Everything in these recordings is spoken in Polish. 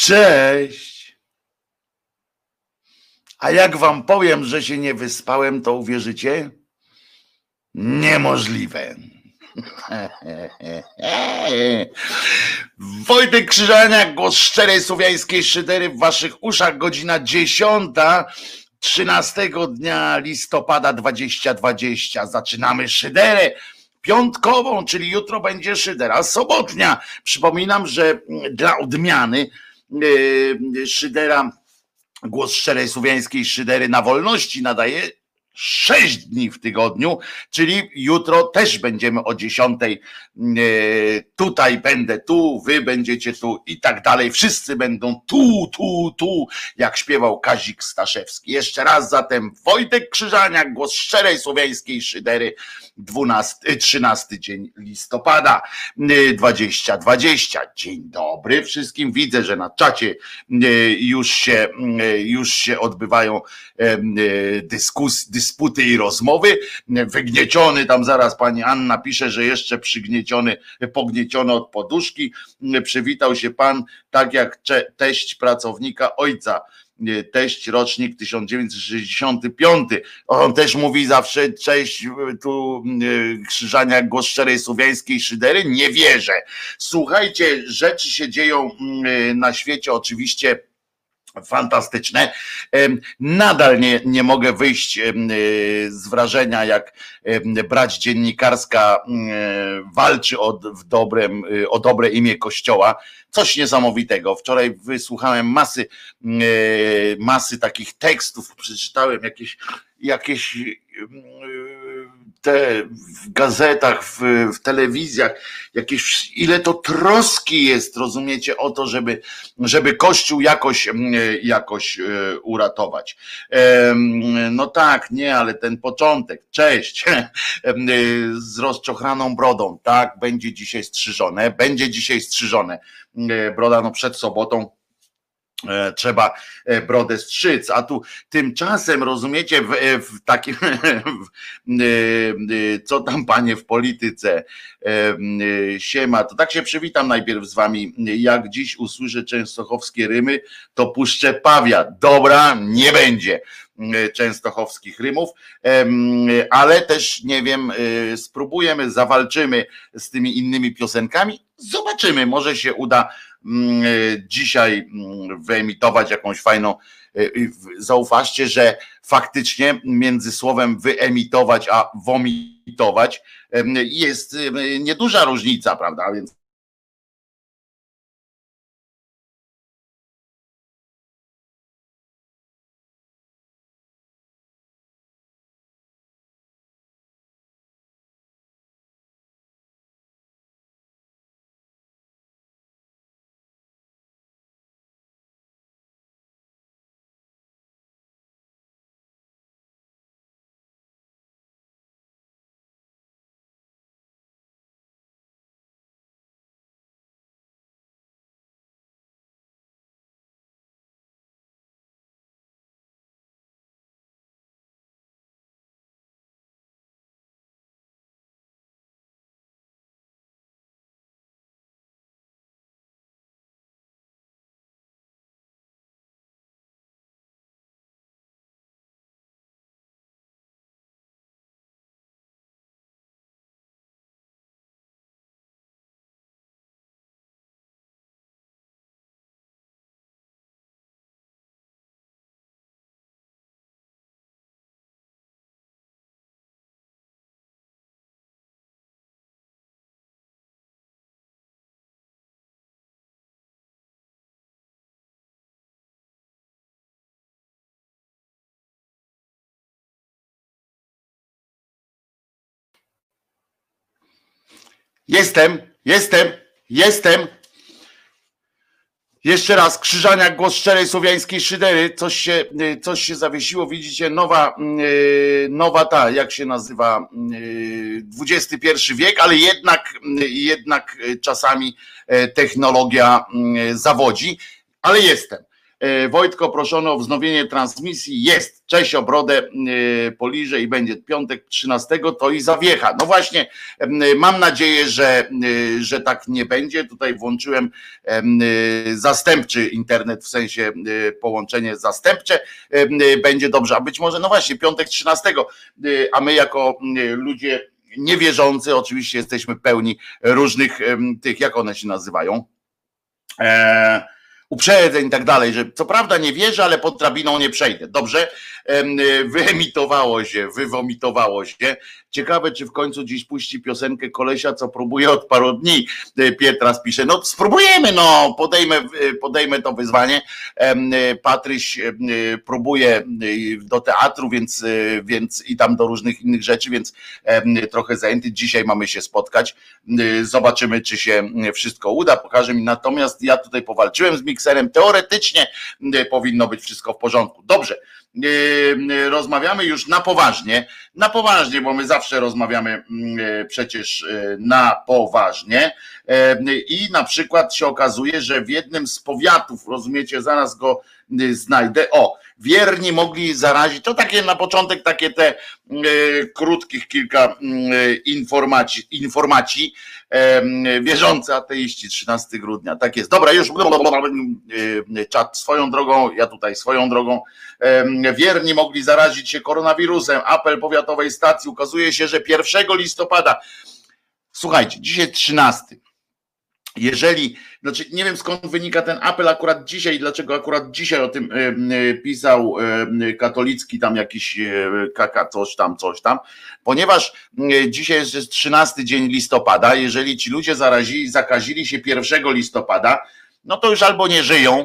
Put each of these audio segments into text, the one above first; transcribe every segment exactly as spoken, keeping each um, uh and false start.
Cześć. A jak wam powiem, że się nie wyspałem, to uwierzycie? Niemożliwe. Wojtek Krzyżaniak, głos szczerej słowiańskiej szydery w waszych uszach, godzina dziesiąta, trzynastego dnia listopada dwudziestego dwudziestego. Zaczynamy szyderę piątkową, czyli jutro będzie szydera sobotnia. Przypominam, że dla odmiany yy, szydera, głos szczerej słowiańskiej szydery na wolności nadaje sześć dni w tygodniu, czyli jutro też będziemy o dziesiątej, tutaj będę tu, wy będziecie tu i tak dalej, wszyscy będą tu, tu, tu, jak śpiewał Kazik Staszewski. Jeszcze raz zatem Wojtek Krzyżaniak, głos szczerej słowiańskiej szydery, dwunasty, trzynasty dzień listopada dwudziestego dwudziestego. Dzień dobry wszystkim, widzę, że na czacie już się, już się odbywają dyskusje, dysputy i rozmowy. Wygnieciony, tam zaraz pani Anna pisze, że jeszcze przygnieciony, pognieciony od poduszki. Przywitał się pan tak jak teść pracownika ojca. Teść rocznik tysiąc dziewięćset sześćdziesiąty piąty. On też mówi zawsze cześć, tu Krzyżaniak, głos szczerej słowiańskiej szydery. Nie wierzę. Słuchajcie, rzeczy się dzieją na świecie oczywiście fantastyczne. Nadal nie, nie mogę wyjść z wrażenia, jak brać dziennikarska walczy o, w dobrem, o dobre imię Kościoła. Coś niesamowitego. Wczoraj wysłuchałem masy, masy takich tekstów, przeczytałem jakieś, jakieś te w gazetach, w, w telewizjach, jakieś, ile to troski jest, rozumiecie, o to, żeby, żeby Kościół jakoś, jakoś uratować. No tak, nie, ale ten początek, cześć, z rozczochraną brodą, tak, będzie dzisiaj strzyżone, będzie dzisiaj strzyżone, broda, no przed sobotą trzeba brodę strzyc, a tu tymczasem, rozumiecie, w, w takim, co tam panie w polityce, siema, to tak się przywitam najpierw z wami, jak dziś usłyszę częstochowskie rymy, to puszczę pawia, dobra, nie będzie częstochowskich rymów, ale też nie wiem, spróbujemy, zawalczymy z tymi innymi piosenkami, zobaczymy, może się uda dzisiaj wyemitować jakąś fajną, zauważcie, że faktycznie między słowem wyemitować a womitować jest nieduża różnica, prawda, więc Jestem, jestem, jestem. Jeszcze raz, Krzyżaniak, głos szczerej słowiańskiej szydery. Coś się, coś się zawiesiło, widzicie, nowa, nowa ta, jak się nazywa, dwudziesty pierwszy wiek, ale jednak, jednak czasami technologia zawodzi, ale jestem. Wojtko proszony o wznowienie transmisji. Jest. Czesio brodę poliże i będzie piątek trzynastego, to i zawiecha. No właśnie, mam nadzieję, że, że tak nie będzie. Tutaj włączyłem zastępczy internet, w sensie połączenie zastępcze. Będzie dobrze, a być może, no właśnie, piątek trzynastego, a my jako ludzie niewierzący oczywiście jesteśmy pełni różnych tych, jak one się nazywają, eee, uprzedzeń i tak dalej, że co prawda nie wierzę, ale pod drabiną nie przejdę. Dobrze, wyemitowało się, wywomitowało się. Ciekawe, czy w końcu dziś puści piosenkę kolesia, co próbuje od paru dni. Pietras pisze, no spróbujemy, no podejmę, podejmę to wyzwanie. Patryś próbuje do teatru, więc, więc i tam do różnych innych rzeczy, więc trochę zajęty. Dzisiaj mamy się spotkać. Zobaczymy, czy się wszystko uda. Pokażę mi. Natomiast ja tutaj powalczyłem z mikserem. Teoretycznie powinno być wszystko w porządku. Dobrze. Rozmawiamy już na poważnie, na poważnie, bo my zawsze rozmawiamy przecież na poważnie i na przykład się okazuje, że w jednym z powiatów, rozumiecie, zaraz go znajdę, o, wierni mogli zarazić, to takie na początek takie te krótkich kilka informacji, informacji wierzący ateiści, trzynastego grudnia, tak jest, dobra, już czat swoją drogą, ja tutaj swoją drogą, wierni mogli zarazić się koronawirusem, apel powiatowej stacji, ukazuje się, że pierwszego listopada, słuchajcie, dzisiaj trzynasty, jeżeli, znaczy nie wiem skąd wynika ten apel akurat dzisiaj, dlaczego akurat dzisiaj o tym pisał katolicki tam jakiś kaka, coś tam, coś tam, ponieważ dzisiaj jest trzynasty dzień listopada, jeżeli ci ludzie zarazili, zakazili się pierwszego listopada, no to już albo nie żyją,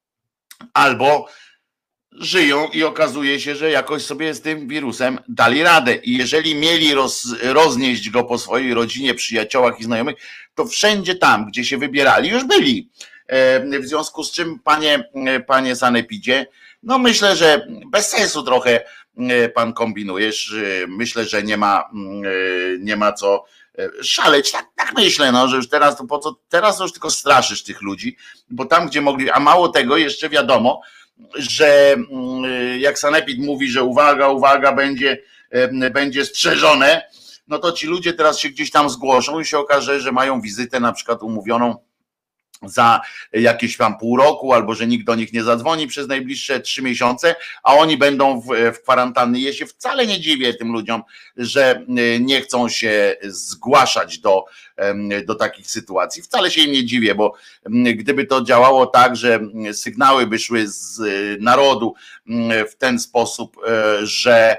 albo żyją i okazuje się, że jakoś sobie z tym wirusem dali radę i jeżeli mieli roz, roznieść go po swojej rodzinie, przyjaciołach i znajomych, to wszędzie tam, gdzie się wybierali, już byli. W związku z czym, panie, panie Sanepidzie, no myślę, że bez sensu trochę pan kombinujesz, myślę, że nie ma, nie ma co szaleć, tak, tak myślę, no, że już teraz to po co, teraz to już tylko straszysz tych ludzi, bo tam, gdzie mogli, a mało tego, jeszcze wiadomo, że jak Sanepid mówi, że uwaga, uwaga, będzie, będzie strzeżone, no to ci ludzie teraz się gdzieś tam zgłoszą i się okaże, że mają wizytę na przykład umówioną za jakieś tam pół roku, albo że nikt do nich nie zadzwoni przez najbliższe trzy miesiące, a oni będą w, w kwarantannie. Ja się wcale nie dziwię tym ludziom, że nie chcą się zgłaszać do, do takich sytuacji. Wcale się im nie dziwię, bo gdyby to działało tak, że sygnały by szły z narodu w ten sposób, że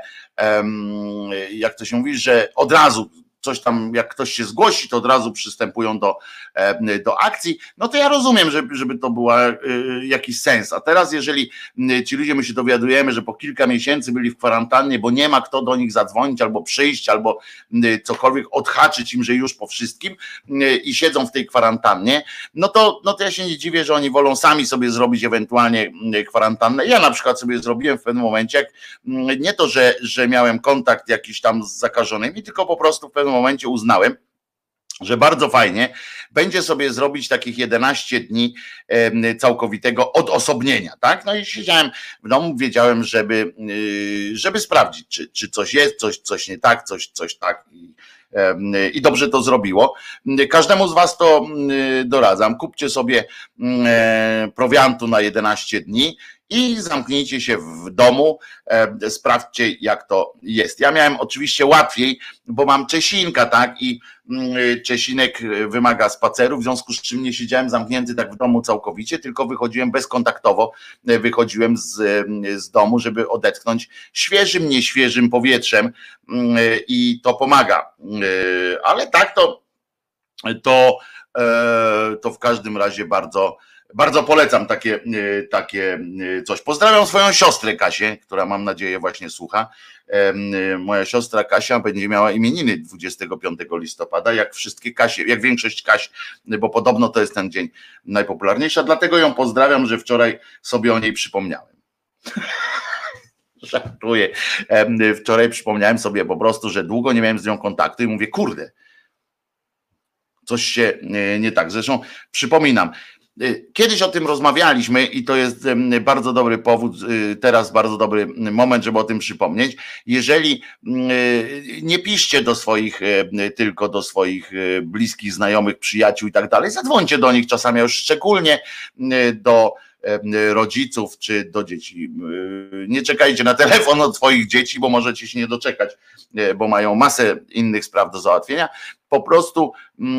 jak to się mówi, że od razu coś tam, jak ktoś się zgłosi, to od razu przystępują do, do akcji, no to ja rozumiem, żeby, żeby to był jakiś sens. A teraz, jeżeli ci ludzie, my się dowiadujemy, że po kilka miesięcy byli w kwarantannie, bo nie ma kto do nich zadzwonić, albo przyjść, albo cokolwiek, odhaczyć im, że już po wszystkim i siedzą w tej kwarantannie, no to, no to ja się nie dziwię, że oni wolą sami sobie zrobić ewentualnie kwarantannę. Ja na przykład sobie zrobiłem w pewnym momencie, jak nie to, że, że miałem kontakt jakiś tam z zakażonymi, tylko po prostu w pewnym momencie uznałem, że bardzo fajnie będzie sobie zrobić takich jedenaście dni całkowitego odosobnienia, tak? No i siedziałem w domu, wiedziałem, żeby, żeby sprawdzić, czy, czy coś jest, coś, coś nie tak, coś, coś tak i, i dobrze to zrobiło. Każdemu z was to doradzam, kupcie sobie prowiantu na jedenaście dni i zamknijcie się w domu, sprawdźcie jak to jest. Ja miałem oczywiście łatwiej, bo mam Czesinka, tak, i Czesinek wymaga spaceru, w związku z czym nie siedziałem zamknięty tak w domu całkowicie, tylko wychodziłem bezkontaktowo, wychodziłem z, z domu, żeby odetchnąć świeżym, nieświeżym powietrzem i to pomaga. Ale tak to, to, to w każdym razie bardzo Bardzo polecam takie, takie coś. Pozdrawiam swoją siostrę Kasię, która mam nadzieję właśnie słucha. Moja siostra Kasia będzie miała imieniny dwudziestego piątego listopada, jak wszystkie Kasie, jak większość Kaś, bo podobno to jest ten dzień najpopularniejsza, dlatego ją pozdrawiam, że wczoraj sobie o niej przypomniałem. Żartuję. Wczoraj przypomniałem sobie po prostu, że długo nie miałem z nią kontaktu i mówię, kurde, coś się nie tak. Zresztą przypominam, Kiedyś o tym rozmawialiśmy i to jest bardzo dobry powód, teraz bardzo dobry moment, żeby o tym przypomnieć. Jeżeli nie piszcie do swoich, tylko do swoich bliskich, znajomych, przyjaciół i tak dalej, zadzwońcie do nich czasami, już szczególnie do rodziców czy do dzieci. Nie czekajcie na telefon od swoich dzieci, bo możecie się nie doczekać, bo mają masę innych spraw do załatwienia. Po prostu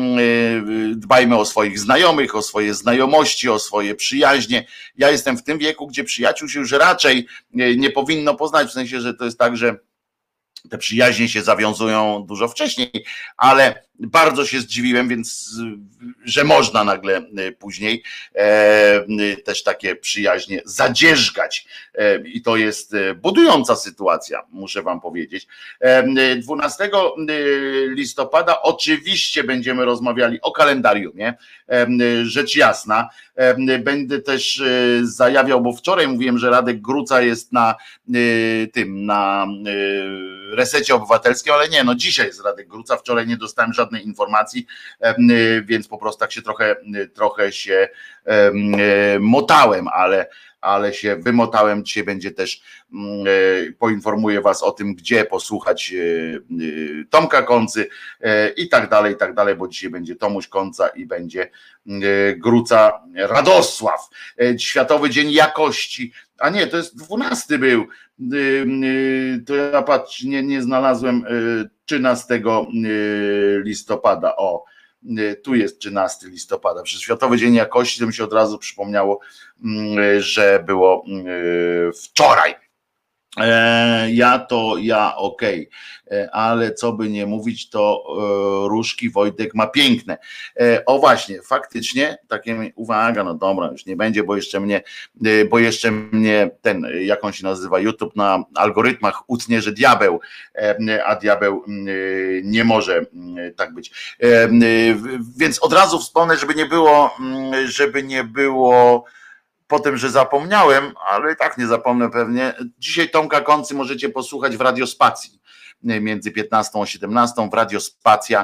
dbajmy o swoich znajomych, o swoje znajomości, o swoje przyjaźnie. Ja jestem w tym wieku, gdzie przyjaciół się już raczej nie powinno poznać, w sensie, że to jest tak, że te przyjaźnie się zawiązują dużo wcześniej, ale bardzo się zdziwiłem, więc że można nagle później e, też takie przyjaźnie zadzierzgać e, i to jest budująca sytuacja, muszę wam powiedzieć. E, dwunastego listopada oczywiście będziemy rozmawiali o kalendariumie, e, rzecz jasna. E, będę też zajawiał, bo wczoraj mówiłem, że Radek Gruca jest na e, tym, na e, Resecie Obywatelskim, ale nie, no dzisiaj jest Radek Gruca, wczoraj nie dostałem żadnej informacji, więc po prostu tak się trochę, trochę się motałem, ale, ale się wymotałem. Dzisiaj będzie też, poinformuję was o tym, gdzie posłuchać Tomka Koncy i tak dalej, i tak dalej, bo dzisiaj będzie Tomuś Konca i będzie Gruca Radosław. Światowy Dzień Jakości, a nie, to jest dwunasty był, to ja patrz, nie, nie znalazłem trzynastego listopada, o, tu jest trzynastego listopada, przez Światowy Dzień Jakości, to mi się od razu przypomniało, że było wczoraj. Ja to ja okej, okay. Ale co by nie mówić, to różki Wojtek ma piękne. O właśnie, faktycznie, takie uwaga, no dobra, już nie będzie, bo jeszcze mnie, bo jeszcze mnie ten, jak on się nazywa, YouTube na algorytmach utnie, że diabeł, a diabeł nie może tak być. Więc od razu wspomnę, żeby nie było, żeby nie było potem, że zapomniałem, ale i tak nie zapomnę pewnie. Dzisiaj Tomka Koncy możecie posłuchać w Radiospacji między piętnastą a siedemnastą w Radiospacja.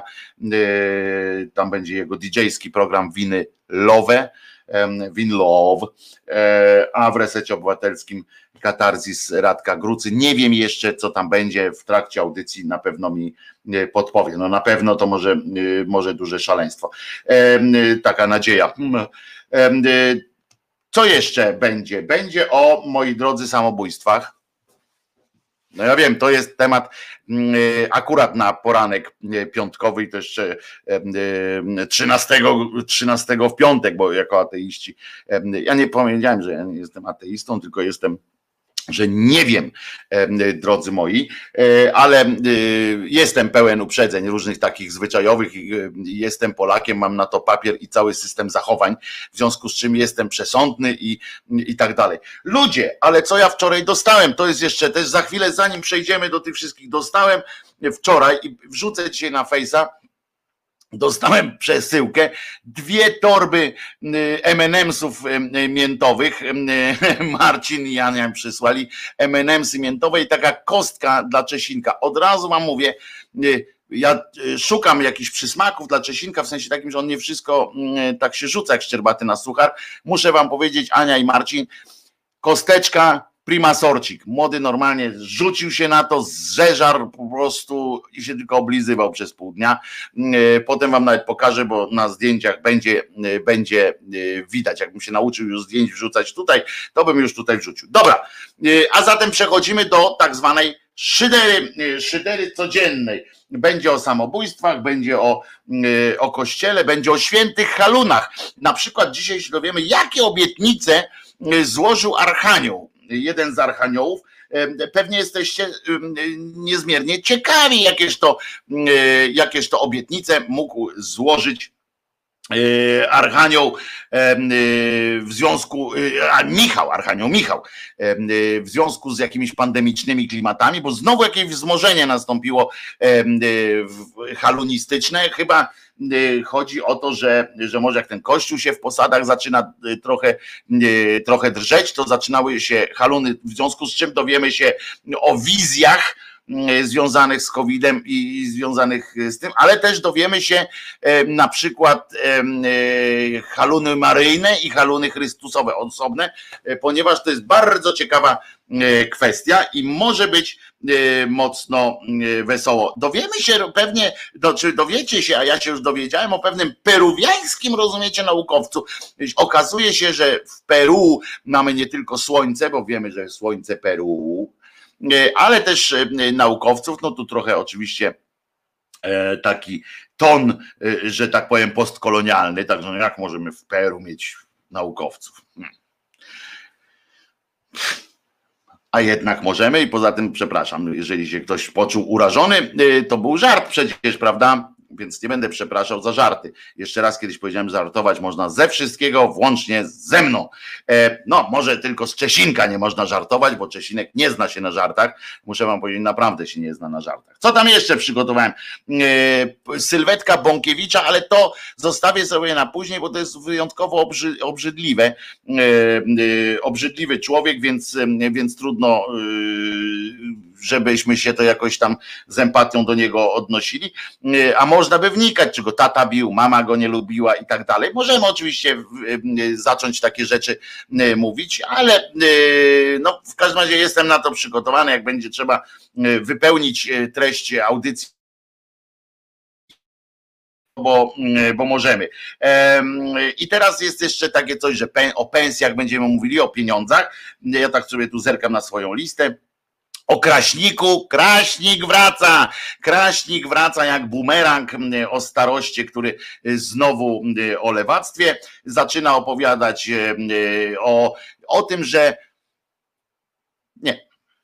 Tam będzie jego didżejski program Winy Love, Win Love, a w Resecie Obywatelskim Katarzis Radka Grucy. Nie wiem jeszcze, co tam będzie w trakcie audycji, na pewno mi podpowie. No na pewno to może, może duże szaleństwo. Taka nadzieja. Co jeszcze będzie? Będzie o, moi drodzy, samobójstwach. No ja wiem, to jest temat akurat na poranek piątkowy i to jeszcze trzynastego, trzynastego w piątek, bo jako ateiści, ja nie powiedziałem, że ja nie jestem ateistą, tylko jestem, że nie wiem, drodzy moi, ale jestem pełen uprzedzeń różnych takich zwyczajowych, jestem Polakiem, mam na to papier i cały system zachowań, w związku z czym jestem przesądny i, i tak dalej. Ludzie, ale co ja wczoraj dostałem, to jest jeszcze też za chwilę, zanim przejdziemy do tych wszystkich, dostałem wczoraj i wrzucę dzisiaj na Face'a, dostałem przesyłkę, dwie torby em and emsów miętowych, Marcin i Ania mi przysłali em and emsy miętowe i taka kostka dla Czesinka. Od razu wam mówię, ja szukam jakichś przysmaków dla Czesinka, w sensie takim, że on nie wszystko tak się rzuca jak szczerbaty na suchar. Muszę wam powiedzieć, Ania i Marcin, kosteczka prima sorcik. Młody normalnie rzucił się na to, zeżarł po prostu i się tylko oblizywał przez pół dnia. Potem wam nawet pokażę, bo na zdjęciach będzie, będzie widać. Jakbym się nauczył już zdjęć wrzucać tutaj, to bym już tutaj wrzucił. Dobra, a zatem przechodzimy do tak zwanej szydery, szydery codziennej. Będzie o samobójstwach, będzie o, o kościele, będzie o świętych halunach. Na przykład dzisiaj się dowiemy, jakie obietnice złożył Archanioł. Jeden z archaniołów. Pewnie jesteście niezmiernie ciekawi, jakież to, jakież to obietnice mógł złożyć Archanioł w związku, a Michał, Archanioł Michał, w związku z jakimiś pandemicznymi klimatami, bo znowu jakieś wzmożenie nastąpiło halunistyczne. Chyba chodzi o to, że, że może jak ten kościół się w posadach zaczyna trochę, trochę drżeć, to zaczynały się haluny, w związku z czym dowiemy się o wizjach związanych z kowidem i związanych z tym, ale też dowiemy się na przykład haluny maryjne i haluny chrystusowe osobne, ponieważ to jest bardzo ciekawa kwestia i może być mocno wesoło. Dowiemy się pewnie, do, czy dowiecie się, a ja się już dowiedziałem o pewnym peruwiańskim, rozumiecie, naukowcu. Okazuje się, że w Peru mamy nie tylko słońce, bo wiemy, że słońce Peru, ale też naukowców, no tu trochę oczywiście taki ton, że tak powiem, postkolonialny, także jak możemy w Peru mieć naukowców? A jednak możemy i poza tym, przepraszam, jeżeli się ktoś poczuł urażony, to był żart przecież, prawda? Więc nie będę przepraszał za żarty. Jeszcze raz kiedyś powiedziałem, żartować można ze wszystkiego, włącznie ze mną. No, może tylko z Czesinka nie można żartować, bo Czesinek nie zna się na żartach. Muszę wam powiedzieć, naprawdę się nie zna na żartach. Co tam jeszcze przygotowałem? Sylwetka Bąkiewicza, ale to zostawię sobie na później, bo to jest wyjątkowo obrzy, obrzydliwe. Obrzydliwy człowiek, więc, więc trudno, żebyśmy się to jakoś tam z empatią do niego odnosili. A można by wnikać, czy go tata bił, mama go nie lubiła i tak dalej. Możemy oczywiście zacząć takie rzeczy mówić, ale no, w każdym razie jestem na to przygotowany, jak będzie trzeba wypełnić treść audycji, bo, bo możemy. I teraz jest jeszcze takie coś, że o pensjach będziemy mówili, o pieniądzach. Ja tak sobie tu zerkam na swoją listę. O Kraśniku, Kraśnik wraca, Kraśnik wraca jak bumerang o staroście, który znowu o lewactwie zaczyna opowiadać o, o tym, że nie,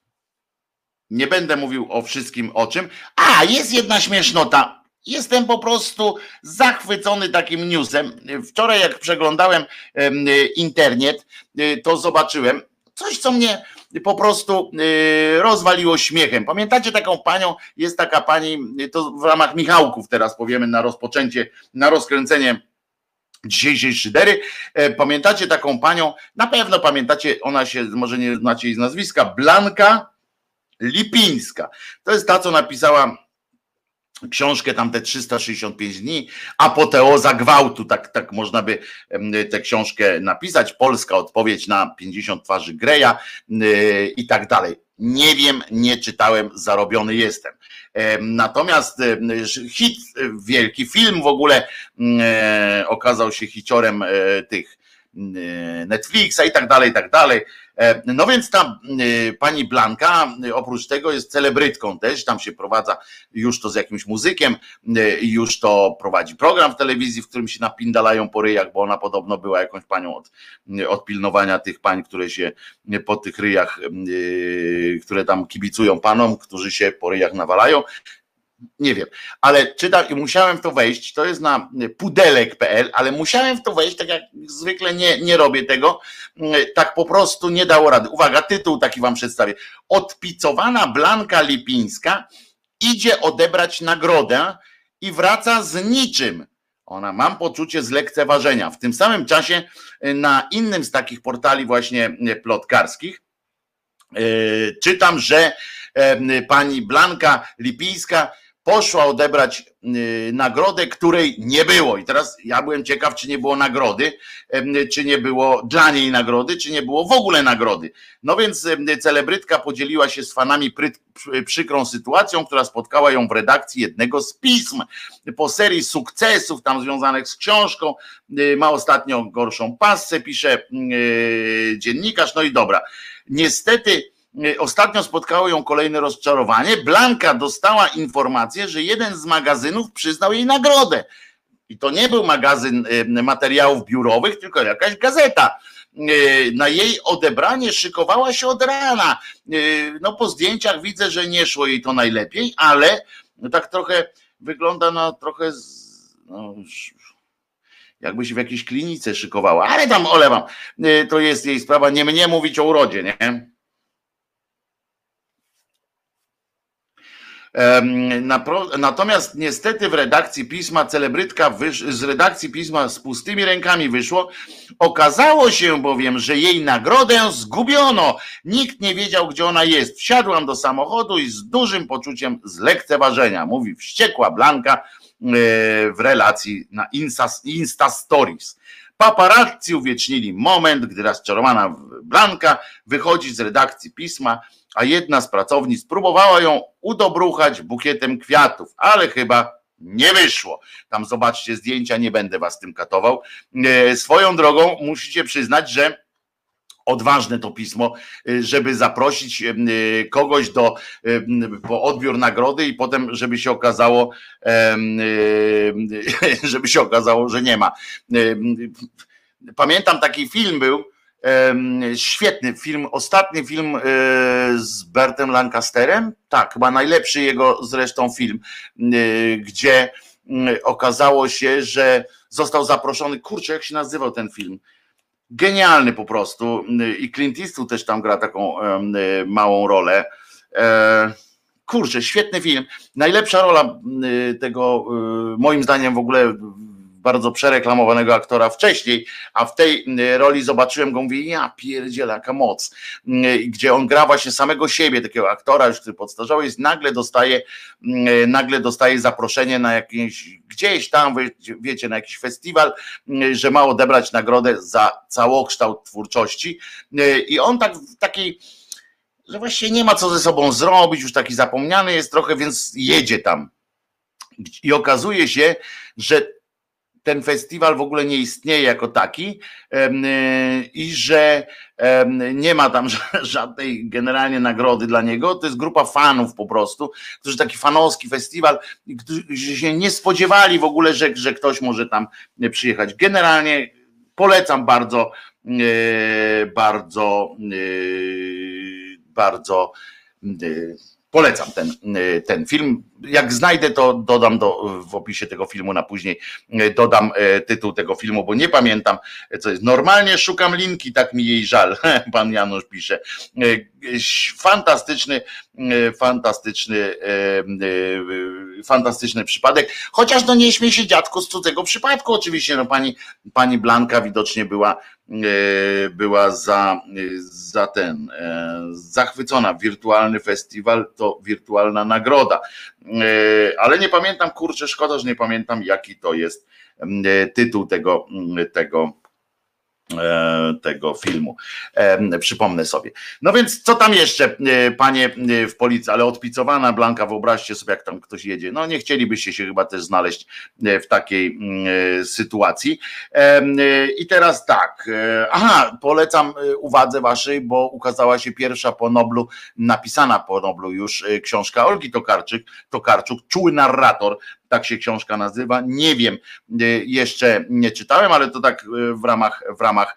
nie będę mówił o wszystkim o czym, a jest jedna śmiesznota. Jestem po prostu zachwycony takim newsem. Wczoraj jak przeglądałem internet, to zobaczyłem coś, co mnie po prostu rozwaliło śmiechem. Pamiętacie taką panią, jest taka pani, to w ramach Michałków teraz powiemy na rozpoczęcie, na rozkręcenie dzisiejszej szydery. Pamiętacie taką panią, na pewno pamiętacie, ona się, może nie znacie jej z nazwiska, Blanka Lipińska. To jest ta, co napisała książkę tam te trzysta sześćdziesiąt pięć dni, apoteoza gwałtu, tak, tak można by tę książkę napisać, polska odpowiedź na pięćdziesiąt twarzy Greya yy, i tak dalej. Nie wiem, nie czytałem, zarobiony jestem. Natomiast hit, wielki film w ogóle yy, okazał się hiciorem yy, tych Netflixa i tak dalej, i tak dalej. No więc ta pani Blanka oprócz tego jest celebrytką też, tam się prowadza już to z jakimś muzykiem, już to prowadzi program w telewizji, w którym się napindalają po ryjach, bo ona podobno była jakąś panią od, od pilnowania tych pań, które się po tych ryjach, które tam kibicują panom, którzy się po ryjach nawalają. Nie wiem, ale czytam i musiałem w to wejść, to jest na pudelek kropka pe el, ale musiałem w to wejść, tak jak zwykle nie, nie robię tego, tak po prostu nie dało rady. Uwaga, tytuł taki wam przedstawię. Odpicowana Blanka Lipińska idzie odebrać nagrodę i wraca z niczym. Ona, mam poczucie zlekceważenia. W tym samym czasie na innym z takich portali właśnie plotkarskich yy, czytam, że yy, pani Blanka Lipińska poszła odebrać nagrodę, której nie było. I teraz ja byłem ciekaw, czy nie było nagrody, czy nie było dla niej nagrody, czy nie było w ogóle nagrody. No więc celebrytka podzieliła się z fanami przykrą sytuacją, która spotkała ją w redakcji jednego z pism. Po serii sukcesów tam związanych z książką, ma ostatnio gorszą passę, pisze dziennikarz. No i dobra. Niestety ostatnio spotkało ją kolejne rozczarowanie. Blanka dostała informację, że jeden z magazynów przyznał jej nagrodę. I to nie był magazyn materiałów biurowych, tylko jakaś gazeta. Na jej odebranie szykowała się od rana. No po zdjęciach widzę, że nie szło jej to najlepiej, ale tak trochę wygląda na trochę no, jakby się w jakiejś klinice szykowała. Ale tam olewam. To jest jej sprawa. Nie mnie mówić o urodzie, nie? Natomiast niestety w redakcji pisma celebrytka wysz, z redakcji pisma z pustymi rękami wyszło. Okazało się bowiem, że jej nagrodę zgubiono. Nikt nie wiedział, gdzie ona jest. Wsiadłam do samochodu i z dużym poczuciem zlekceważenia, mówi wściekła Blanka w relacji na Insta, Insta Stories. Paparazzi uwiecznili moment, gdy rozczarowana Blanka wychodzi z redakcji pisma, a jedna z pracownic próbowała ją udobruchać bukietem kwiatów, ale chyba nie wyszło. Tam zobaczcie zdjęcia, nie będę was tym katował. Swoją drogą musicie przyznać, że odważne to pismo, żeby zaprosić kogoś do, po odbiór nagrody i potem, żeby się okazało, żeby się okazało, że nie ma. Pamiętam, taki film był, świetny film, ostatni film z Bertem Lancasterem, tak, chyba najlepszy jego zresztą film, gdzie okazało się, że został zaproszony, kurczę, jak się nazywał ten film? Genialny po prostu i Clint Eastwood też tam gra taką małą rolę. Kurczę, świetny film. Najlepsza rola tego, moim zdaniem w ogóle bardzo przereklamowanego aktora wcześniej, a w tej roli zobaczyłem go, mówię, ja pierdzielę, jaka moc, gdzie on gra właśnie samego siebie, takiego aktora już, który podstarzały jest, nagle dostaje, nagle dostaje zaproszenie na jakieś, gdzieś tam, wiecie, na jakiś festiwal, że ma odebrać nagrodę za całokształt twórczości i on tak w takiej, że właściwie nie ma co ze sobą zrobić, już taki zapomniany jest trochę, więc jedzie tam i okazuje się, że ten festiwal w ogóle nie istnieje jako taki i że nie ma tam żadnej generalnie nagrody dla niego, to jest grupa fanów po prostu, którzy taki fanowski festiwal, którzy się nie spodziewali w ogóle, że, że ktoś może tam przyjechać. Generalnie polecam bardzo, bardzo, bardzo polecam ten, ten film. Jak znajdę, to dodam do, w opisie tego filmu na później, dodam tytuł tego filmu, bo nie pamiętam, co jest. Normalnie szukam linki, tak mi jej żal, pan Janusz pisze. Fantastyczny, fantastyczny, fantastyczny przypadek. Chociaż no nie śmiej się, dziadku, z cudzego przypadku oczywiście. No pani, pani Blanka widocznie była, była za, za ten, zachwycona. Wirtualny festiwal to wirtualna nagroda. Ale nie pamiętam, kurczę, szkoda, że nie pamiętam, jaki to jest tytuł tego, tego, tego filmu. Przypomnę sobie. No więc co tam jeszcze, panie w policji, ale odpicowana Blanka, wyobraźcie sobie, jak tam ktoś jedzie. No nie chcielibyście się chyba też znaleźć w takiej sytuacji. I teraz tak, aha, polecam uwadze waszej, bo ukazała się pierwsza po Noblu, napisana po Noblu już książka Olgi Tokarczyk, Tokarczuk, Czuły narrator, tak się książka nazywa, nie wiem, jeszcze nie czytałem, ale to tak w ramach, w ramach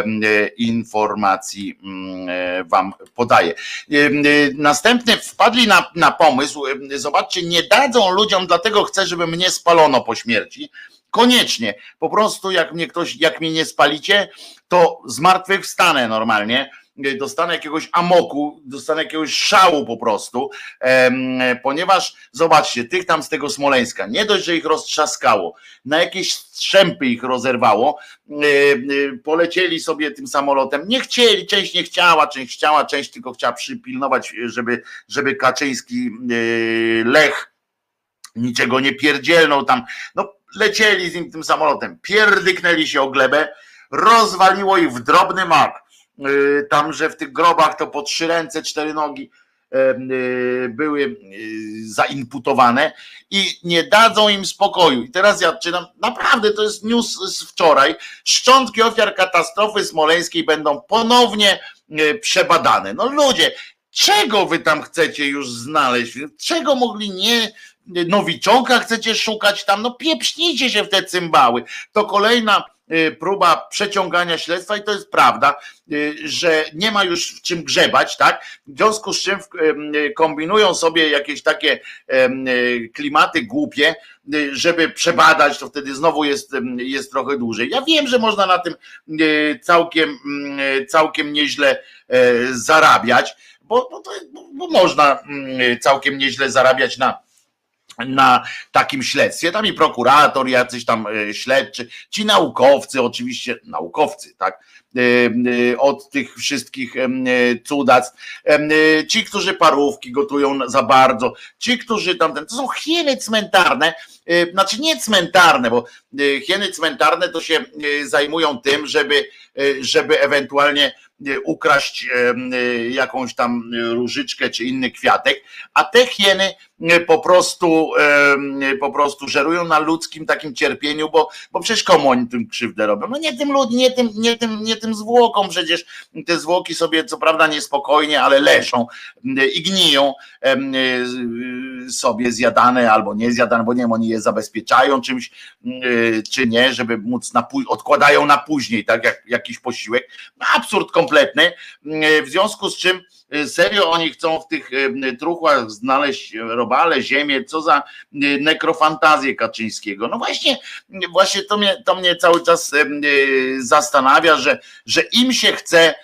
informacji wam podaję. Następnie wpadli na, na pomysł, zobaczcie, nie dadzą ludziom, dlatego chcę, żeby mnie spalono po śmierci. Koniecznie, po prostu jak mnie ktoś, jak mnie nie spalicie, to zmartwychwstanę normalnie, dostanę jakiegoś amoku, dostanę jakiegoś szału po prostu, ponieważ zobaczcie, tych tam z tego Smoleńska, nie dość, że ich roztrzaskało, na jakieś strzępy ich rozerwało, polecieli sobie tym samolotem, nie chcieli, część nie chciała, część chciała, część tylko chciała przypilnować, żeby, żeby Kaczyński, Lech niczego nie pierdzielnął tam, no lecieli z nim tym samolotem, pierdyknęli się o glebę, rozwaliło ich w drobny mak. Tam, że w tych grobach to po trzy ręce, cztery nogi były zainputowane i nie dadzą im spokoju. I teraz ja czytam, naprawdę to jest news z wczoraj, szczątki ofiar katastrofy smoleńskiej będą ponownie przebadane. No ludzie, czego wy tam chcecie już znaleźć? Czego mogli nie... Nowiczonka chcecie szukać tam? No pieprznijcie się w te cymbały. To kolejna próba przeciągania śledztwa i to jest prawda, że nie ma już w czym grzebać, tak? W związku z czym kombinują sobie jakieś takie klimaty głupie, żeby przebadać, to wtedy znowu jest, jest trochę dłużej. Ja wiem, że można na tym całkiem, całkiem nieźle zarabiać, bo, bo, to, bo można całkiem nieźle zarabiać na na takim śledztwie, tam i prokurator, jacyś tam śledczy, ci naukowcy, oczywiście naukowcy, tak, od tych wszystkich cudactw, ci, którzy parówki gotują za bardzo, ci, którzy tam, to są hieny cmentarne, znaczy nie cmentarne, bo hieny cmentarne to się zajmują tym, żeby, żeby ewentualnie ukraść jakąś tam różyczkę czy inny kwiatek, a te hieny po prostu po prostu żerują na ludzkim takim cierpieniu, bo, bo przecież komu oni tym krzywdę robią? No nie tym ludzi, nie tym, nie tym, nie tym zwłokom, przecież te zwłoki sobie co prawda niespokojnie, ale leżą i gniją sobie zjadane albo nie zjadane, bo nie wiem, oni je zabezpieczają czymś czy nie, żeby móc na później, odkładają na później, tak jak jakiś posiłek. Absurd kompletny, w związku z czym serio oni chcą w tych truchłach znaleźć robale, ziemię, co za nekrofantazję Kaczyńskiego. No właśnie, właśnie to mnie, to mnie cały czas zastanawia, że, że im się chce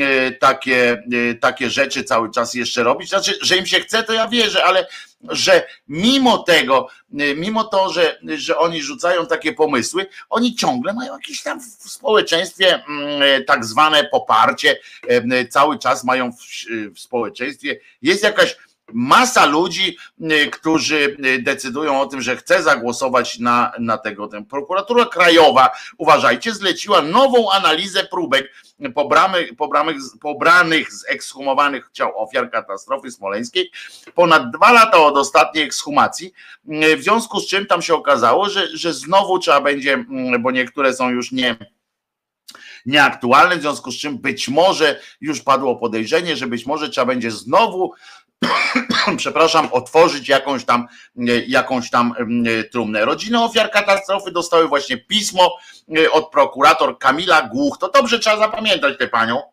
takie, takie rzeczy cały czas jeszcze robić. Znaczy, że im się chce, to ja wierzę, ale że mimo tego, mimo to, że, że oni rzucają takie pomysły, oni ciągle mają jakieś tam w społeczeństwie tak zwane poparcie, cały czas mają w, w społeczeństwie, jest jakaś masa ludzi, którzy decydują o tym, że chce zagłosować na, na tego. Prokuratura Krajowa, uważajcie, zleciła nową analizę próbek pobranych, pobranych, pobranych z ekshumowanych ciał ofiar katastrofy smoleńskiej ponad dwa lata od ostatniej ekshumacji, w związku z czym tam się okazało, że, że znowu trzeba będzie, bo niektóre są już nie nieaktualne, w związku z czym być może już padło podejrzenie, że być może trzeba będzie znowu przepraszam, otworzyć jakąś tam, jakąś tam trumnę. Rodziny ofiar katastrofy dostały właśnie pismo od prokurator Kamila Głuch. To dobrze trzeba zapamiętać tę panią,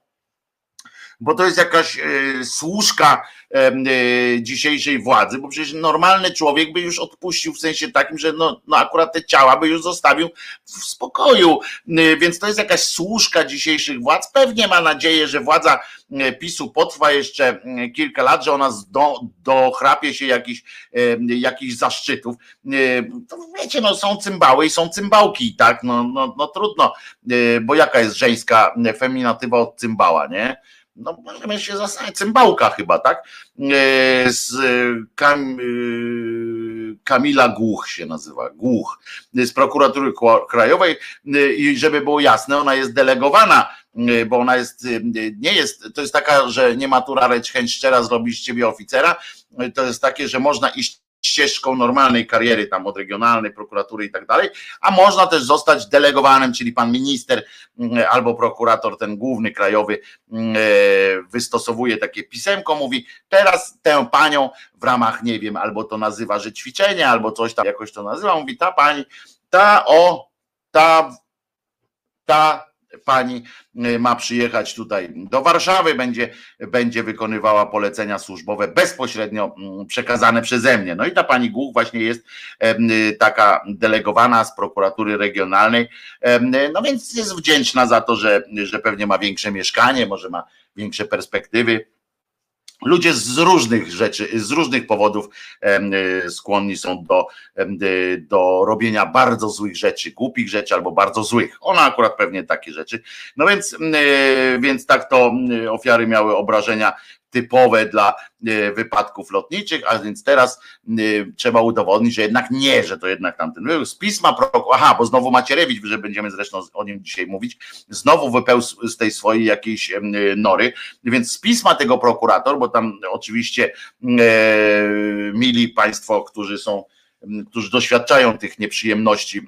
bo to jest jakaś służka dzisiejszej władzy, bo przecież normalny człowiek by już odpuścił w sensie takim, że no, no akurat te ciała by już zostawił w spokoju, więc to jest jakaś służka dzisiejszych władz. Pewnie ma nadzieję, że władza PiSu potrwa jeszcze kilka lat, że ona do, dochrapie się jakichś jakich zaszczytów. To wiecie, no są cymbały i są cymbałki, tak? No, no, no trudno, bo jaka jest żeńska feminatywa od cymbała, nie? No możemy się zastanawiać, cymbałka chyba, tak? Z Kam, Kamila Głuch się nazywa, Głuch, z prokuratury krajowej i żeby było jasne, ona jest delegowana, bo ona jest, nie jest, to jest taka, że nie matura, lecz chęć szczera zrobi z ciebie oficera, to jest takie, że można iść ścieżką normalnej kariery tam od regionalnej prokuratury i tak dalej, a można też zostać delegowanym, czyli pan minister albo prokurator ten główny krajowy wystosowuje takie pisemko, mówi teraz tę panią w ramach, nie wiem, albo to nazywa, że ćwiczenie, albo coś tam jakoś to nazywa, mówi ta pani, ta o, ta, ta pani ma przyjechać tutaj do Warszawy, będzie, będzie wykonywała polecenia służbowe bezpośrednio przekazane przeze mnie. No i ta pani Głuch właśnie jest taka delegowana z prokuratury regionalnej, no więc jest wdzięczna za to, że, że pewnie ma większe mieszkanie, może ma większe perspektywy. Ludzie z różnych rzeczy, z różnych powodów skłonni są do, do robienia bardzo złych rzeczy, głupich rzeczy albo bardzo złych. Ona akurat pewnie takie rzeczy. No więc, więc tak to ofiary miały obrażenia typowe dla wypadków lotniczych, a więc teraz trzeba udowodnić, że jednak nie, że to jednak tamten był. Z pisma, aha, bo znowu Macierewicz, że będziemy zresztą o nim dzisiaj mówić, znowu wypełzł z tej swojej jakiejś nory, więc z pisma tego prokurator, bo tam oczywiście mili państwo, którzy są, którzy doświadczają tych nieprzyjemności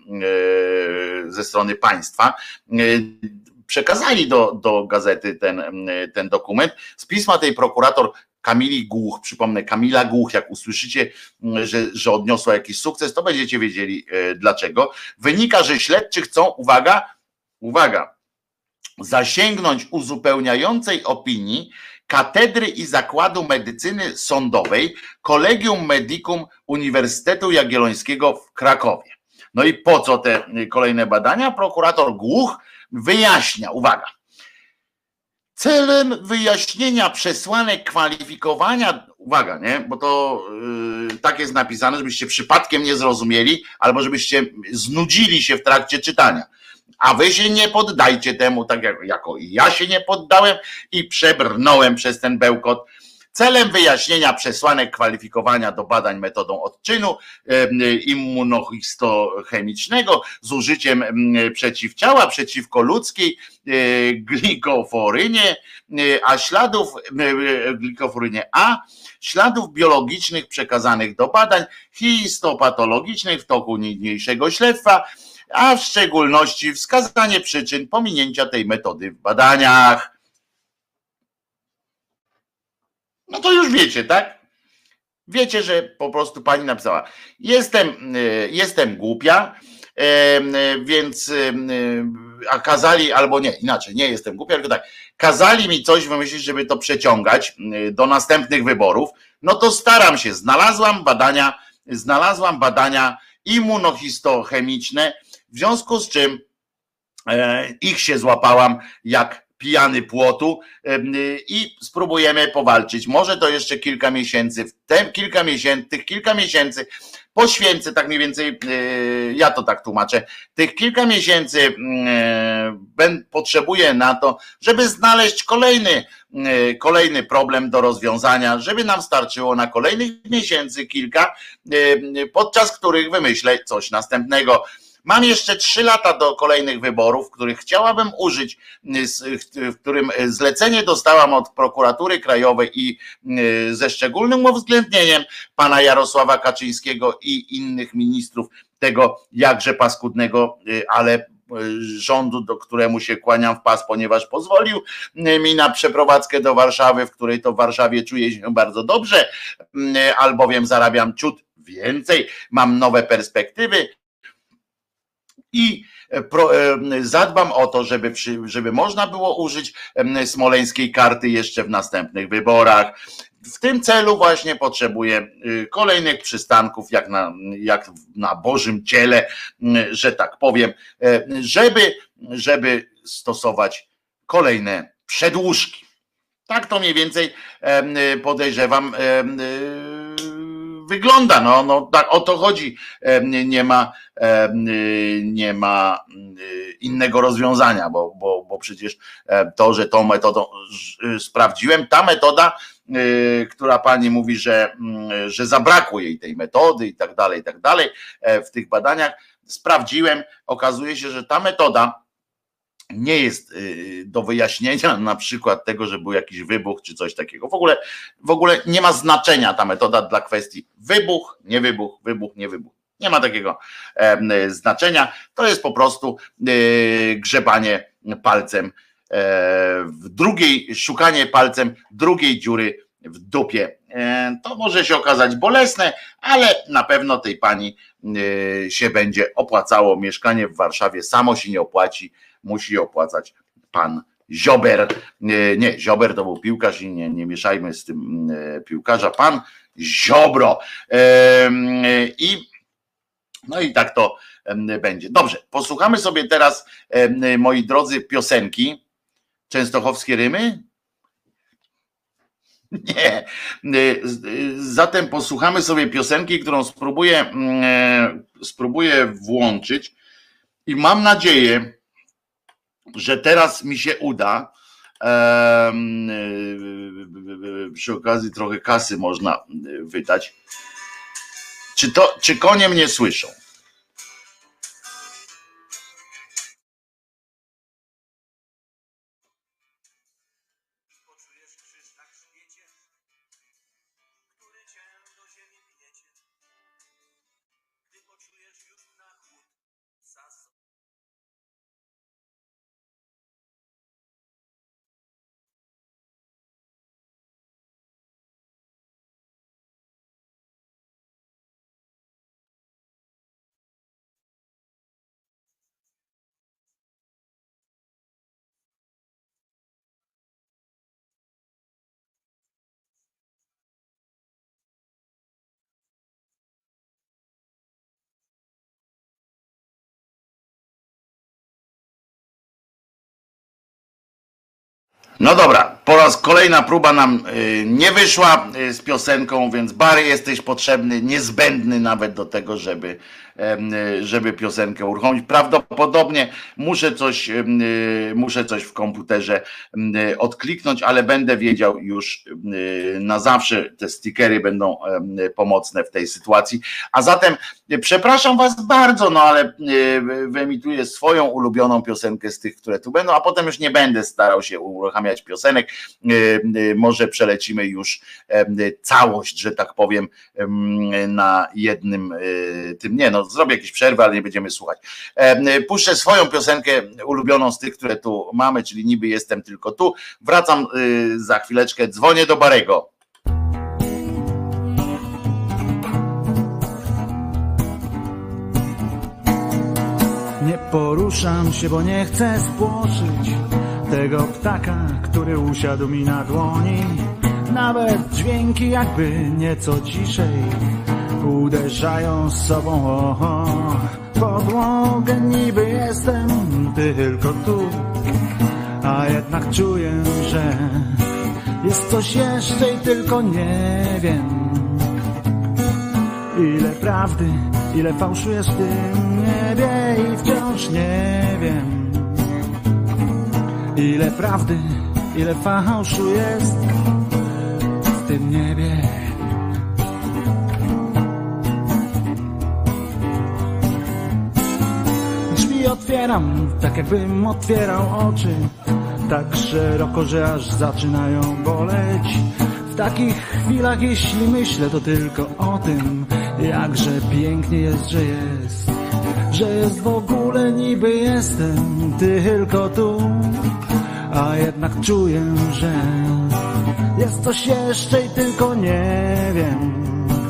ze strony państwa, przekazali do, do gazety ten, ten dokument. Z pisma tej prokurator Kamili Głuch, przypomnę, Kamila Głuch, jak usłyszycie, że, że odniosła jakiś sukces, to będziecie wiedzieli dlaczego. Wynika, że śledczy chcą, uwaga, uwaga, zasięgnąć uzupełniającej opinii Katedry i Zakładu Medycyny Sądowej Collegium Medicum Uniwersytetu Jagiellońskiego w Krakowie. No i po co te kolejne badania? Prokurator Głuch wyjaśnia, uwaga, Celem wyjaśnienia przesłanek kwalifikowania, uwaga, nie, bo to yy, tak jest napisane, żebyście przypadkiem nie zrozumieli, albo żebyście znudzili się w trakcie czytania. A wy się nie poddajcie temu, tak jak jako i ja się nie poddałem i przebrnąłem przez ten bełkot. Celem wyjaśnienia przesłanek kwalifikowania do badań metodą odczynu immunohistochemicznego z użyciem przeciwciała przeciwko ludzkiej glikoforynie, a śladów glikoforynie A, śladów biologicznych przekazanych do badań histopatologicznych w toku niniejszego śledztwa, a w szczególności wskazanie przyczyn pominięcia tej metody w badaniach. No to już wiecie, tak? Wiecie, że po prostu pani napisała, jestem, jestem głupia, więc a kazali, albo nie, inaczej, nie jestem głupia, tylko tak, kazali mi coś wymyślić, żeby to przeciągać do następnych wyborów, no to staram się, znalazłam badania, znalazłam badania immunohistochemiczne, w związku z czym ich się złapałam jak pijany płotu i spróbujemy powalczyć. Może to jeszcze kilka miesięcy, w te kilka miesięcy, tych kilka miesięcy poświęcę, tak mniej więcej, ja to tak tłumaczę, tych kilka miesięcy potrzebuję na to, żeby znaleźć kolejny, kolejny problem do rozwiązania, żeby nam starczyło na kolejnych miesięcy kilka, podczas których wymyślę coś następnego. Mam jeszcze trzy lata do kolejnych wyborów, których chciałabym użyć, w którym zlecenie dostałam od prokuratury krajowej i ze szczególnym uwzględnieniem pana Jarosława Kaczyńskiego i innych ministrów tego jakże paskudnego, ale rządu, do któremu się kłaniam w pas, ponieważ pozwolił mi na przeprowadzkę do Warszawy, w której to w Warszawie czuję się bardzo dobrze, albowiem zarabiam ciut więcej, mam nowe perspektywy, i zadbam o to, żeby, żeby można było użyć smoleńskiej karty jeszcze w następnych wyborach. W tym celu właśnie potrzebuję kolejnych przystanków, jak na, jak na Bożym ciele, że tak powiem, żeby, żeby stosować kolejne przedłużki. Tak to mniej więcej podejrzewam wygląda, no, no tak o to chodzi, nie ma, nie ma innego rozwiązania, bo, bo, bo przecież to, że tą metodą sprawdziłem, ta metoda, która pani mówi, że, że zabrakło jej tej metody i tak dalej, i tak dalej, w tych badaniach sprawdziłem, okazuje się, że ta metoda nie jest do wyjaśnienia na przykład tego, że był jakiś wybuch czy coś takiego. W ogóle, w ogóle nie ma znaczenia ta metoda dla kwestii wybuch, nie wybuch, wybuch, nie wybuch. Nie ma takiego e, znaczenia. To jest po prostu e, grzebanie palcem e, w drugiej, szukanie palcem drugiej dziury w dupie. E, to może się okazać bolesne, ale na pewno tej pani e, się będzie opłacało. Mieszkanie w Warszawie samo się nie opłaci. Musi opłacać pan Ziober. Nie, Ziober to był piłkarz i nie, nie mieszajmy z tym piłkarza. Pan Ziobro. I no i tak to będzie. Dobrze, posłuchamy sobie teraz, moi drodzy, piosenki. Częstochowskie rymy? Nie. Zatem posłuchamy sobie piosenki, którą spróbuję, spróbuję włączyć i mam nadzieję, że teraz mi się uda. Przy okazji trochę kasy można wydać. Czy to, czy konie mnie słyszą? No dobra, po raz kolejna próba nam nie wyszła z piosenką, więc Barry, jesteś potrzebny, niezbędny nawet do tego, żeby, żeby piosenkę uruchomić. Prawdopodobnie muszę coś, muszę coś w komputerze odkliknąć, ale będę wiedział już na zawsze, te stickery będą pomocne w tej sytuacji. A zatem przepraszam was bardzo, no ale wyemituję swoją ulubioną piosenkę z tych, które tu będą, a potem już nie będę starał się uruchamiać piosenek. Może przelecimy już całość, że tak powiem, na jednym tym, nie no, zrobię jakieś przerwy, ale nie będziemy słuchać. Puszczę swoją piosenkę ulubioną z tych, które tu mamy, czyli Niby jestem tylko tu. Wracam za chwileczkę, dzwonię do Barego. Nie poruszam się, bo nie chcę spłoszyć tego ptaka, który usiadł mi na dłoni. Nawet dźwięki jakby nieco ciszej uderzają z sobą o podłogę. Niby jestem tylko tu, a jednak czuję, że jest coś jeszcze i tylko nie wiem. Ile prawdy, ile fałszu jest w tym niebie i wciąż nie wiem. Ile prawdy, ile fałszu jest w tym niebie. Drzwi otwieram, tak jakbym otwierał oczy, tak szeroko, że aż zaczynają boleć. W takich chwilach, jeśli myślę, to tylko o tym, jakże pięknie jest, że jest, że jest w ogóle. Niby jestem tylko tu, a jednak czuję, że jest coś jeszcze i tylko nie wiem.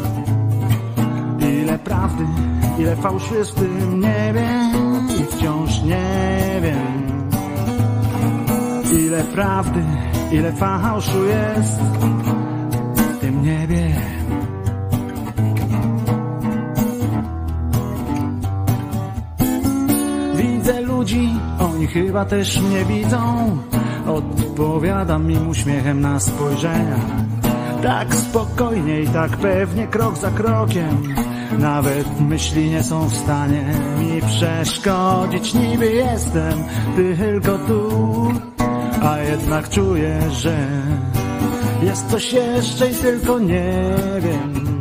Ile prawdy, ile fałszu jest w tym niebie i wciąż nie wiem. Ile prawdy, ile fałszu jest w tym niebie. Widzę ludzi, oni chyba też mnie widzą. Odpowiadam im uśmiechem na spojrzenia. Tak spokojnie i tak pewnie, krok za krokiem. Nawet myśli nie są w stanie mi przeszkodzić. Niby jestem tylko tu, a jednak czuję, że jest coś jeszcze i tylko nie wiem.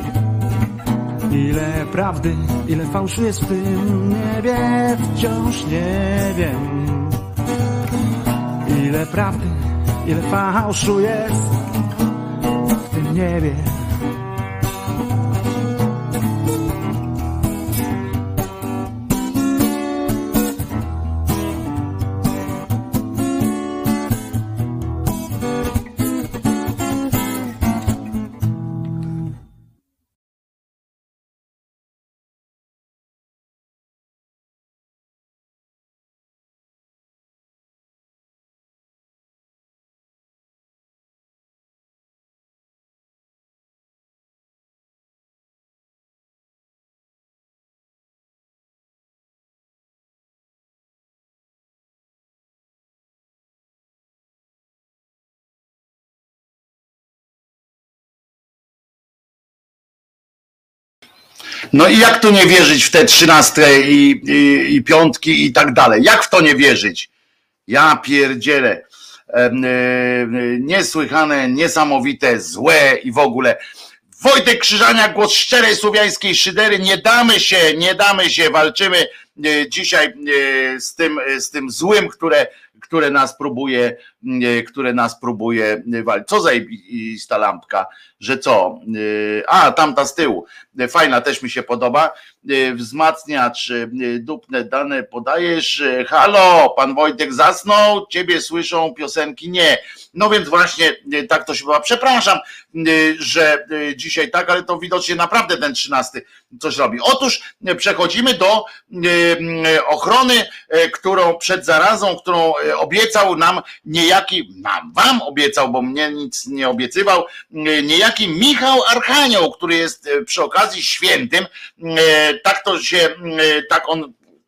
Ile prawdy, ile fałszu jest w tym niebie, wciąż nie wiem. Ile prawdy, ile fałszu jest w tym niebie. No i jak tu nie wierzyć w te trzynaste i, i, i piątki i tak dalej? Jak w to nie wierzyć? Ja pierdzielę. E, e, niesłychane, niesamowite, złe i w ogóle. Wojtek Krzyżania, głos szczerej słowiańskiej szydery. Nie damy się, nie damy się, walczymy e, dzisiaj e, z tym, z tym złym, które, które nas próbuje, e, które nas próbuje walić. Co za ta lampka, że co? E, a, tamta z tyłu. E, fajna, też mi się podoba. E, wzmacniacz, e, dupne dane podajesz. E, halo, pan Wojtek zasnął? Ciebie słyszą piosenki? Nie. No więc właśnie e, tak to się była. Przepraszam, e, że e, dzisiaj tak, ale to widocznie naprawdę ten trzynasty coś robi. Otóż e, przechodzimy do e, ochrony, e, którą przed zarazą, którą e, obiecał nam niejaki, nam, wam obiecał, bo mnie nic nie obiecywał, e, niejaki Michał Archanioł, który jest e, przy okazji świętym. E, tak to się, e, tak on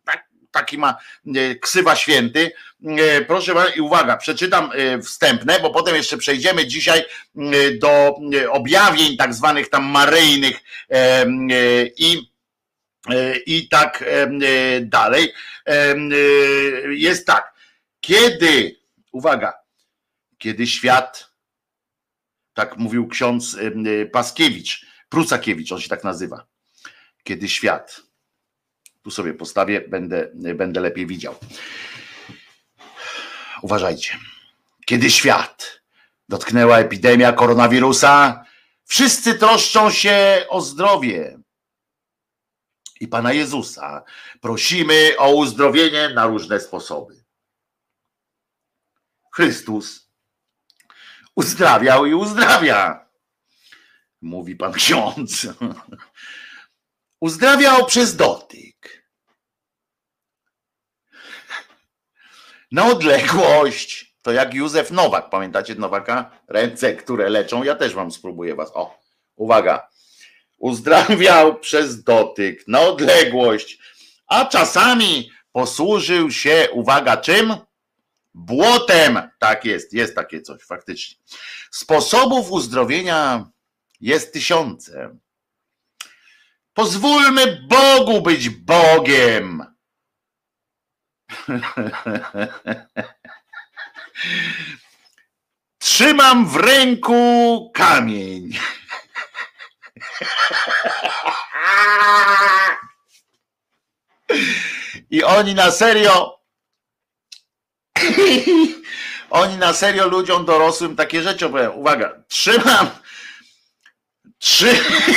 taki ma ksywa święty. Proszę bardzo, i uwaga, przeczytam wstępne, bo potem jeszcze przejdziemy dzisiaj do objawień tak zwanych tam maryjnych i i tak dalej. Jest tak, kiedy, uwaga, kiedy świat, tak mówił ksiądz Paskiewicz, Prusakiewicz, on się tak nazywa, kiedy świat, tu sobie postawię, będę, będę lepiej widział. Uważajcie, kiedy świat dotknęła epidemia koronawirusa, wszyscy troszczą się o zdrowie i Pana Jezusa prosimy o uzdrowienie na różne sposoby. Chrystus uzdrawiał i uzdrawia, mówi Pan ksiądz. Uzdrawiał przez dotyk. Na odległość. To jak Józef Nowak. Pamiętacie Nowaka? Ręce, które leczą. Ja też wam spróbuję was. O, uwaga. Uzdrawiał przez dotyk, na odległość, a czasami posłużył się, uwaga, czym? Błotem. Tak jest, jest takie coś faktycznie. Sposobów uzdrowienia jest tysiące. Pozwólmy Bogu być Bogiem. Trzymam w ręku kamień. I oni na serio oni na serio ludziom dorosłym takie rzeczy opowiadają. Uwaga, trzymam trzy,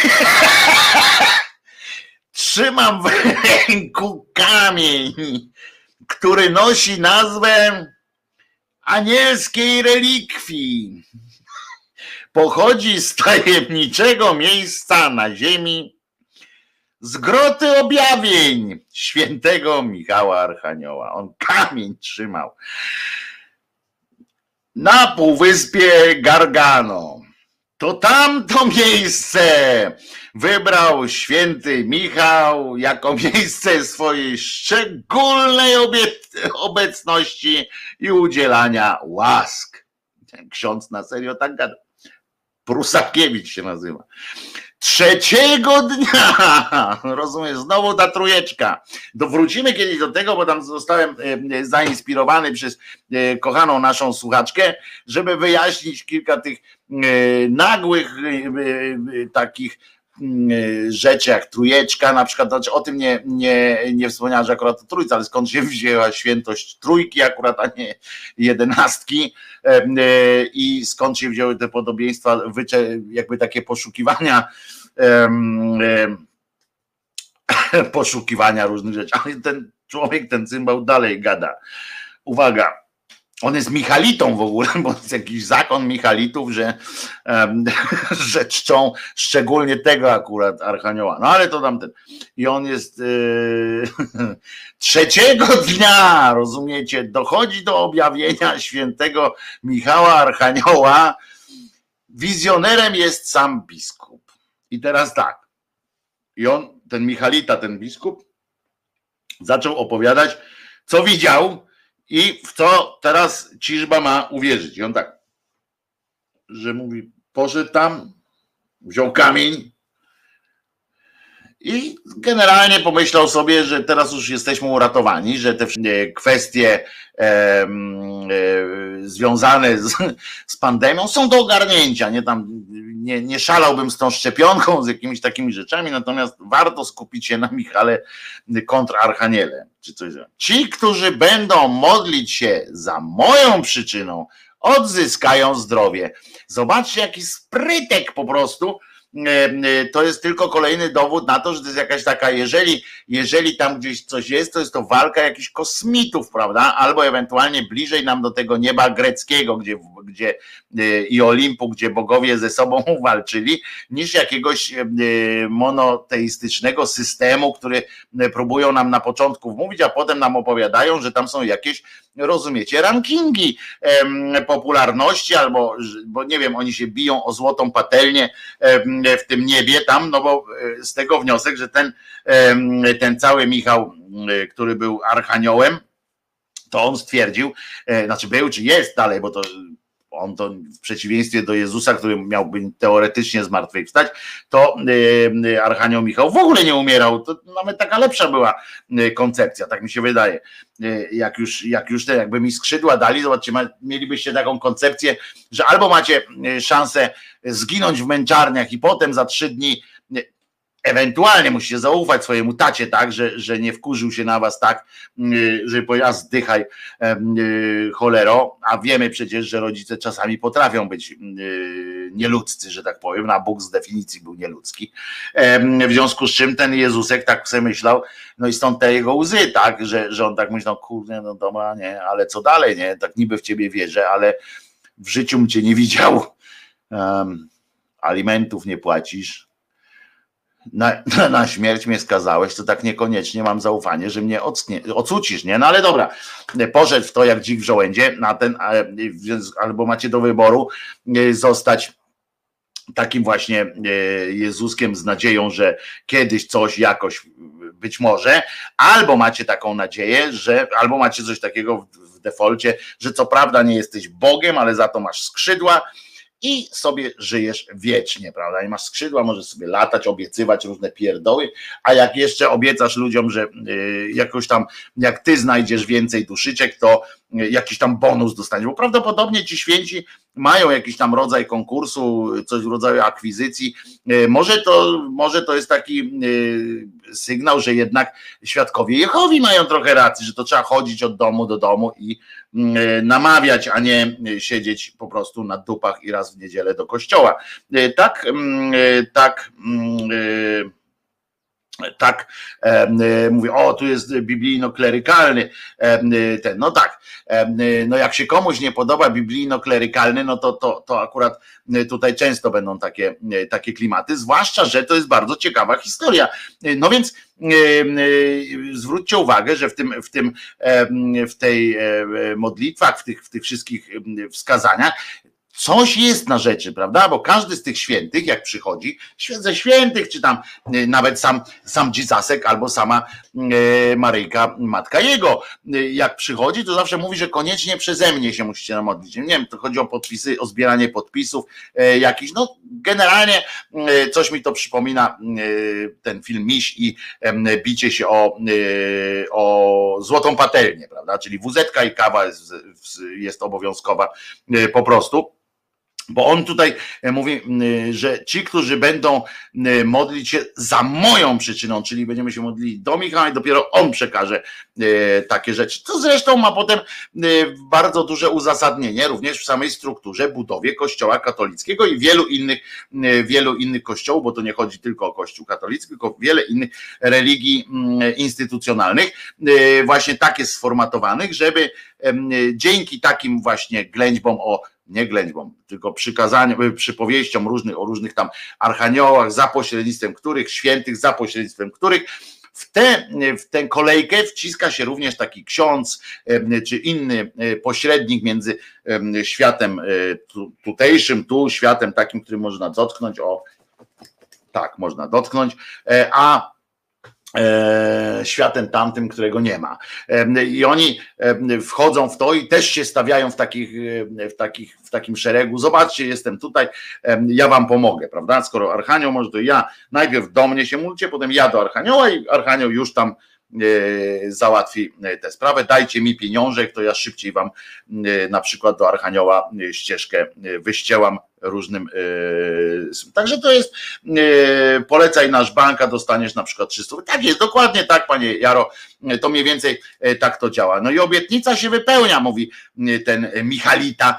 trzymam w ręku kamień, który nosi nazwę anielskiej relikwii. Pochodzi z tajemniczego miejsca na ziemi, z groty objawień świętego Michała Archanioła. On kamień trzymał na półwyspie Gargano. To tamto miejsce wybrał święty Michał jako miejsce swojej szczególnej obecności i udzielania łask. Ten ksiądz na serio tak gada. Prusakiewicz się nazywa. Trzeciego dnia, rozumiesz, znowu ta trójeczka. Wrócimy kiedyś do tego, bo tam zostałem zainspirowany przez kochaną naszą słuchaczkę, żeby wyjaśnić kilka tych nagłych takich rzeczy jak trójeczka, na przykład, znaczy o tym nie, nie, nie wspomniałem, że akurat to trójca, ale skąd się wzięła świętość trójki akurat, a nie jedenastki i skąd się wzięły te podobieństwa, jakby takie poszukiwania poszukiwania różnych rzeczy, ale ten człowiek, ten cymbał dalej gada. Uwaga, on jest Michalitą w ogóle, bo jest jakiś zakon Michalitów, że, um, że czczą szczególnie tego akurat Archanioła. No ale to tamten. I on jest yy, trzeciego dnia, rozumiecie, dochodzi do objawienia świętego Michała Archanioła. Wizjonerem jest sam biskup. I teraz tak. I on, ten Michalita, ten biskup, zaczął opowiadać, co widział i w co teraz ciżba ma uwierzyć. I on tak, że mówi, poszedł tam, wziął kamień i generalnie pomyślał sobie, że teraz już jesteśmy uratowani, że te kwestie e, e, związane z, z pandemią są do ogarnięcia. Nie, tam, nie, nie szalałbym z tą szczepionką, z jakimiś takimi rzeczami, natomiast warto skupić się na Michale kontrarchaniele. Czy coś. Ci, którzy będą modlić się za moją przyczyną, odzyskają zdrowie. Zobaczcie, jaki sprytek po prostu. To jest tylko kolejny dowód na to, że to jest jakaś taka, jeżeli, jeżeli tam gdzieś coś jest, to jest to walka jakichś kosmitów, prawda? Albo ewentualnie bliżej nam do tego nieba greckiego, gdzie, gdzie i Olimpu, gdzie bogowie ze sobą walczyli, niż jakiegoś monoteistycznego systemu, który próbują nam na początku wmówić, a potem nam opowiadają, że tam są jakieś, rozumiecie, rankingi popularności, albo, bo nie wiem, oni się biją o złotą patelnię w tym niebie tam, no bo z tego wniosek, że ten, ten cały Michał, który był archaniołem, to on stwierdził, znaczy był czy jest dalej, bo to on to w przeciwieństwie do Jezusa, który miałby teoretycznie zmartwychwstać, to archanioł Michał w ogóle nie umierał. To nawet taka lepsza była koncepcja, tak mi się wydaje. Jak już, jak już te jakby mi skrzydła dali, zobaczcie, mielibyście taką koncepcję, że albo macie szansę zginąć w męczarniach i potem za trzy dni ewentualnie musicie zaufać swojemu tacie, tak, że, że nie wkurzył się na was tak, że powiedział, zdychaj cholero, a wiemy przecież, że rodzice czasami potrafią być nieludzcy, że tak powiem, a Bóg z definicji był nieludzki. W związku z czym ten Jezusek tak sobie myślał, no i stąd te jego łzy, tak, że, że on tak myślał, kurde, no dobra, nie, ale co dalej, nie, tak niby w ciebie wierzę, ale w życiu bym cię nie widział, um, alimentów nie płacisz, Na, na śmierć mnie skazałeś, to tak niekoniecznie mam zaufanie, że mnie ocnie, ocucisz, nie? No ale dobra, poszedł w to jak dzik w żołędzie, na ten, albo macie do wyboru zostać takim właśnie Jezuskiem z nadzieją, że kiedyś coś jakoś być może, albo macie taką nadzieję, że, albo macie coś takiego w defolcie, że co prawda nie jesteś Bogiem, ale za to masz skrzydła, i sobie żyjesz wiecznie, prawda? I masz skrzydła, możesz sobie latać, obiecywać różne pierdoły, a jak jeszcze obiecasz ludziom, że y, jakoś tam, jak ty znajdziesz więcej duszyczek, to y, jakiś tam bonus dostaniesz, bo prawdopodobnie ci święci mają jakiś tam rodzaj konkursu, coś w rodzaju akwizycji. Y, może to, może to jest taki y, sygnał, że jednak świadkowie Jehowi mają trochę racji, że to trzeba chodzić od domu do domu i y, namawiać, a nie siedzieć po prostu na dupach i raz w niedzielę do kościoła. Y, tak, y, tak, y, tak e, mówię, o tu jest biblijno-klerykalny e, ten, no tak, e, no jak się komuś nie podoba biblijno-klerykalny, no to, to, to akurat tutaj często będą takie, takie klimaty, zwłaszcza, że to jest bardzo ciekawa historia. No więc e, e, zwróćcie uwagę, że w tym, w tym e, w tej e, modlitwach, w tych, w tych wszystkich wskazaniach coś jest na rzeczy, prawda? Bo każdy z tych świętych, jak przychodzi, ze świętych, czy tam nawet sam, sam Dzisasek albo sama Maryjka, matka jego, jak przychodzi, to zawsze mówi, że koniecznie przeze mnie się musicie namodlić. Nie wiem, to chodzi o podpisy, o zbieranie podpisów jakichś, no generalnie coś mi to przypomina ten film Miś i bicie się o, o złotą patelnię, prawda? Czyli wuzetka i kawa jest, jest obowiązkowa po prostu. Bo on tutaj mówi, że ci, którzy będą modlić się za moją przyczyną, czyli będziemy się modlili do Michała i dopiero on przekaże takie rzeczy. To zresztą ma potem bardzo duże uzasadnienie również w samej strukturze, budowie Kościoła katolickiego i wielu innych, wielu innych kościołów, bo to nie chodzi tylko o Kościół katolicki, tylko wiele innych religii instytucjonalnych, właśnie tak jest sformatowanych, żeby dzięki takim właśnie ględźbom o nie ględźbom, tylko przykazaniom, przypowieściom różnych o różnych tam archaniołach, za pośrednictwem których, świętych, za pośrednictwem których w tę, w tę kolejkę wciska się również taki ksiądz czy inny pośrednik między światem tutejszym, tu światem takim, który można dotknąć, o tak, można dotknąć, a światem tamtym, którego nie ma. I oni wchodzą w to i też się stawiają w takich, w takich, w takim szeregu. Zobaczcie, jestem tutaj, ja wam pomogę, prawda? Skoro Archanioł może, to ja najpierw do mnie się módlcie, potem ja do Archanioła i Archanioł już tam załatwi tę sprawę, dajcie mi pieniążek, to ja szybciej wam na przykład do Archanioła ścieżkę wyściełam różnym, także to jest, polecaj nasz bank, a dostaniesz na przykład trzysta, tak jest, dokładnie tak, panie Jaro, to mniej więcej tak to działa. No i obietnica się wypełnia, mówi ten Michalita,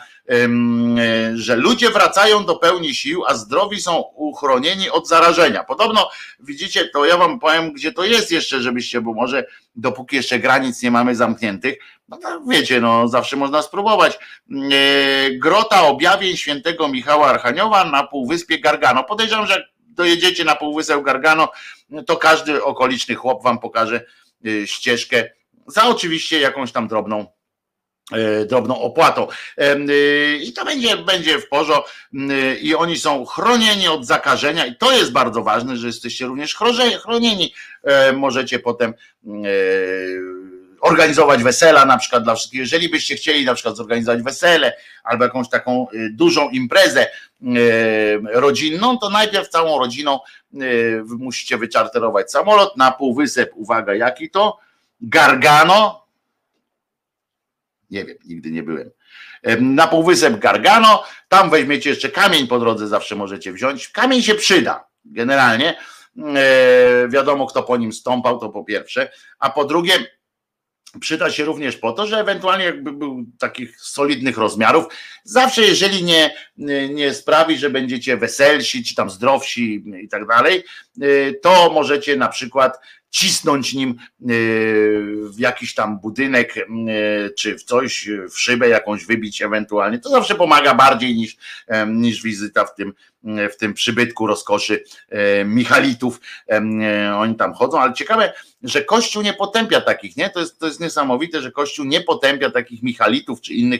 że ludzie wracają do pełni sił, a zdrowi są uchronieni od zarażenia. Podobno, widzicie, to ja wam powiem, gdzie to jest jeszcze, żebyście, bo może dopóki jeszcze granic nie mamy zamkniętych, No to wiecie, no zawsze można spróbować. Grota objawień świętego Michała Archanioła na półwyspie Gargano. Podejrzewam, że jak dojedziecie na półwysep Gargano, to każdy okoliczny chłop wam pokaże ścieżkę za oczywiście jakąś tam drobną drobną opłatą. I to będzie, będzie w porządku i oni są chronieni od zakażenia i to jest bardzo ważne, że jesteście również chronieni. Możecie potem organizować wesela na przykład dla wszystkich. Jeżeli byście chcieli na przykład zorganizować wesele albo jakąś taką dużą imprezę rodzinną, to najpierw całą rodziną musicie wyczarterować samolot na półwysep, uwaga, jaki to? Gargano. Nie wiem, nigdy nie byłem. Na półwysep Gargano, tam weźmiecie jeszcze kamień po drodze, zawsze możecie wziąć. Kamień się przyda, generalnie. Wiadomo, kto po nim stąpał, to po pierwsze. A po drugie, przyda się również po to, że ewentualnie jakby był takich solidnych rozmiarów, zawsze jeżeli nie, nie sprawi, że będziecie weselsi, czy tam zdrowsi i tak dalej, to możecie na przykład cisnąć nim w jakiś tam budynek, czy w coś, w szybę jakąś wybić ewentualnie. To zawsze pomaga bardziej niż, niż wizyta w tym, w tym przybytku rozkoszy Michalitów. Oni tam chodzą, ale ciekawe, że Kościół nie potępia takich, nie? To jest, to jest niesamowite, że Kościół nie potępia takich Michalitów, czy innych,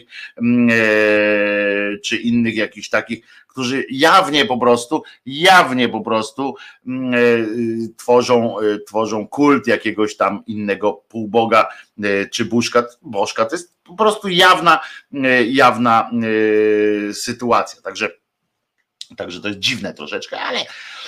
czy innych jakichś takich, którzy jawnie po prostu, jawnie po prostu tworzą, tworzą kult jakiegoś tam innego półboga, czy bożka. Bożka to jest po prostu jawna, jawna sytuacja. Także, także to jest dziwne troszeczkę, ale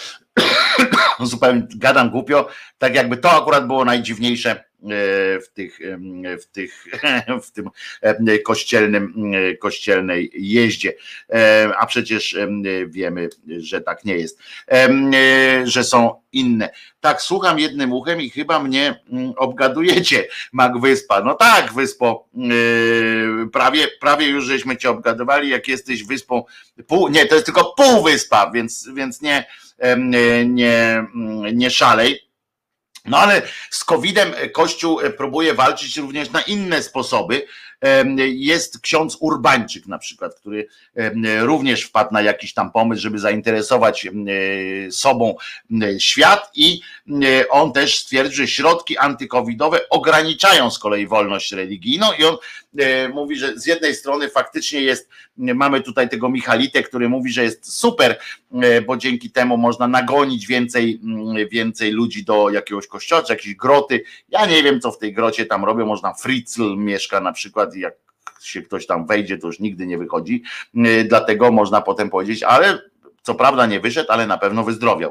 zupełnie gadam głupio, tak jakby to akurat było najdziwniejsze w tych, w tych, w tym kościelnym, kościelnej jeździe, a przecież wiemy, że tak nie jest, że są inne. Tak, słucham jednym uchem i chyba mnie obgadujecie, Magwyspa. No tak, Wyspo, prawie, prawie już żeśmy cię obgadowali, jak jesteś wyspą, pół, nie, to jest tylko półwyspa, więc, więc nie, nie, nie szalej. No ale z kowidem Kościół próbuje walczyć również na inne sposoby. Jest ksiądz Urbańczyk na przykład, który również wpadł na jakiś tam pomysł, żeby zainteresować sobą świat i on też stwierdził, że środki antykowidowe ograniczają z kolei wolność religijną i on mówi, że z jednej strony faktycznie jest, mamy tutaj tego Michalitę, który mówi, że jest super, bo dzięki temu można nagonić więcej, więcej ludzi do jakiegoś kościoła, czy jakiejś groty. Ja nie wiem, co w tej grocie tam robią, można Fritzl mieszka na przykład i jak się ktoś tam wejdzie, to już nigdy nie wychodzi, dlatego można potem powiedzieć, ale co prawda nie wyszedł, ale na pewno wyzdrowiał.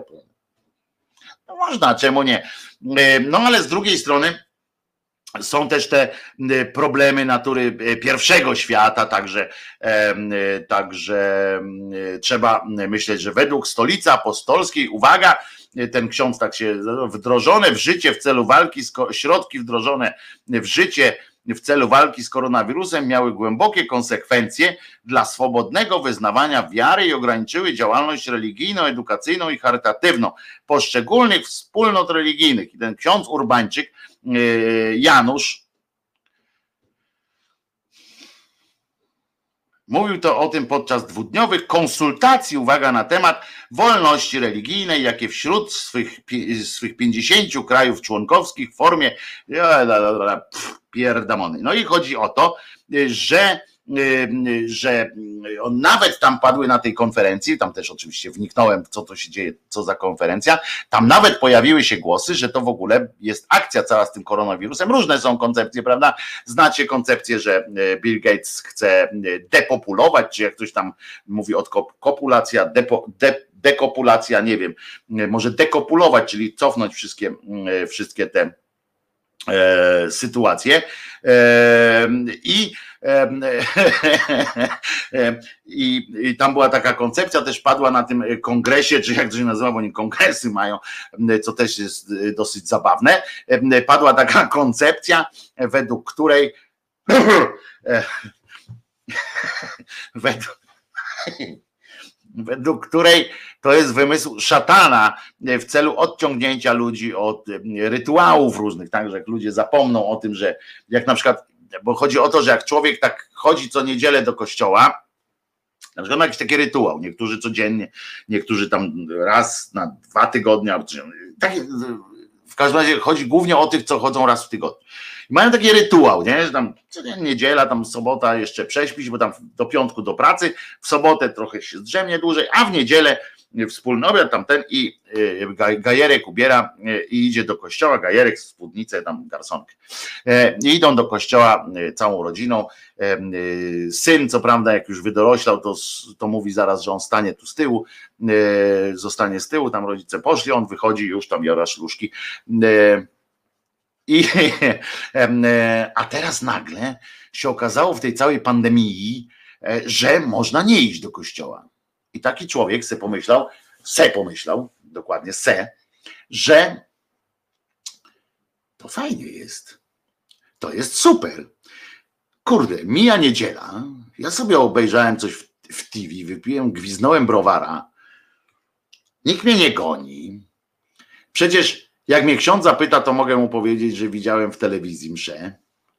No można, czemu nie? No ale z drugiej strony są też te problemy natury pierwszego świata, także, także trzeba myśleć, że według Stolicy Apostolskiej, uwaga, ten ksiądz tak się, wdrożone w życie w celu walki, środki wdrożone w życie w celu walki z koronawirusem miały głębokie konsekwencje dla swobodnego wyznawania wiary i ograniczyły działalność religijną, edukacyjną i charytatywną poszczególnych wspólnot religijnych. I ten ksiądz Urbańczyk, Janusz, mówił to o tym podczas dwudniowych konsultacji, uwaga, na temat wolności religijnej, jakie wśród swych, swych pięćdziesięciu krajów członkowskich w formie pierdamony. No i chodzi o to, że że on nawet tam padły na tej konferencji, tam też oczywiście wniknąłem, co to się dzieje, co za konferencja, tam nawet pojawiły się głosy, że to w ogóle jest akcja cała z tym koronawirusem. Różne są koncepcje, prawda? Znacie koncepcję, że Bill Gates chce depopulować, czy jak ktoś tam mówi od kopulacja, depo, de, dekopulacja, nie wiem, może dekopulować, czyli cofnąć wszystkie, wszystkie te E, sytuację e, i, e, i, i tam była taka koncepcja, też padła na tym kongresie, czy jak to się nazywa, bo oni kongresy mają, co też jest dosyć zabawne, padła taka koncepcja, według której według według której to jest wymysł szatana w celu odciągnięcia ludzi od rytuałów różnych, tak, że jak ludzie zapomną o tym, że jak na przykład bo chodzi o to, że jak człowiek tak chodzi co niedzielę do kościoła, na przykład ma jakiś taki rytuał, niektórzy codziennie, niektórzy tam raz na dwa tygodnie, tak, w każdym razie chodzi głównie o tych, co chodzą raz w tygodniu. I mają taki rytuał, nie? Że tam niedziela, tam sobota jeszcze prześpić, bo tam do piątku do pracy, w sobotę trochę się zdrzemnie dłużej, a w niedzielę wspólny obiad tamten i gajerek ubiera i idzie do kościoła, gajerek, spódnicę, tam garsonkę. I idą do kościoła całą rodziną. Syn, co prawda, jak już wydoroślał, to, to mówi zaraz, że on stanie tu z tyłu, zostanie z tyłu, tam rodzice poszli, on wychodzi już tam jara szluszki. I, a teraz nagle się okazało w tej całej pandemii, że można nie iść do kościoła. I taki człowiek se pomyślał, se pomyślał, dokładnie se, że to fajnie jest. To jest super. Kurde, mija niedziela, ja sobie obejrzałem coś w, w T V, wypiłem, gwiznąłem browara, nikt mnie nie goni. Przecież jak mnie ksiądz zapyta, to mogę mu powiedzieć, że widziałem w telewizji mszę.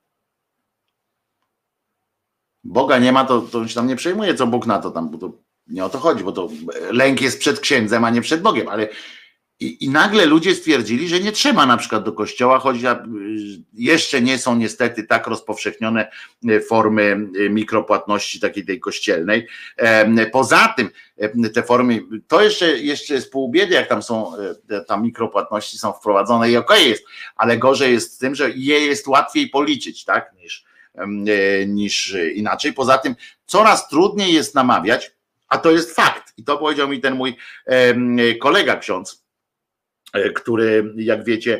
Boga nie ma, to, to się tam nie przejmuje, co Bóg na to tam, bo to nie o to chodzi, bo to lęk jest przed księdzem, a nie przed Bogiem, ale i, i nagle ludzie stwierdzili, że nie trzeba na przykład do kościoła chodzić, a jeszcze nie są niestety tak rozpowszechnione formy mikropłatności takiej tej kościelnej. Poza tym te formy, to jeszcze, jeszcze jest pół biedy, jak tam są, tam mikropłatności są wprowadzone i okej jest, ale gorzej jest z tym, że je jest łatwiej policzyć, tak, niż, niż inaczej. Poza tym coraz trudniej jest namawiać, a to jest fakt. I to powiedział mi ten mój kolega ksiądz, który, jak wiecie,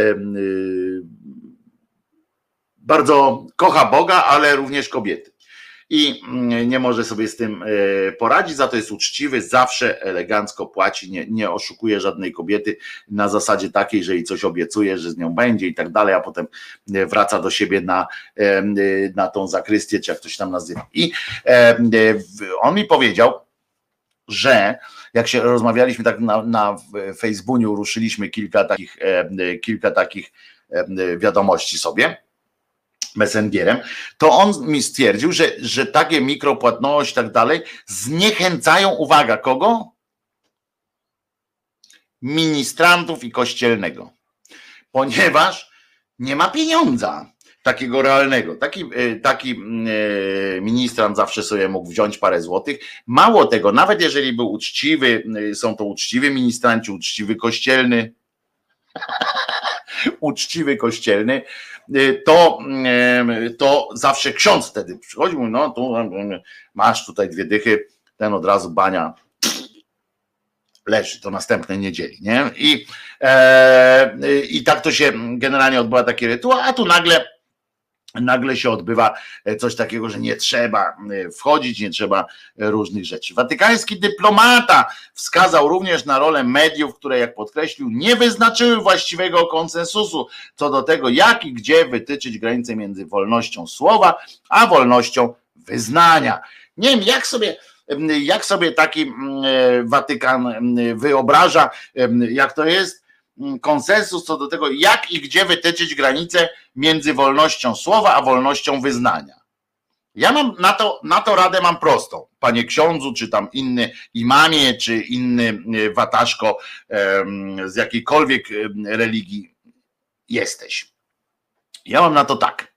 bardzo kocha Boga, ale również kobiety. I nie może sobie z tym poradzić, za to jest uczciwy, zawsze elegancko płaci, nie, nie oszukuje żadnej kobiety na zasadzie takiej, że jej coś obiecuje, że z nią będzie i tak dalej, a potem wraca do siebie na, na tą zakrystię, czy jak to się tam nazywa. I on mi powiedział, że jak się rozmawialiśmy tak na, na Facebooku, ruszyliśmy kilka takich, kilka takich wiadomości sobie Messengerem, to on mi stwierdził, że, że takie mikropłatności i tak dalej zniechęcają, uwaga, kogo? Ministrantów i kościelnego, ponieważ nie ma pieniądza takiego realnego. Taki, taki ministrant zawsze sobie mógł wziąć parę złotych. Mało tego, nawet jeżeli był uczciwy, są to uczciwi ministranci, uczciwy kościelny, uczciwy kościelny, to, to zawsze ksiądz wtedy przychodził, no tu masz tutaj dwie dychy, ten od razu bania leży do następnej niedzieli, nie? I, e, i tak to się generalnie odbywa taki rytuał, a tu nagle nagle się odbywa coś takiego, że nie trzeba wchodzić, nie trzeba różnych rzeczy. Watykański dyplomata wskazał również na rolę mediów, które, jak podkreślił, nie wyznaczyły właściwego konsensusu co do tego, jak i gdzie wytyczyć granicę między wolnością słowa a wolnością wyznania. Nie wiem, jak sobie jak sobie taki Watykan wyobraża, jak to jest, konsensus co do tego, jak i gdzie wytyczyć granicę między wolnością słowa a wolnością wyznania. Ja mam na to, na to radę mam prostą, panie ksiądzu, czy tam inny imamie, czy inny wataszko z jakiejkolwiek religii jesteś. Ja mam na to tak.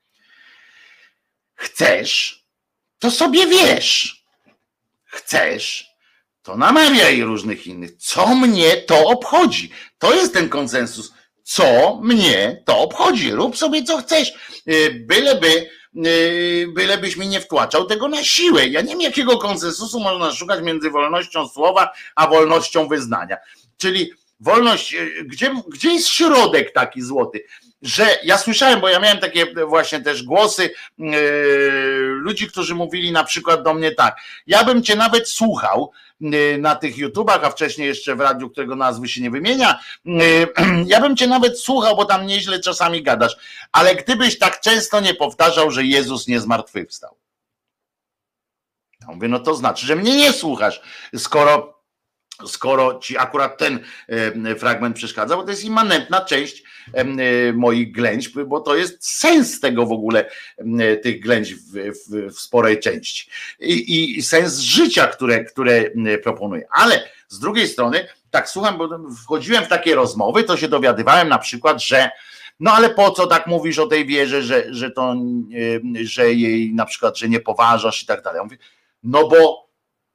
Chcesz, to sobie wiesz. Chcesz, to namawiaj różnych innych. Co mnie to obchodzi? To jest ten konsensus. Co mnie to obchodzi? Rób sobie co chcesz. Byleby, bylebyś mi nie wtłaczał tego na siłę. Ja nie wiem, jakiego konsensusu można szukać między wolnością słowa a wolnością wyznania. Czyli wolność, gdzie, gdzie jest środek taki złoty? Że ja słyszałem, bo ja miałem takie właśnie też głosy yy, ludzi, którzy mówili na przykład do mnie tak, ja bym cię nawet słuchał yy, na tych YouTubach, a wcześniej jeszcze w radiu, którego nazwy się nie wymienia, yy, ja bym cię nawet słuchał, bo tam nieźle czasami gadasz, ale gdybyś tak często nie powtarzał, że Jezus nie zmartwychwstał. Ja mówię, no to znaczy, że mnie nie słuchasz, skoro skoro ci akurat ten fragment przeszkadza, bo to jest immanentna część moich ględź, bo to jest sens tego w ogóle, tych ględź w, w, w sporej części i, i sens życia, które, które proponuję. Ale z drugiej strony, tak słucham, bo wchodziłem w takie rozmowy, to się dowiadywałem na przykład, że no ale po co tak mówisz o tej wierze, że, że to, że jej na przykład, że nie poważasz i tak dalej. Ja mówię, no bo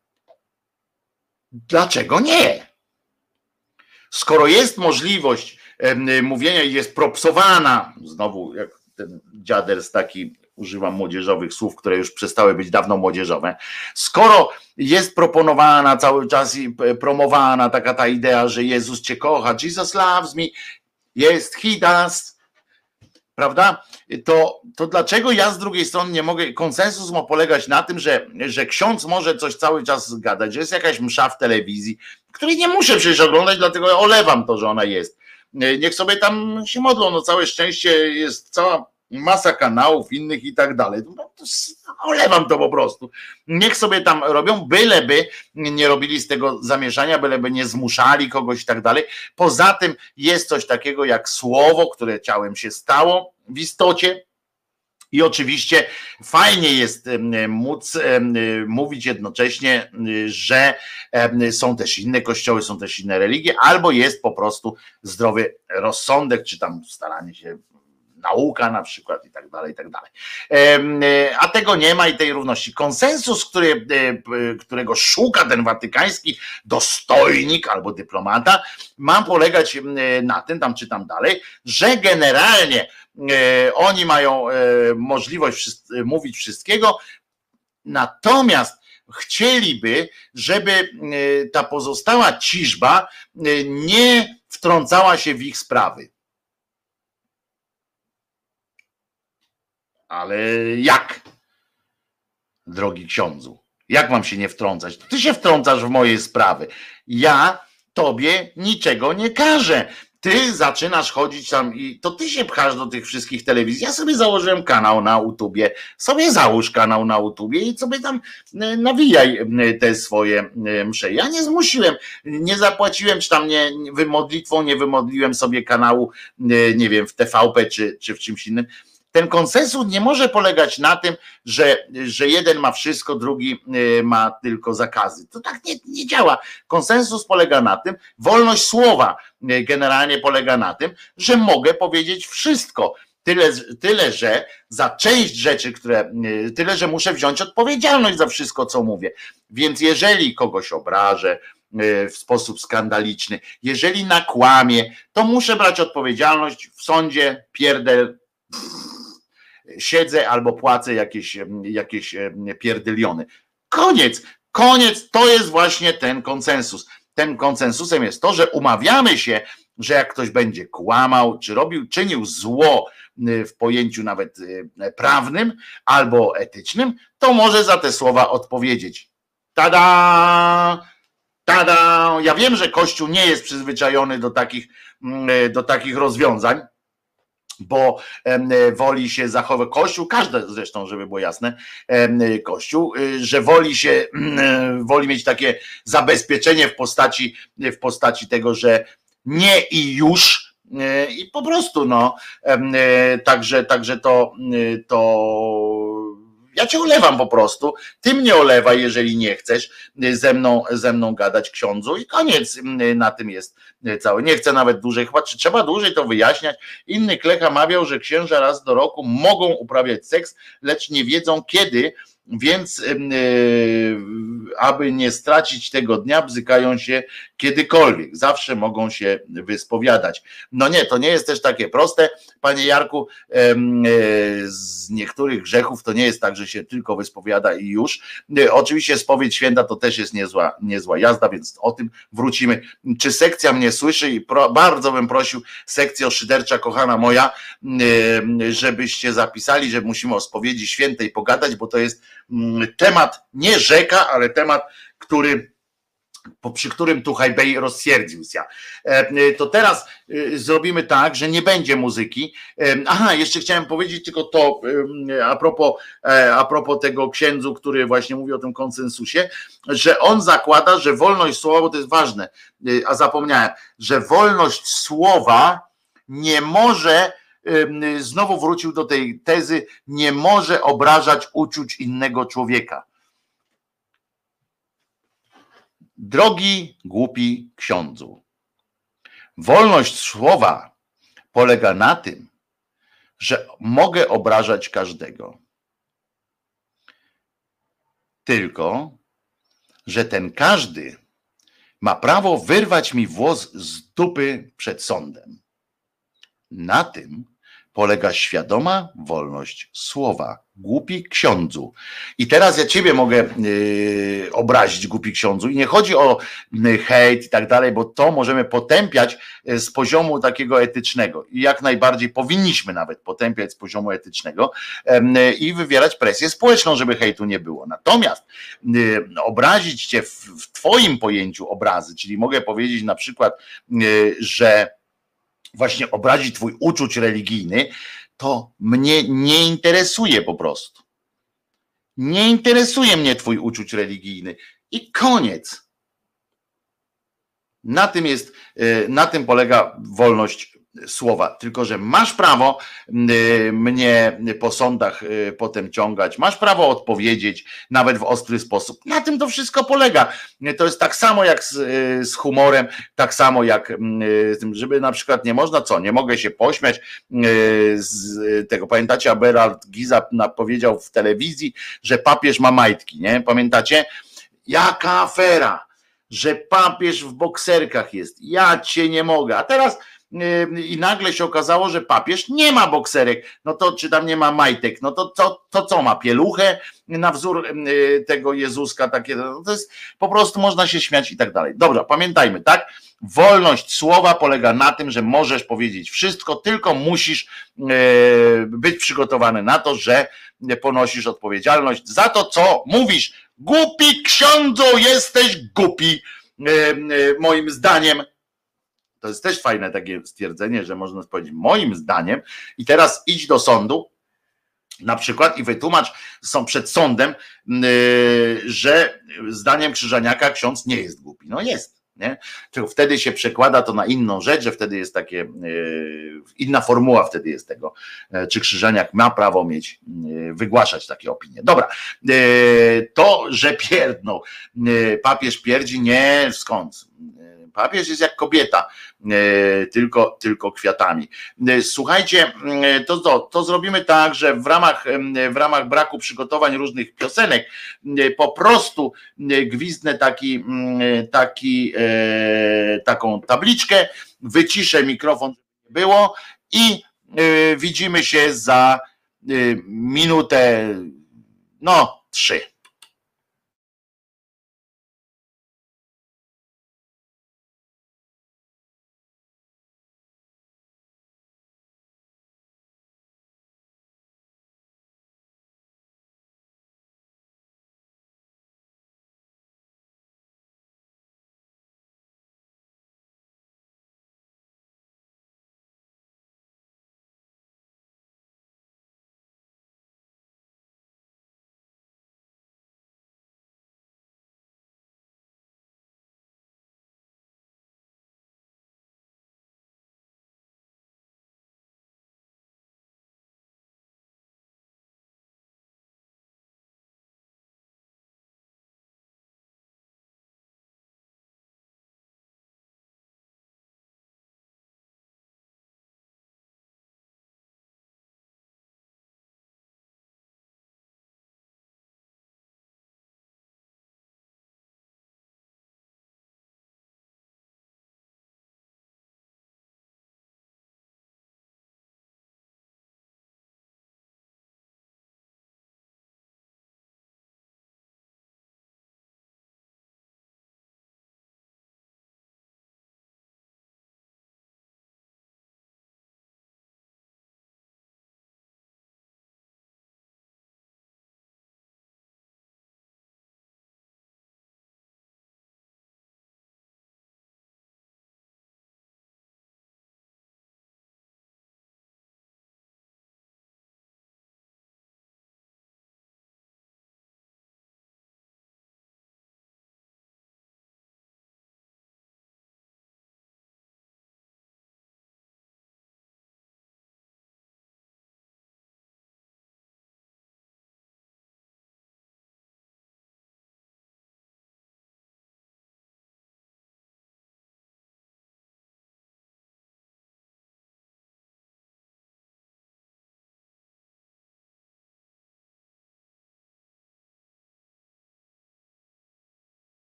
dlaczego nie? Skoro jest możliwość mówienia i jest propsowana, znowu jak ten dziaders taki, używam młodzieżowych słów, które już przestały być dawno młodzieżowe, skoro jest proponowana cały czas i promowana taka ta idea, że Jezus cię kocha, Jesus loves me, jest he does, prawda? To, to dlaczego ja z drugiej strony nie mogę, konsensus ma polegać na tym, że, że ksiądz może coś cały czas gadać, że jest jakaś msza w telewizji, której nie muszę przecież oglądać, dlatego ja olewam to, że ona jest. Niech sobie tam się modlą, no całe szczęście jest cała masa kanałów innych i tak dalej. No, olewam to po prostu. Niech sobie tam robią, byleby nie robili z tego zamieszania, byleby nie zmuszali kogoś i tak dalej. Poza tym jest coś takiego jak słowo, które ciałem się stało w istocie. I oczywiście fajnie jest móc mówić jednocześnie, że są też inne kościoły, są też inne religie, albo jest po prostu zdrowy rozsądek, czy tam staranie się, nauka na przykład i tak dalej, i tak dalej. A tego nie ma i tej równości. Konsensus, który, którego szuka ten watykański dostojnik albo dyplomata, ma polegać na tym, tam czytam dalej, że generalnie oni mają możliwość mówić wszystkiego, natomiast chcieliby, żeby ta pozostała ciżba nie wtrącała się w ich sprawy. Ale jak? Drogi ksiądzu, jak mam się nie wtrącać? Ty się wtrącasz w moje sprawy. Ja tobie niczego nie każę. Ty zaczynasz chodzić tam i to ty się pchasz do tych wszystkich telewizji. Ja sobie założyłem kanał na YouTubie, sobie załóż kanał na YouTubie i sobie tam nawijaj te swoje msze. Ja nie zmusiłem, nie zapłaciłem, czy tam nie wymodlitwą nie wymodliłem sobie kanału, nie wiem, w T V P czy, czy w czymś innym. Ten konsensus nie może polegać na tym, że, że jeden ma wszystko, drugi ma tylko zakazy. To tak nie, nie działa. Konsensus polega na tym, wolność słowa generalnie polega na tym, że mogę powiedzieć wszystko. Tyle, tyle, że za część rzeczy, które, tyle, że muszę wziąć odpowiedzialność za wszystko, co mówię. Więc jeżeli kogoś obrażę w sposób skandaliczny, jeżeli nakłamię, to muszę brać odpowiedzialność w sądzie, pierdel, siedzę albo płacę jakieś, jakieś pierdyliony. Koniec, koniec, to jest właśnie ten konsensus. Tym konsensusem jest to, że umawiamy się, że jak ktoś będzie kłamał, czy robił, czynił zło w pojęciu nawet prawnym albo etycznym, to może za te słowa odpowiedzieć. Tada! Tada! Ja wiem, że Kościół nie jest przyzwyczajony do takich, do takich rozwiązań, bo woli się zachować, Kościół, każdy zresztą, żeby było jasne, Kościół, że woli się, woli mieć takie zabezpieczenie w postaci, w postaci tego, że nie i już, i po prostu, no, także, także to, to ja cię olewam po prostu, ty mnie olewaj, jeżeli nie chcesz ze mną, ze mną gadać, ksiądzu, i koniec na tym jest cały. Nie chcę nawet dłużej, chyba czy trzeba dłużej to wyjaśniać. Inny klecha mawiał, że księża raz do roku mogą uprawiać seks, lecz nie wiedzą kiedy, więc yy, aby nie stracić tego dnia, bzykają się kiedykolwiek. Zawsze mogą się wyspowiadać. No nie, to nie jest też takie proste, panie Jarku. Yy, z niektórych grzechów to nie jest tak, że się tylko wyspowiada i już. Yy, oczywiście spowiedź święta to też jest niezła, niezła jazda, więc o tym wrócimy. Czy sekcja mnie słyszy? I pro, bardzo bym prosił sekcję szydercza, kochana moja, yy, żebyście zapisali, że musimy o spowiedzi świętej pogadać, bo to jest temat nie rzeka, ale temat, który po, przy którym tu Hajbej rozsierdził się. To teraz zrobimy tak, że nie będzie muzyki. Aha, jeszcze chciałem powiedzieć tylko to a propos, a propos tego księdzu, który właśnie mówi o tym konsensusie, że on zakłada, że wolność słowa, bo to jest ważne, a zapomniałem, że wolność słowa nie może, znowu wrócił do tej tezy, nie może obrażać uczuć innego człowieka. Drogi, głupi ksiądzu, wolność słowa polega na tym, że mogę obrażać każdego. Tylko, że ten każdy ma prawo wyrwać mi włos z dupy przed sądem. Na tym polega świadoma wolność słowa. Głupi ksiądzu. I teraz ja ciebie mogę yy, obrazić, głupi ksiądzu. I nie chodzi o yy, hejt i tak dalej, bo to możemy potępiać yy, z poziomu takiego etycznego. I jak najbardziej powinniśmy nawet potępiać z poziomu etycznego yy, i wywierać presję społeczną, żeby hejtu nie było. Natomiast yy, obrazić cię w, w twoim pojęciu obrazy, czyli mogę powiedzieć na przykład, yy, że właśnie obrazić twój uczuć religijny, to mnie nie interesuje po prostu. Nie interesuje mnie twój uczuć religijny. I koniec. Na tym jest, na tym polega wolność słowa. Tylko że masz prawo mnie po sądach potem ciągać, masz prawo odpowiedzieć, nawet w ostry sposób. Na tym to wszystko polega. To jest tak samo jak z, z humorem, tak samo jak z tym, żeby na przykład nie można, co, nie mogę się pośmiać z tego. Pamiętacie, Aberard Giza powiedział w telewizji, że papież ma majtki, nie? Pamiętacie? Jaka afera, że papież w bokserkach jest. Ja cię nie mogę. A teraz i nagle się okazało, że papież nie ma bokserek, no to czy tam nie ma majtek, no to, to, to co ma, pieluchę na wzór tego Jezuska, takie, no to jest, po prostu można się śmiać i tak dalej. Dobra, pamiętajmy, tak? Wolność słowa polega na tym, że możesz powiedzieć wszystko, tylko musisz być przygotowany na to, że ponosisz odpowiedzialność za to, co mówisz. Głupi ksiądzu, jesteś głupi, moim zdaniem. To jest też fajne takie stwierdzenie, że można powiedzieć moim zdaniem i teraz idź do sądu na przykład i wytłumacz, są przed sądem, że zdaniem Krzyżaniaka ksiądz nie jest głupi. No jest, nie? Tylko wtedy się przekłada to na inną rzecz, że wtedy jest takie, inna formuła wtedy jest tego, czy Krzyżaniak ma prawo mieć, wygłaszać takie opinie. Dobra, to, że pierdnął, papież pierdzi, nie, skąd? Papież jest jak kobieta, tylko, tylko kwiatami. Słuchajcie, to, to, to zrobimy tak, że w ramach, w ramach braku przygotowań różnych piosenek po prostu gwizdnę taki, taki, taką tabliczkę, wyciszę mikrofon, żeby nie było i widzimy się za minutę, no trzy.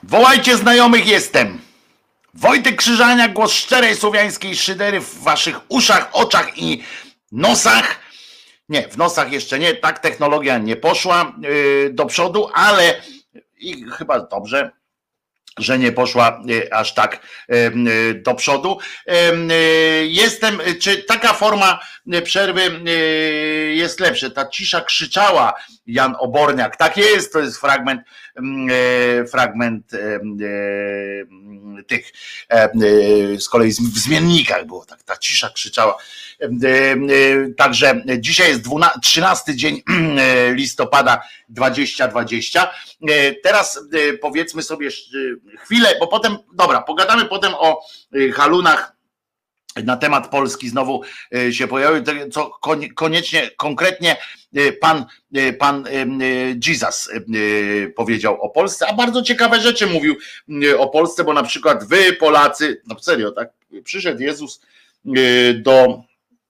Wołajcie znajomych, jestem. Wojtek Krzyżania, głos szczerej słowiańskiej szydery w waszych uszach, oczach i nosach. Nie, w nosach jeszcze nie, tak technologia nie poszła yy, do przodu, ale i chyba dobrze, że nie poszła aż tak do przodu. Jestem, czy taka forma przerwy jest lepsza? Ta cisza krzyczała, Jan Oborniak. Tak jest, to jest fragment, fragment tych, z kolei w zmiennikach było tak, ta cisza krzyczała. Także dzisiaj jest trzynasty dzień listopada dwudziestego dwudziestego. Teraz powiedzmy sobie chwilę, bo potem, dobra, pogadamy potem o halunach na temat Polski, znowu się pojawił, co koniecznie, konkretnie pan, pan Jesus powiedział o Polsce, a bardzo ciekawe rzeczy mówił o Polsce, bo na przykład wy Polacy, no serio, tak, przyszedł Jezus do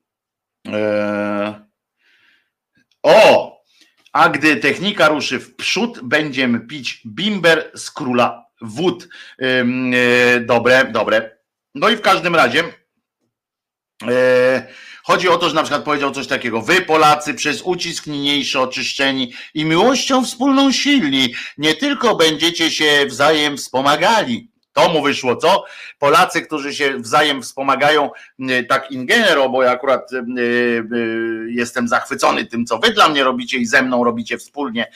o, a gdy technika ruszy w przód, będziemy pić bimber z króla wód. Dobre, dobre. No i w każdym razie chodzi o to, że na przykład powiedział coś takiego: wy Polacy przez ucisk niniejszy oczyszczeni i miłością wspólną silni, nie tylko będziecie się wzajem wspomagali. To mu wyszło, co? Polacy, którzy się wzajem wspomagają tak in genero, bo ja akurat jestem zachwycony tym, co wy dla mnie robicie i ze mną robicie wspólnie,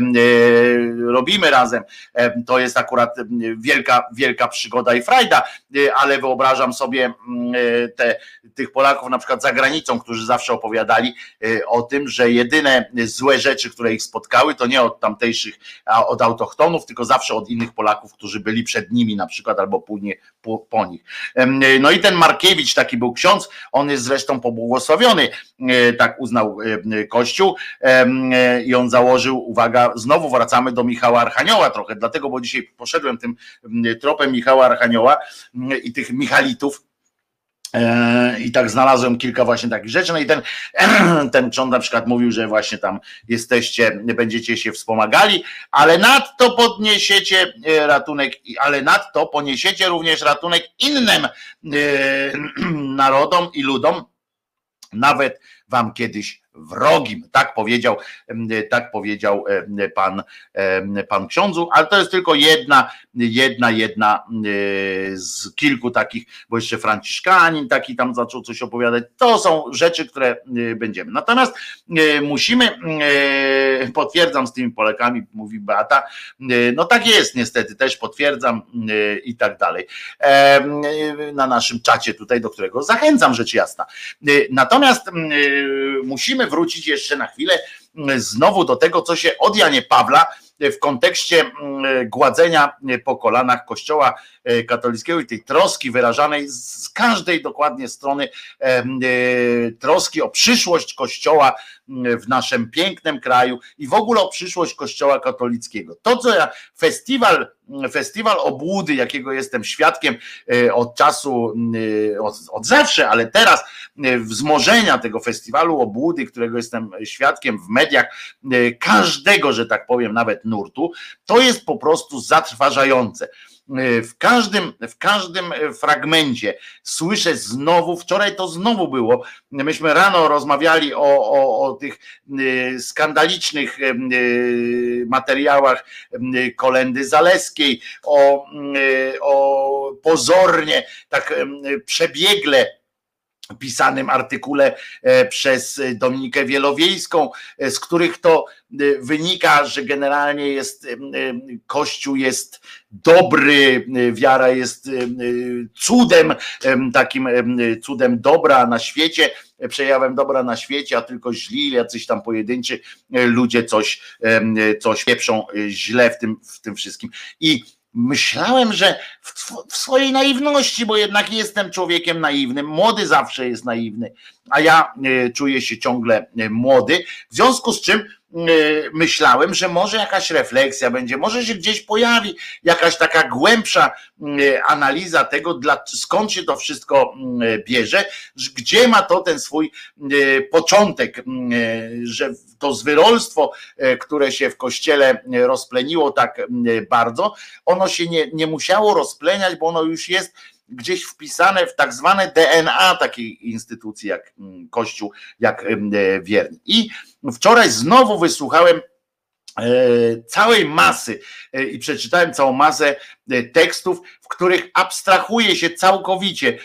robimy razem. To jest akurat wielka, wielka przygoda i frajda, ale wyobrażam sobie te, tych Polaków na przykład za granicą, którzy zawsze opowiadali o tym, że jedyne złe rzeczy, które ich spotkały, to nie od tamtejszych, od autochtonów, tylko zawsze od innych Polaków, którzy byli przed nimi na przykład, albo później po, po nich. No i ten Markiewicz, taki był ksiądz, on jest zresztą pobłogosławiony, tak uznał Kościół i on założył, uwaga, znowu wracamy do Michała Archanioła trochę, dlatego, bo dzisiaj poszedłem tym tropem Michała Archanioła i tych Michalitów, i tak znalazłem kilka właśnie takich rzeczy. No i ten, ten ksiądz na przykład mówił, że właśnie tam jesteście, będziecie się wspomagali, ale nadto podniesiecie ratunek, ale nadto poniesiecie również ratunek innym narodom i ludom, nawet wam kiedyś wrogim. Tak powiedział, tak powiedział pan, pan ksiądzu, ale to jest tylko jedna, jedna, jedna z kilku takich, bo jeszcze Franciszkanin taki tam zaczął coś opowiadać. To są rzeczy, które będziemy. Natomiast musimy, potwierdzam z tymi Polakami, mówi Beata, no tak jest niestety, też potwierdzam i tak dalej. Na naszym czacie tutaj, do którego zachęcam, rzecz jasna. Natomiast musimy wrócić jeszcze na chwilę znowu do tego, co się od Janie Pawła w kontekście gładzenia po kolanach Kościoła katolickiego i tej troski wyrażanej z każdej dokładnie strony, troski o przyszłość Kościoła w naszym pięknym kraju i w ogóle o przyszłość Kościoła katolickiego. To, co ja, festiwal, festiwal obłudy, jakiego jestem świadkiem od czasu, od, od zawsze, ale teraz wzmożenia tego festiwalu obłudy, którego jestem świadkiem w mediach, każdego, że tak powiem, nawet nurtu, to jest po prostu zatrważające. W każdym, w każdym fragmencie słyszę znowu, wczoraj to znowu było, myśmy rano rozmawiali o, o, o tych skandalicznych materiałach Kolendy Zaleskiej, o, o pozornie, tak przebiegle pisanym artykule przez Dominikę Wielowiejską, z których to wynika, że generalnie jest, Kościół jest dobry, wiara jest cudem, takim cudem dobra na świecie, przejawem dobra na świecie, a tylko źli, jacyś tam pojedynczy ludzie coś, coś pieprzą źle w tym, w tym wszystkim. I myślałem, że w, w swojej naiwności, bo jednak jestem człowiekiem naiwnym, młody zawsze jest naiwny, a ja czuję się ciągle młody, w związku z czym myślałem, że może jakaś refleksja będzie, może się gdzieś pojawi jakaś taka głębsza analiza tego, dla, skąd się to wszystko bierze, gdzie ma to ten swój początek, że to zwyrolstwo, które się w Kościele rozpleniło tak bardzo, ono się nie, nie musiało rozpleniać, bo ono już jest gdzieś wpisane w tak zwane D N A takiej instytucji jak Kościół, jak wierni. I wczoraj znowu wysłuchałem całej masy i przeczytałem całą masę tekstów, w których abstrahuje się całkowicie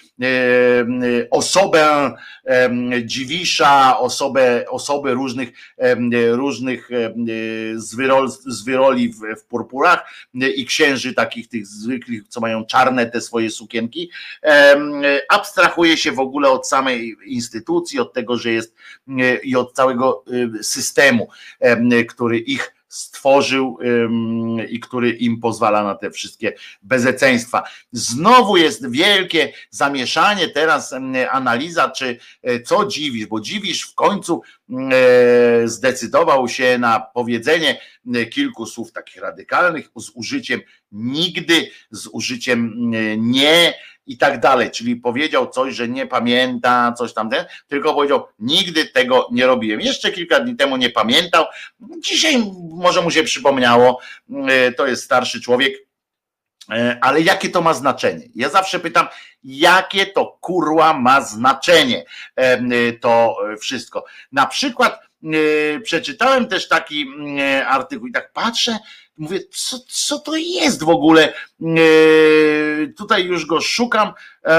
osobę Dziwisza, osobę, osoby różnych, różnych zwyrol, zwyroli w, w purpurach i księży takich tych zwykłych, co mają czarne te swoje sukienki. Abstrahuje się w ogóle od samej instytucji, od tego, że jest i od całego systemu, który ich stworzył i który im pozwala na te wszystkie bezeceństwa. Znowu jest wielkie zamieszanie, teraz analiza, czy co Dziwisz, bo Dziwisz w końcu zdecydował się na powiedzenie kilku słów takich radykalnych z użyciem nigdy, z użyciem nie i tak dalej, czyli powiedział coś, że nie pamięta, coś tam, tylko powiedział, nigdy tego nie robiłem. Jeszcze kilka dni temu nie pamiętał, dzisiaj może mu się przypomniało, to jest starszy człowiek, ale jakie to ma znaczenie? Ja zawsze pytam, jakie to kurwa ma znaczenie to wszystko. Na przykład przeczytałem też taki artykuł i tak patrzę, mówię, co, co to jest w ogóle? Tutaj już go szukam,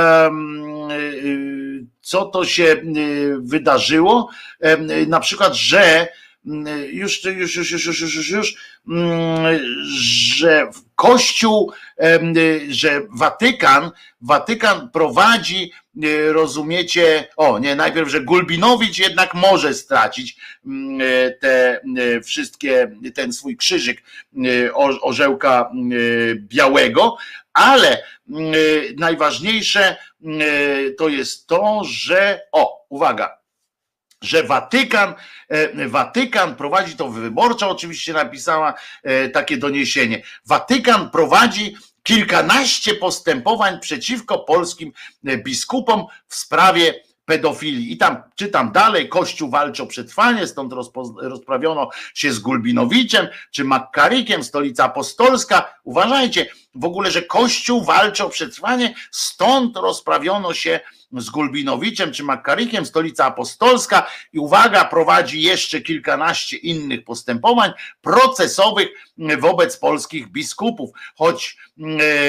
co to się wydarzyło. Na przykład, że już, już, już, już, już, już, już, że Kościół, że Watykan, Watykan prowadzi, rozumiecie, o nie, najpierw, że Gulbinowicz jednak może stracić te wszystkie, ten swój krzyżyk orzełka białego, ale najważniejsze to jest to, że, o, uwaga, że Watykan, Watykan prowadzi, to Wyborcza oczywiście napisała takie doniesienie, Watykan prowadzi kilkanaście postępowań przeciwko polskim biskupom w sprawie pedofilii. I tam czytam dalej, Kościół walczy o przetrwanie, stąd rozprawiono się z Gulbinowiczem czy Makkarikiem, Stolica Apostolska. Uważajcie, w ogóle, że Kościół walczy o przetrwanie, stąd rozprawiono się z Gulbinowiczem czy Makkarikiem, Stolica Apostolska i uwaga, prowadzi jeszcze kilkanaście innych postępowań procesowych wobec polskich biskupów, choć e,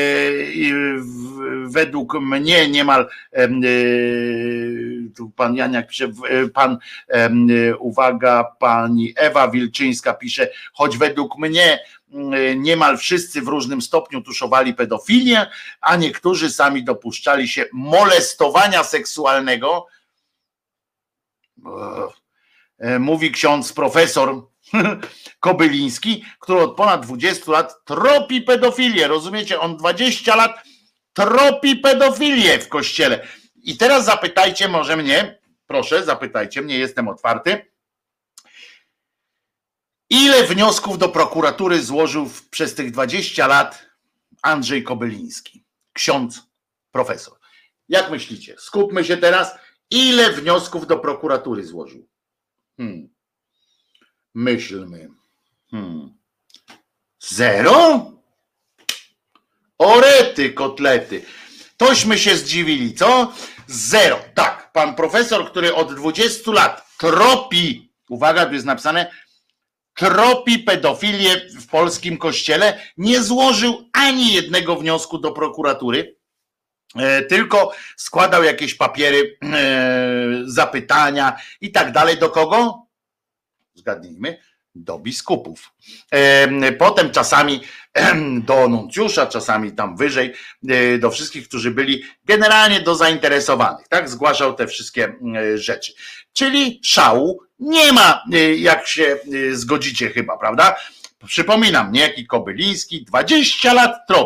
według mnie niemal e, tu pan Janiak pisze, pan e, uwaga, pani Ewa Wilczyńska pisze, choć według mnie niemal wszyscy w różnym stopniu tuszowali pedofilię, a niektórzy sami dopuszczali się molestowania seksualnego. Mówi ksiądz profesor Kobyliński, który od ponad dwudziestu lat tropi pedofilię. Rozumiecie? On dwadzieścia lat tropi pedofilię w kościele. I teraz zapytajcie może mnie, proszę, zapytajcie mnie, jestem otwarty. Ile wniosków do prokuratury złożył przez tych dwadzieścia lat Andrzej Kobyliński, ksiądz profesor? Jak myślicie? Skupmy się teraz. Ile wniosków do prokuratury złożył? Hmm. Myślmy. Hmm. Zero? Orety, kotlety. Tośmy się zdziwili, co? Zero. Tak, pan profesor, który od dwudziestu lat tropi, uwaga, tu jest napisane, tropi pedofilię w polskim kościele, nie złożył ani jednego wniosku do prokuratury, tylko składał jakieś papiery, zapytania i tak dalej. Do kogo? Zgadnijmy. Do biskupów. Potem czasami do nuncjusza, czasami tam wyżej, do wszystkich, którzy byli generalnie do zainteresowanych. Tak? Zgłaszał te wszystkie rzeczy. Czyli szału nie ma, jak się zgodzicie chyba, prawda? Przypominam, niejaki Kobyliński dwadzieścia lat tropi.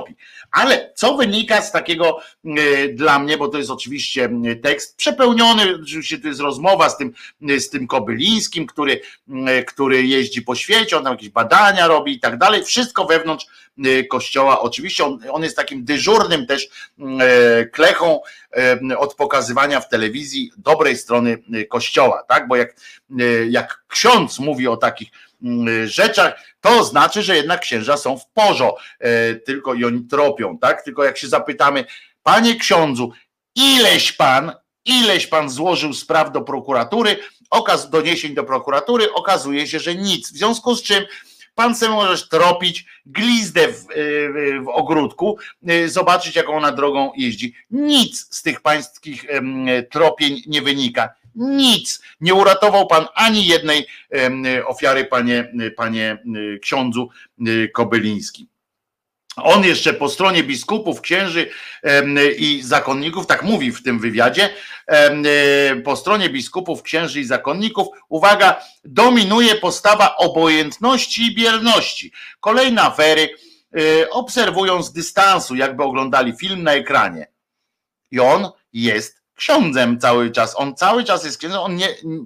Ale co wynika z takiego dla mnie, bo to jest oczywiście tekst przepełniony, oczywiście to jest rozmowa z tym, z tym Kobylińskim, który, który jeździ po świecie, on tam jakieś badania robi i tak dalej, wszystko wewnątrz Kościoła, oczywiście on, on jest takim dyżurnym też klechą od pokazywania w telewizji dobrej strony Kościoła, tak, bo jak, jak ksiądz mówi o takich rzeczach, to znaczy, że jednak księża są w porzo, tylko i oni tropią, tak? Tylko jak się zapytamy, panie ksiądzu, ileś pan, ileś pan złożył spraw do prokuratury, okaz doniesień do prokuratury, okazuje się, że nic. W związku z czym pan sobie możesz tropić glizdę w, w, w ogródku, zobaczyć, jaką ona drogą jeździ. Nic z tych pańskich tropień nie wynika. Nic. Nie uratował pan ani jednej ofiary, panie, panie ksiądzu Kobyliński. On jeszcze po stronie biskupów, księży i zakonników, tak mówi w tym wywiadzie, po stronie biskupów, księży i zakonników, uwaga, dominuje postawa obojętności i bierności. Kolejne afery obserwują z dystansu, jakby oglądali film na ekranie. I on jest ksiądzem cały czas. On cały czas jest księdzem, on nie...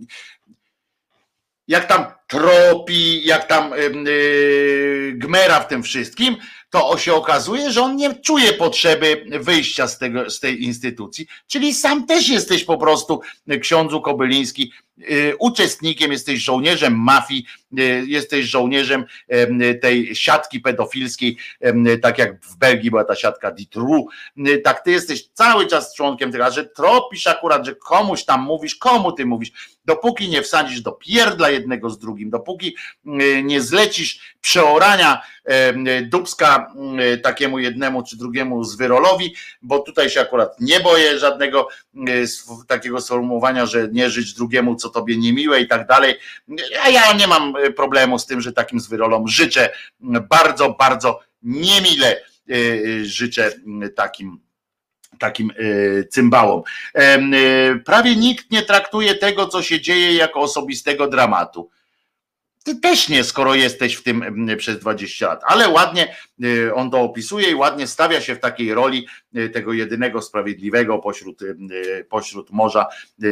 Jak tam tropi, jak tam yy, gmera w tym wszystkim, to się okazuje, że on nie czuje potrzeby wyjścia z, tego, z tej instytucji, czyli sam też jesteś po prostu, ksiądzu Kobyliński, yy, uczestnikiem, jesteś żołnierzem mafii, yy, jesteś żołnierzem yy, tej siatki pedofilskiej, yy, tak jak w Belgii była ta siatka Ditru, yy, tak ty jesteś cały czas członkiem tego, a że tropisz akurat, że komuś tam mówisz, komu ty mówisz, dopóki nie wsadzisz do pierdla jednego z drugim, dopóki yy, nie zlecisz przeorania yy, dubska takiemu jednemu czy drugiemu zwyrolowi, bo tutaj się akurat nie boję żadnego takiego sformułowania, że nie życz drugiemu, co tobie niemiłe i tak dalej. A ja nie mam problemu z tym, że takim zwyrolom życzę bardzo, bardzo niemile życzę takim takim cymbałom. Prawie nikt nie traktuje tego, co się dzieje, jako osobistego dramatu. Ty też nie, skoro jesteś w tym przez dwadzieścia lat, ale ładnie on to opisuje i ładnie stawia się w takiej roli tego jedynego sprawiedliwego pośród, pośród morza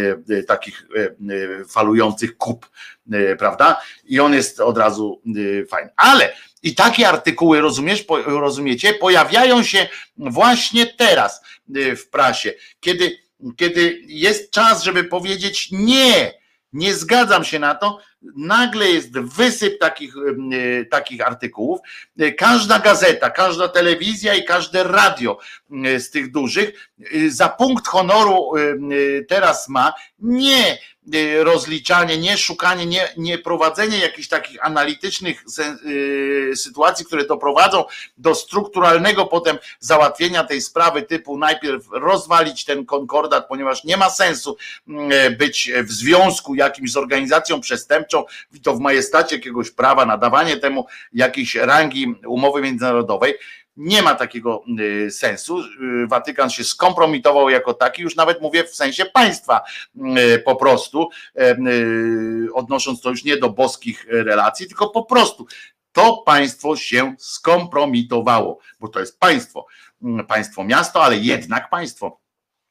takich falujących kup, prawda? I on jest od razu fajny. Ale i takie artykuły, rozumiesz, rozumiecie, pojawiają się właśnie teraz w prasie, kiedy, kiedy jest czas, żeby powiedzieć nie, nie zgadzam się na to, nagle jest wysyp takich, takich artykułów. Każda gazeta, każda telewizja i każde radio z tych dużych za punkt honoru teraz ma nie rozliczanie, nie szukanie, nie, nie prowadzenie jakichś takich analitycznych sytuacji, które doprowadzą do strukturalnego potem załatwienia tej sprawy, typu najpierw rozwalić ten konkordat, ponieważ nie ma sensu być w związku jakimś z organizacją przestępczą, i to w majestacie jakiegoś prawa, nadawanie temu jakiejś rangi umowy międzynarodowej. Nie ma takiego sensu. Watykan się skompromitował jako taki, już nawet mówię w sensie państwa po prostu, odnosząc to już nie do boskich relacji, tylko po prostu to państwo się skompromitowało, bo to jest państwo, państwo miasto, ale jednak państwo.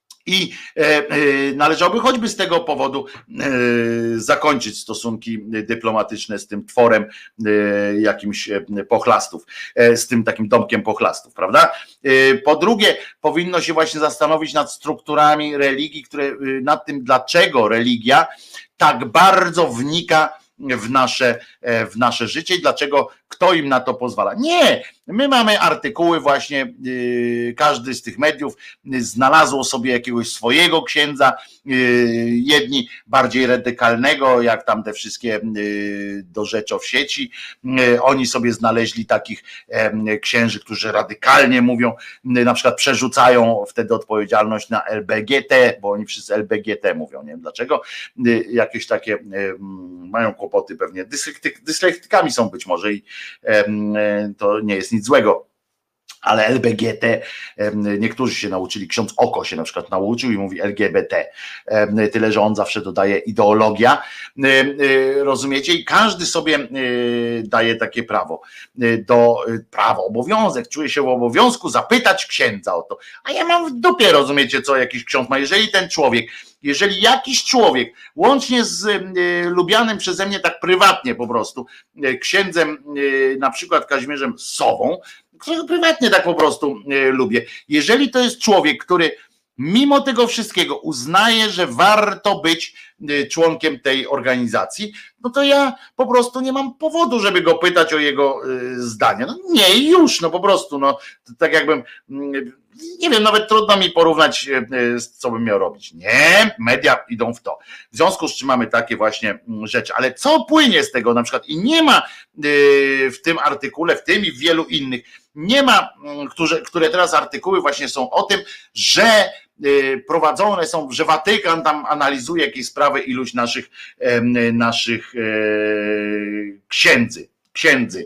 I e, e, należałoby choćby z tego powodu e, zakończyć stosunki dyplomatyczne z tym tworem e, jakimś pochlastów, e, z tym takim domkiem pochlastów, prawda? E, po drugie, powinno się właśnie zastanowić nad strukturami religii, które, nad tym, dlaczego religia tak bardzo wnika w nasze, w nasze życie i dlaczego kto im na to pozwala. Nie, my mamy artykuły właśnie, yy, każdy z tych mediów znalazło sobie jakiegoś swojego księdza, yy, jedni bardziej radykalnego, jak tam te wszystkie yy, do rzeczo w sieci, yy, oni sobie znaleźli takich yy, księży, którzy radykalnie mówią, yy, na przykład przerzucają wtedy odpowiedzialność na L B G T, bo oni wszyscy L B G T mówią, nie wiem dlaczego, yy, jakieś takie yy, mają kłopoty pewnie, dyslektykami są być może i to nie jest nic złego, ale L B G T, niektórzy się nauczyli, ksiądz Oko się na przykład nauczył i mówi L G B T, tyle że on zawsze dodaje ideologia, rozumiecie, i każdy sobie daje takie prawo, do prawo, obowiązek, czuje się w obowiązku zapytać księdza o to, a ja mam w dupie, rozumiecie, co jakiś ksiądz ma, jeżeli ten człowiek, jeżeli jakiś człowiek, łącznie z lubianym przeze mnie tak prywatnie po prostu, księdzem na przykład Kazimierzem Sową, którego prywatnie tak po prostu lubię. Jeżeli to jest człowiek, który mimo tego wszystkiego uznaje, że warto być członkiem tej organizacji, no to ja po prostu nie mam powodu, żeby go pytać o jego zdanie. No nie, już, no po prostu, no tak jakbym, nie wiem, nawet trudno mi porównać, co bym miał robić. Nie, media idą w to. W związku z czym mamy takie właśnie rzeczy. Ale co płynie z tego na przykład i nie ma w tym artykule, w tym i w wielu innych, nie ma, które, które teraz artykuły właśnie są o tym, że prowadzone są, że Watykan tam analizuje jakieś sprawy iluś naszych naszych księdzy, księdzy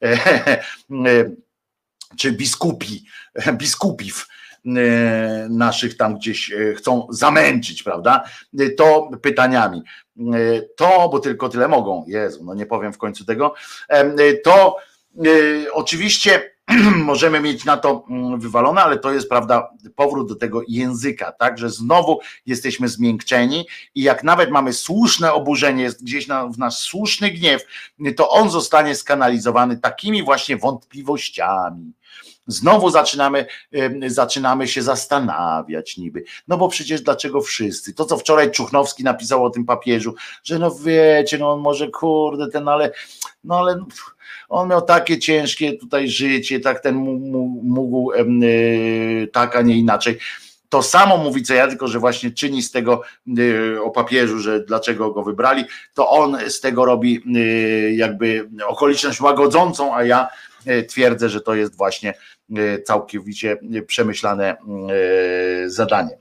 czy biskupi, biskupiw naszych tam gdzieś chcą zamęczyć, prawda? To pytaniami. To, bo tylko tyle mogą, Jezu, no nie powiem w końcu tego, to oczywiście możemy mieć na to wywalone, ale to jest, prawda, powrót do tego języka, tak, że znowu jesteśmy zmiękczeni i jak nawet mamy słuszne oburzenie, jest gdzieś na, w nasz słuszny gniew, to on zostanie skanalizowany takimi właśnie wątpliwościami. Znowu zaczynamy, zaczynamy się zastanawiać niby, no bo przecież dlaczego wszyscy, to co wczoraj Czuchnowski napisał o tym papieżu, że no wiecie, no on może kurde ten, ale no ale on miał takie ciężkie tutaj życie, tak ten mógł tak, a nie inaczej. To samo mówi co ja, tylko że właśnie czyni z tego o papieżu, że dlaczego go wybrali, to on z tego robi jakby okoliczność łagodzącą, a ja twierdzę, że to jest właśnie całkowicie przemyślane zadanie.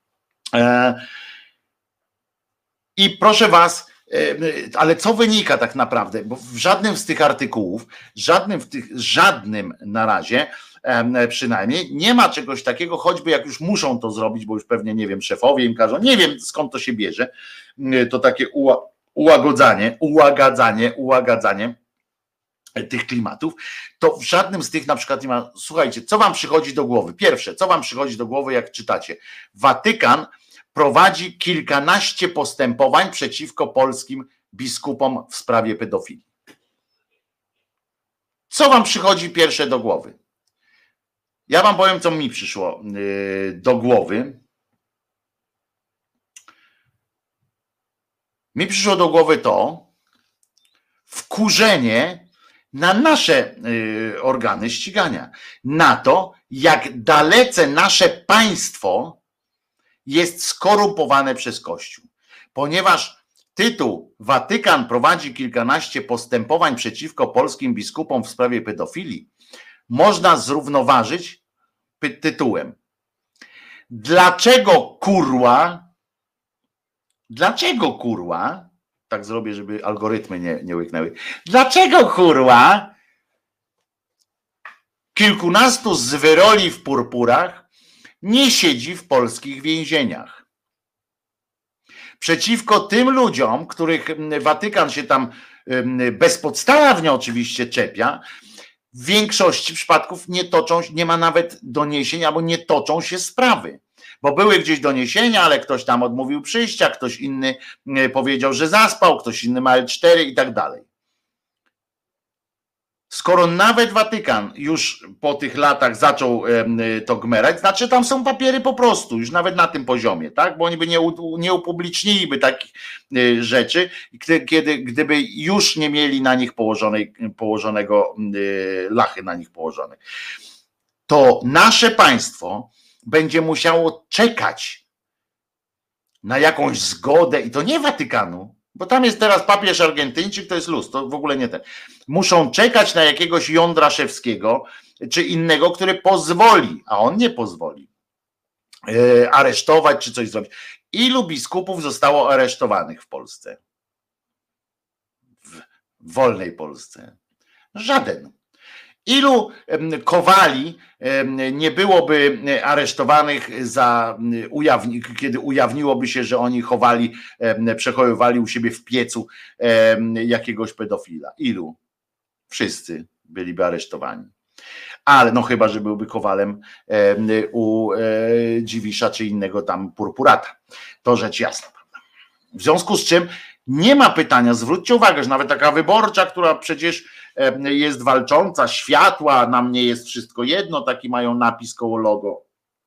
I proszę was, ale co wynika tak naprawdę, bo w żadnym z tych artykułów, żadnym w tych, żadnym na razie przynajmniej nie ma czegoś takiego, choćby jak już muszą to zrobić, bo już pewnie, nie wiem, szefowie im każą, nie wiem skąd to się bierze, to takie uła, ułagodzanie, ułagadzanie, ułagadzanie tych klimatów, to w żadnym z tych na przykład nie ma, słuchajcie, co wam przychodzi do głowy? Pierwsze, co wam przychodzi do głowy, jak czytacie? Watykan prowadzi kilkanaście postępowań przeciwko polskim biskupom w sprawie pedofilii. Co wam przychodzi pierwsze do głowy? Ja wam powiem, co mi przyszło do głowy. Mi przyszło do głowy to wkurzenie na nasze organy ścigania, na to, jak dalece nasze państwo jest skorumpowane przez Kościół. Ponieważ tytuł Watykan prowadzi kilkanaście postępowań przeciwko polskim biskupom w sprawie pedofilii można zrównoważyć tytułem Dlaczego kurwa, dlaczego kurwa, tak zrobię, żeby algorytmy nie, nie łyknęły, dlaczego kurwa kilkunastu zwyroli w purpurach nie siedzi w polskich więzieniach? Przeciwko tym ludziom, których Watykan się tam bezpodstawnie oczywiście czepia, w większości przypadków nie toczą, nie ma nawet doniesień albo nie toczą się sprawy. Bo były gdzieś doniesienia, ale ktoś tam odmówił przyjścia, ktoś inny powiedział, że zaspał, ktoś inny ma L cztery i tak dalej. Skoro nawet Watykan już po tych latach zaczął to gmerać, znaczy tam są papiery po prostu, już nawet na tym poziomie, tak? Bo oni by nie, nie upubliczniliby takich rzeczy, kiedy, gdyby już nie mieli na nich położonej, położonego lachy na nich położonej. To nasze państwo będzie musiało czekać na jakąś zgodę, i to nie Watykanu, bo tam jest teraz papież Argentyńczyk, to jest luz, to w ogóle nie ten. Muszą czekać na jakiegoś Jądraszewskiego czy innego, który pozwoli, a on nie pozwoli, e, aresztować czy coś zrobić. Ilu biskupów zostało aresztowanych w Polsce? W wolnej Polsce? Żaden. Ilu Kowali nie byłoby aresztowanych za ujawni, kiedy ujawniłoby się, że oni chowali, przechowywali u siebie w piecu jakiegoś pedofila? Ilu? Wszyscy byliby aresztowani. Ale no chyba, że byłby Kowalem u Dziwisza czy innego tam purpurata. To rzecz jasna. W związku z czym nie ma pytania, zwróćcie uwagę, że nawet taka Wyborcza, która przecież jest walcząca, światła, nam nie jest wszystko jedno, taki mają napis koło logo.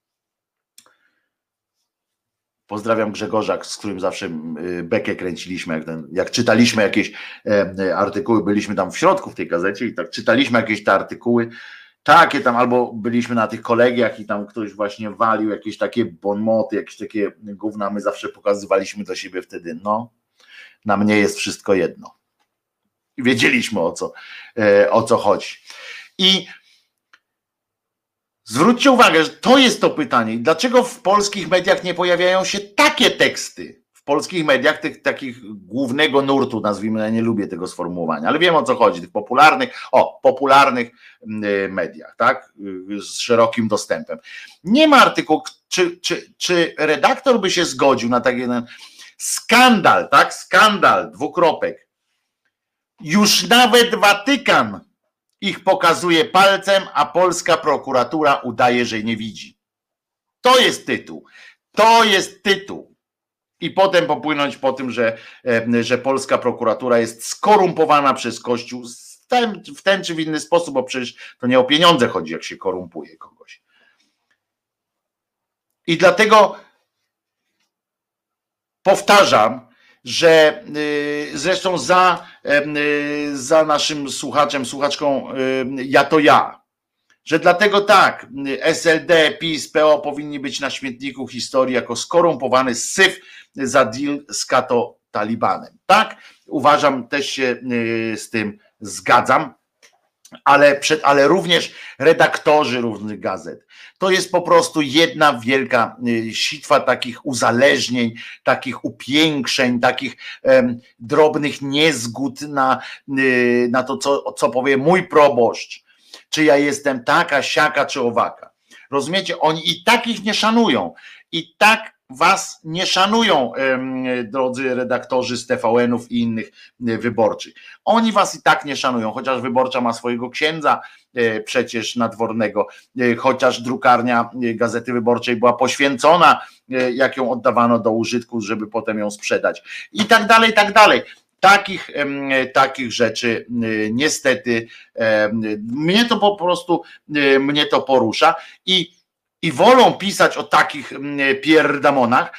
Pozdrawiam Grzegorza, z którym zawsze bekę kręciliśmy, jak, ten, jak czytaliśmy jakieś artykuły, byliśmy tam w środku w tej gazecie i tak czytaliśmy jakieś te artykuły, takie tam, albo byliśmy na tych kolegiach i tam ktoś właśnie walił jakieś takie bonmoty, jakieś takie gówna, my zawsze pokazywaliśmy do siebie wtedy, no, na mnie jest wszystko jedno. I wiedzieliśmy o co, o co chodzi. I zwróćcie uwagę, że to jest to pytanie. Dlaczego w polskich mediach nie pojawiają się takie teksty? W polskich mediach, tych takich głównego nurtu, nazwijmy, ja nie lubię tego sformułowania, ale wiem o co chodzi, tych popularnych, o, popularnych mediach, tak? Z szerokim dostępem. Nie ma artykułu, czy, czy, czy redaktor by się zgodził na taki skandal, tak? Skandal, dwukropek. Już nawet Watykan ich pokazuje palcem, a polska prokuratura udaje, że nie widzi. To jest tytuł. To jest tytuł. I potem popłynąć po tym, że, że polska prokuratura jest skorumpowana przez Kościół w ten, w ten czy w inny sposób, bo przecież to nie o pieniądze chodzi, jak się korumpuje kogoś. I dlatego powtarzam, że zresztą za, za naszym słuchaczem, słuchaczką ja to ja, że dlatego tak, S L D, PiS, P O powinni być na śmietniku historii jako skorumpowany syf za deal z kato-talibanem. Tak, uważam, też się z tym zgadzam, ale, przed, ale również redaktorzy różnych gazet. To jest po prostu jedna wielka sitwa takich uzależnień, takich upiększeń, takich um, drobnych niezgód na, na to, co, co powie mój proboszcz, czy ja jestem taka, siaka, czy owaka. Rozumiecie? Oni i tak ich nie szanują. I tak was nie szanują, drodzy redaktorzy z T V N-ów i innych wyborczych. Oni was i tak nie szanują, chociaż Wyborcza ma swojego księdza przecież nadwornego, chociaż drukarnia Gazety Wyborczej była poświęcona, jak ją oddawano do użytku, żeby potem ją sprzedać. I tak dalej, i tak dalej. Takich, takich rzeczy niestety mnie to po prostu mnie to porusza i I wolą pisać o takich pierdamonach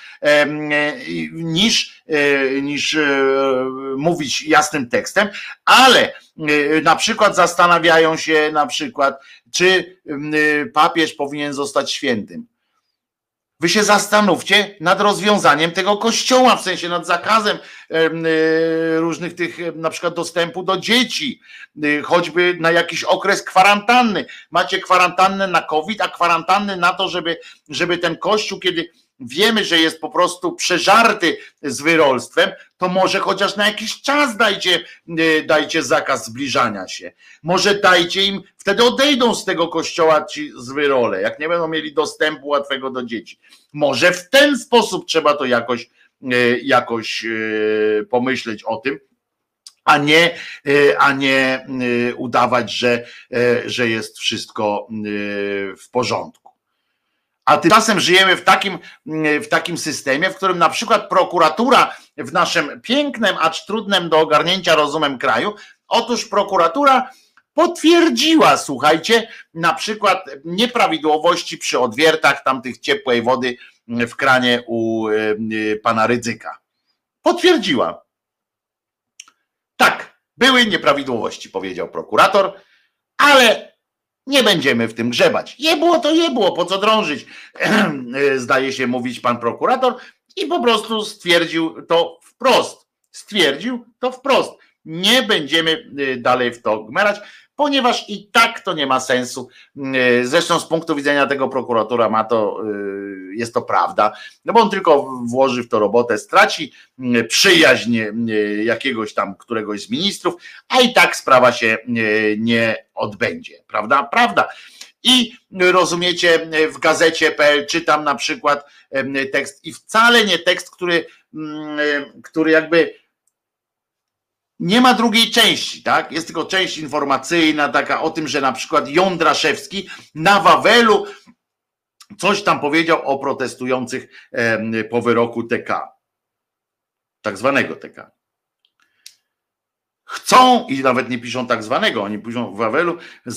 niż, niż mówić jasnym tekstem, ale na przykład zastanawiają się na przykład, czy papież powinien zostać świętym. Wy się zastanówcie nad rozwiązaniem tego kościoła, w sensie nad zakazem różnych tych, na przykład dostępu do dzieci, choćby na jakiś okres kwarantanny. Macie kwarantannę na COVID, a kwarantanny na to, żeby, żeby ten kościół, kiedy wiemy, że jest po prostu przeżarty z wyrolstwem, to może chociaż na jakiś czas dajcie, dajcie zakaz zbliżania się. Może dajcie im, wtedy odejdą z tego kościoła ci z wyrole, jak nie będą mieli dostępu łatwego do dzieci. Może w ten sposób trzeba to jakoś, jakoś pomyśleć o tym, a nie, a nie udawać, że, że jest wszystko w porządku. A tymczasem żyjemy w takim, w takim systemie, w którym na przykład prokuratura w naszym pięknym, acz trudnym do ogarnięcia rozumem kraju, otóż prokuratura potwierdziła, słuchajcie, na przykład nieprawidłowości przy odwiertach tamtych ciepłej wody w kranie u pana Rydzyka. Potwierdziła. Tak, były nieprawidłowości, powiedział prokurator, ale nie będziemy w tym grzebać. Je było to je było, po co drążyć, zdaje się mówić pan prokurator i po prostu stwierdził to wprost. Stwierdził to wprost. Nie będziemy dalej w to gmerać, ponieważ i tak to nie ma sensu. Zresztą z punktu widzenia tego prokuratora ma to, jest to prawda, no bo on tylko włoży w to robotę, straci przyjaźń jakiegoś tam któregoś z ministrów, a i tak sprawa się nie odbędzie, prawda? Prawda. I rozumiecie, w gazecie kropka pe el czytam na przykład tekst i wcale nie tekst, który, który jakby nie ma drugiej części, tak? Jest tylko część informacyjna, taka o tym, że na przykład Jądraszewski na Wawelu coś tam powiedział o protestujących po wyroku te ka, tak zwanego te ka. Chcą, i nawet nie piszą tak zwanego, oni piszą w Wawelu,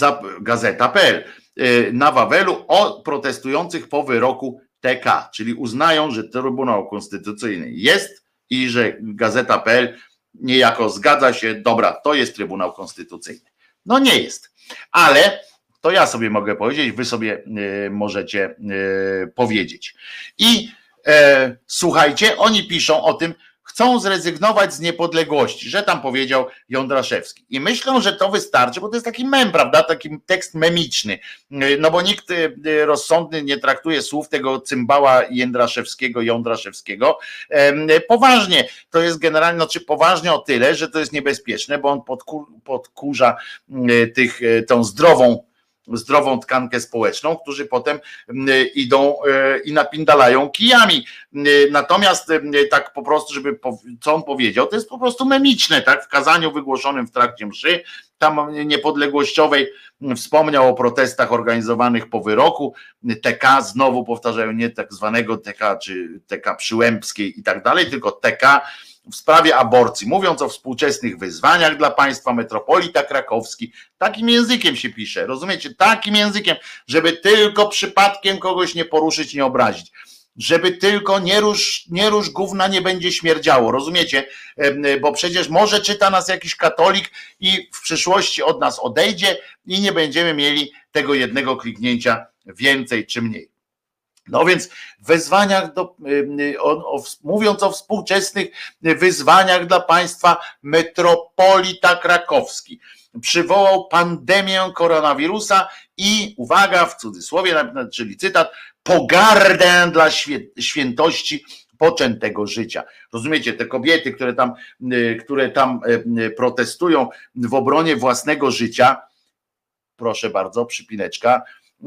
gazeta kropka pe el, na Wawelu o protestujących po wyroku te ka, czyli uznają, że Trybunał Konstytucyjny jest i że gazeta kropka pe el niejako zgadza się, dobra, to jest Trybunał Konstytucyjny. No nie jest, ale to ja sobie mogę powiedzieć, wy sobie y, możecie y, powiedzieć. I y, słuchajcie, oni piszą o tym, chcą zrezygnować z niepodległości, że tam powiedział Jądraszewski. I myślą, że to wystarczy, bo to jest taki mem, prawda, taki tekst memiczny. No bo nikt rozsądny nie traktuje słów tego cymbała Jędraszewskiego, Jądraszewskiego poważnie. To jest generalnie, no, czy poważnie o tyle, że to jest niebezpieczne, bo on podkur, podkurza tych, tą zdrową zdrową tkankę społeczną, którzy potem idą i napindalają kijami. Natomiast tak po prostu, żeby co on powiedział, to jest po prostu memiczne, tak? W kazaniu wygłoszonym w trakcie mszy, tam niepodległościowej wspomniał o protestach organizowanych po wyroku te ka, znowu powtarzają, nie tak zwanego te ka czy te ka Przyłębskiej i tak dalej, tylko te ka w sprawie aborcji, mówiąc o współczesnych wyzwaniach dla państwa, metropolita krakowski, takim językiem się pisze, rozumiecie, takim językiem, żeby tylko przypadkiem kogoś nie poruszyć, nie obrazić, żeby tylko nie rusz, nie rusz gówna, nie będzie śmierdziało, rozumiecie, bo przecież może czyta nas jakiś katolik i w przyszłości od nas odejdzie i nie będziemy mieli tego jednego kliknięcia więcej czy mniej. No więc w wezwaniach, do, o, o, mówiąc o współczesnych wyzwaniach dla państwa, metropolita krakowski przywołał pandemię koronawirusa i, uwaga, w cudzysłowie, czyli cytat, pogardę dla świętości poczętego życia. Rozumiecie, te kobiety, które tam, które tam protestują w obronie własnego życia, proszę bardzo, przypineczka,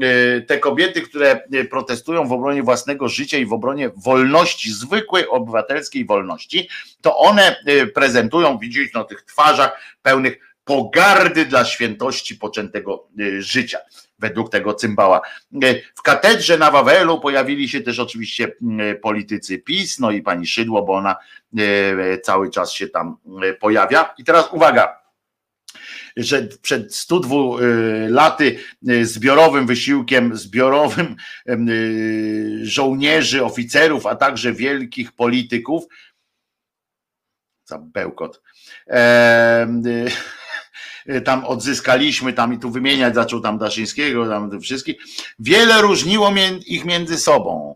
te kobiety, które protestują w obronie własnego życia i w obronie wolności, zwykłej obywatelskiej wolności, to one prezentują, widzicie na tych twarzach pełnych pogardy dla świętości poczętego życia, według tego cymbała. W katedrze na Wawelu pojawili się też oczywiście politycy PiS, no i pani Szydło, bo ona cały czas się tam pojawia. I teraz uwaga, że przed stu dwoma laty zbiorowym wysiłkiem, zbiorowym żołnierzy, oficerów, a także wielkich polityków, za bełkot, tam odzyskaliśmy, tam i tu wymieniać zaczął tam Daszyńskiego, tam wszystkich, wiele różniło ich między sobą,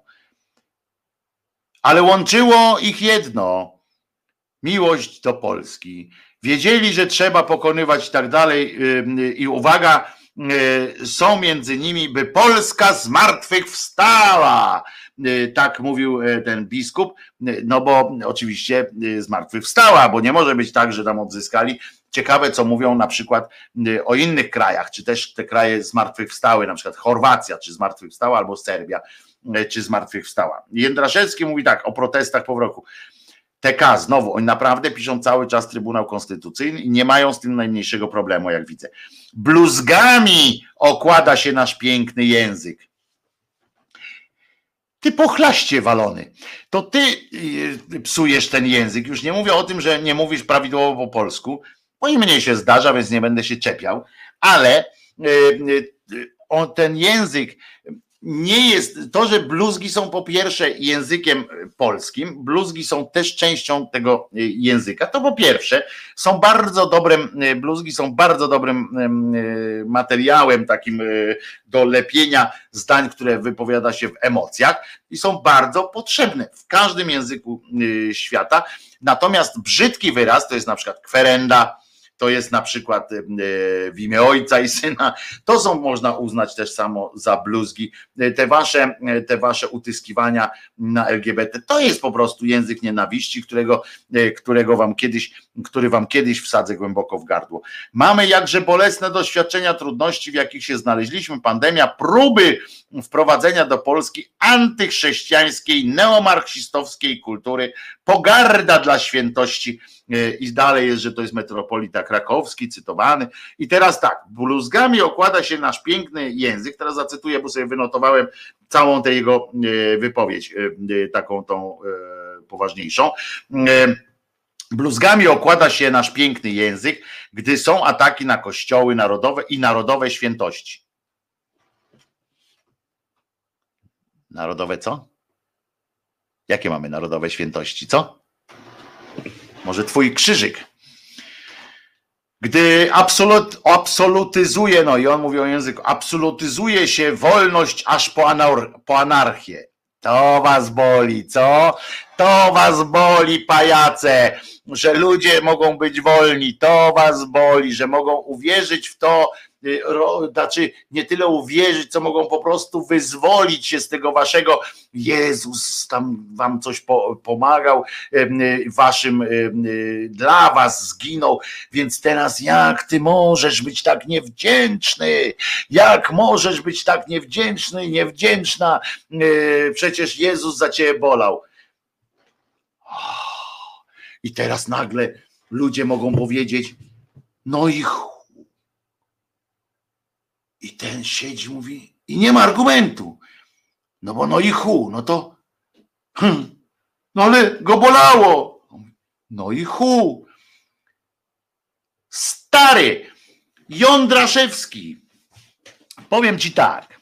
ale łączyło ich jedno, miłość do Polski. Wiedzieli, że trzeba pokonywać i tak dalej i uwaga, są między nimi, by Polska zmartwychwstała. Tak mówił ten biskup, no bo oczywiście zmartwychwstała, bo nie może być tak, że tam odzyskali. Ciekawe, co mówią na przykład o innych krajach, czy też te kraje zmartwychwstały, na przykład Chorwacja, czy zmartwychwstała, albo Serbia, czy zmartwychwstała. Jędraszewski mówi tak o protestach po wyroku. te ka, znowu, oni naprawdę piszą cały czas Trybunał Konstytucyjny i nie mają z tym najmniejszego problemu, jak widzę. Bluzgami okłada się nasz piękny język. Ty pochlaście walony, to ty psujesz ten język. Już nie mówię o tym, że nie mówisz prawidłowo po polsku, bo i mnie się zdarza, więc nie będę się czepiał, ale on, ten język nie jest, to, że bluzgi są po pierwsze językiem polskim, bluzgi są też częścią tego języka, to po pierwsze są bardzo dobrym, bluzgi są bardzo dobrym materiałem takim do lepienia zdań, które wypowiada się w emocjach i są bardzo potrzebne w każdym języku świata, natomiast brzydki wyraz to jest na przykład kwerenda, to jest na przykład w imię Ojca i Syna, to są, można uznać też samo za bluzgi. Te wasze, te wasze utyskiwania na L G B T, to jest po prostu język nienawiści, którego, którego wam kiedyś, który wam kiedyś wsadzę głęboko w gardło. Mamy jakże bolesne doświadczenia, trudności, w jakich się znaleźliśmy, pandemia, próby wprowadzenia do Polski antychrześcijańskiej, neomarksistowskiej kultury, pogarda dla świętości i dalej jest, że to jest metropolita krakowski, cytowany. I teraz tak, bluzgami okłada się nasz piękny język, teraz zacytuję, bo sobie wynotowałem całą tę jego wypowiedź, taką tą poważniejszą. Bluzgami okłada się nasz piękny język, gdy są ataki na kościoły narodowe i narodowe świętości. Narodowe co? Jakie mamy narodowe świętości, co? Może twój krzyżyk. Gdy absolut, absolutyzuje, no i on mówi o języku, absolutyzuje się wolność aż po, anar, po anarchię. To was boli, co? To was boli, pajace, że ludzie mogą być wolni, to was boli, że mogą uwierzyć w to, znaczy nie tyle uwierzyć, co mogą po prostu wyzwolić się z tego waszego, Jezus tam wam coś pomagał, waszym, dla was zginął, więc teraz jak ty możesz być tak niewdzięczny, jak możesz być tak niewdzięczny, niewdzięczna, przecież Jezus za ciebie bolał. I teraz nagle ludzie mogą powiedzieć, no i I ten siedzi, mówi, i nie ma argumentu. No bo no i chu, no to, hm, no ale go bolało. No i chu. Stary, Jądraszewski, powiem ci tak.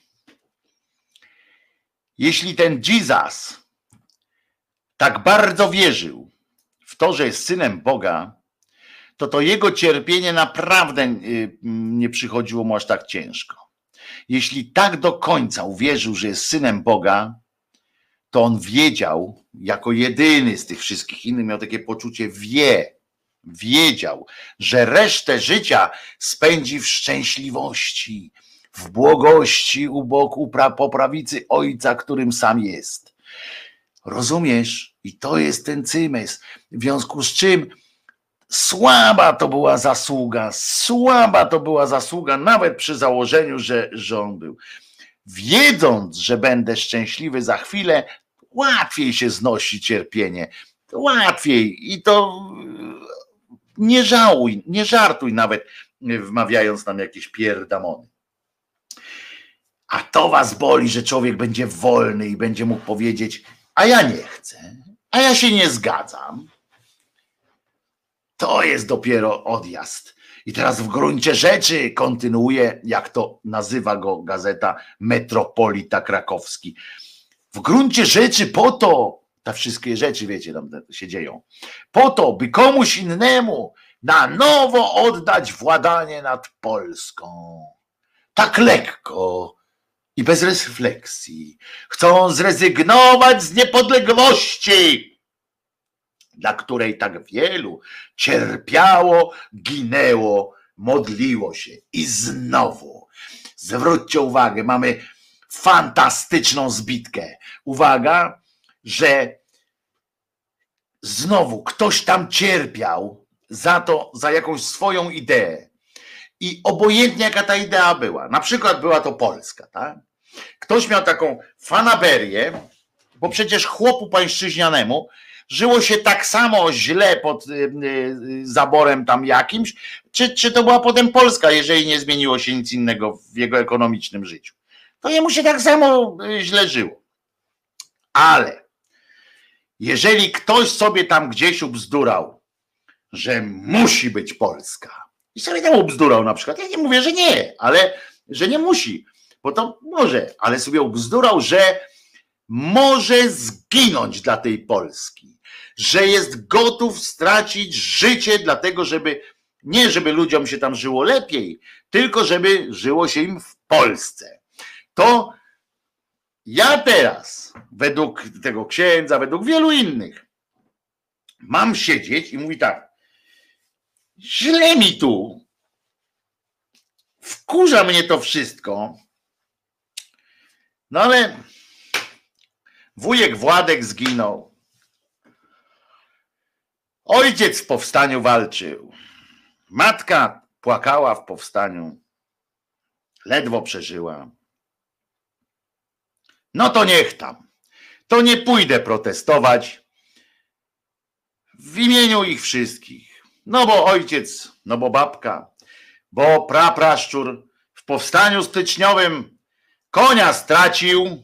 Jeśli ten Jesus tak bardzo wierzył w to, że jest synem Boga, to to jego cierpienie naprawdę nie przychodziło mu aż tak ciężko. Jeśli tak do końca uwierzył, że jest synem Boga, to on wiedział, jako jedyny z tych wszystkich innych miał takie poczucie, wie, wiedział, że resztę życia spędzi w szczęśliwości, w błogości u boku po prawicy Ojca, którym sam jest. Rozumiesz? I to jest ten cymys. W związku z czym słaba to była zasługa, słaba to była zasługa, nawet przy założeniu, że, że on był. Wiedząc, że będę szczęśliwy za chwilę, łatwiej się znosi cierpienie. Łatwiej. I to nie żałuj, nie żartuj nawet, wmawiając nam jakieś pierdamony. A to was boli, że człowiek będzie wolny i będzie mógł powiedzieć, a ja nie chcę, a ja się nie zgadzam. To jest dopiero odjazd. I teraz w gruncie rzeczy kontynuuje, jak to nazywa go gazeta, Metropolita Krakowski. W gruncie rzeczy po to, te wszystkie rzeczy, wiecie, tam się dzieją, po to, by komuś innemu na nowo oddać władanie nad Polską. Tak lekko i bez refleksji. Chcą zrezygnować z niepodległości, dla której tak wielu cierpiało, ginęło, modliło się. I znowu, zwróćcie uwagę, mamy fantastyczną zbitkę. Uwaga, że znowu ktoś tam cierpiał za to, za jakąś swoją ideę. I obojętnie jaka ta idea była, na przykład była to Polska, tak? Ktoś miał taką fanaberię, bo przecież chłopu pańszczyźnianemu żyło się tak samo źle pod zaborem tam jakimś, czy, czy to była potem Polska, jeżeli nie zmieniło się nic innego w jego ekonomicznym życiu. To jemu się tak samo źle żyło. Ale jeżeli ktoś sobie tam gdzieś ubzdurał, że musi być Polska i sobie tam ubzdurał na przykład, ja nie mówię, że nie, ale że nie musi, bo to może, ale sobie ubzdurał, że może zginąć dla tej Polski, że jest gotów stracić życie dlatego, żeby nie żeby ludziom się tam żyło lepiej, tylko żeby żyło się im w Polsce. To ja teraz, według tego księdza, według wielu innych, mam siedzieć i mówi tak, źle mi tu. Wkurza mnie to wszystko. No ale wujek Władek zginął. Ojciec w powstaniu walczył. Matka płakała w powstaniu. Ledwo przeżyła. No to niech tam. To nie pójdę protestować w imieniu ich wszystkich. No bo ojciec, no bo babka, bo prapraszczur w powstaniu styczniowym konia stracił.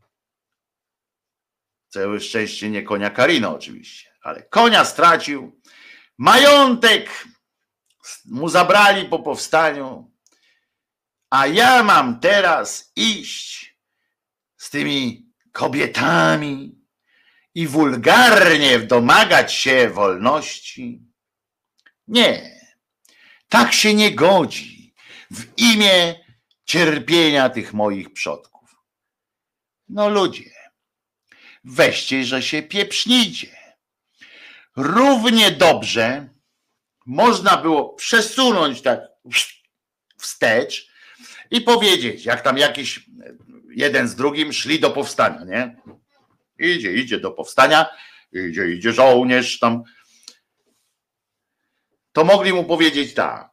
Całe szczęście nie konia Karino oczywiście, ale konia stracił. Majątek mu zabrali po powstaniu. A ja mam teraz iść z tymi kobietami i wulgarnie domagać się wolności? Nie, tak się nie godzi w imię cierpienia tych moich przodków. No ludzie, weźcie, że się pieprznijcie. Równie dobrze można było przesunąć tak wstecz i powiedzieć, jak tam jakiś jeden z drugim szli do powstania, nie? Idzie, idzie do powstania, idzie, idzie żołnierz tam. To mogli mu powiedzieć tak.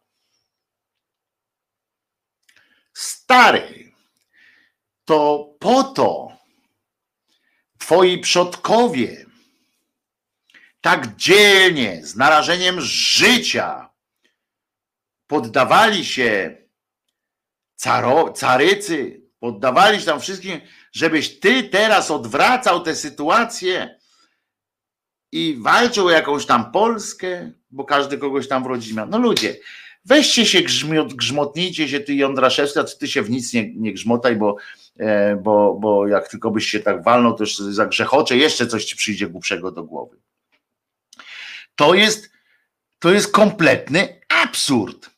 Stary, to po to twoi przodkowie tak dzielnie, z narażeniem życia poddawali się caro, carycy, poddawali się tam wszystkim, żebyś ty teraz odwracał tę sytuację i walczył o jakąś tam Polskę, bo każdy kogoś tam w rodzinie miał. No ludzie, weźcie się, grzmiot, grzmotnijcie się, ty Jądraszewska, ty się w nic nie, nie grzmotaj, bo, e, bo, bo jak tylko byś się tak walnął, to już za grzechocze, jeszcze coś ci przyjdzie głupszego do głowy. To jest, to jest kompletny absurd.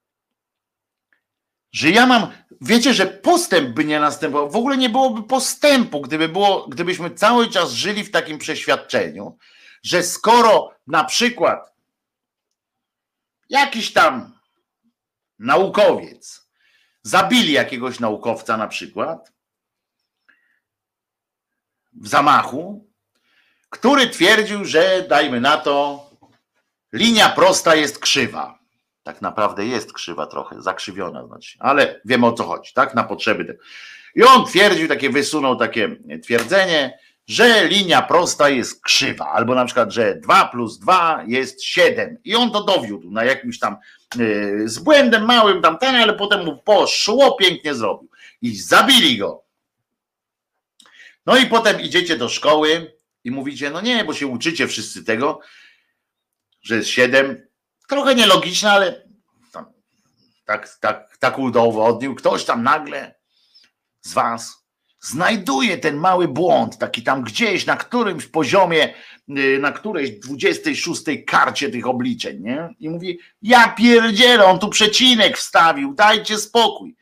Że ja mam, wiecie, że postęp by nie następował, w ogóle nie byłoby postępu, gdyby było, gdybyśmy cały czas żyli w takim przeświadczeniu, że skoro na przykład jakiś tam naukowiec zabili jakiegoś naukowca na przykład w zamachu, który twierdził, że dajmy na to, linia prosta jest krzywa. Tak naprawdę jest krzywa trochę, zakrzywiona, znaczy, ale wiemy o co chodzi, tak? Na potrzeby. I on twierdził, takie wysunął takie twierdzenie, że linia prosta jest krzywa, albo na przykład, że dwa plus dwa jest siedem. I on to dowiódł na jakimś tam yy, z błędem małym tam ten, ale potem mu poszło, pięknie zrobił. I zabili go. No i potem idziecie do szkoły i mówicie, no nie, bo się uczycie wszyscy tego, że jest siedem. Trochę nielogiczne, ale tam, tak, tak, tak udowodnił. Ktoś tam nagle z was znajduje ten mały błąd, taki tam gdzieś na którymś poziomie, na którejś dwudziestej szóstej karcie tych obliczeń, nie? I mówi, ja pierdzielę, on tu przecinek wstawił, dajcie spokój.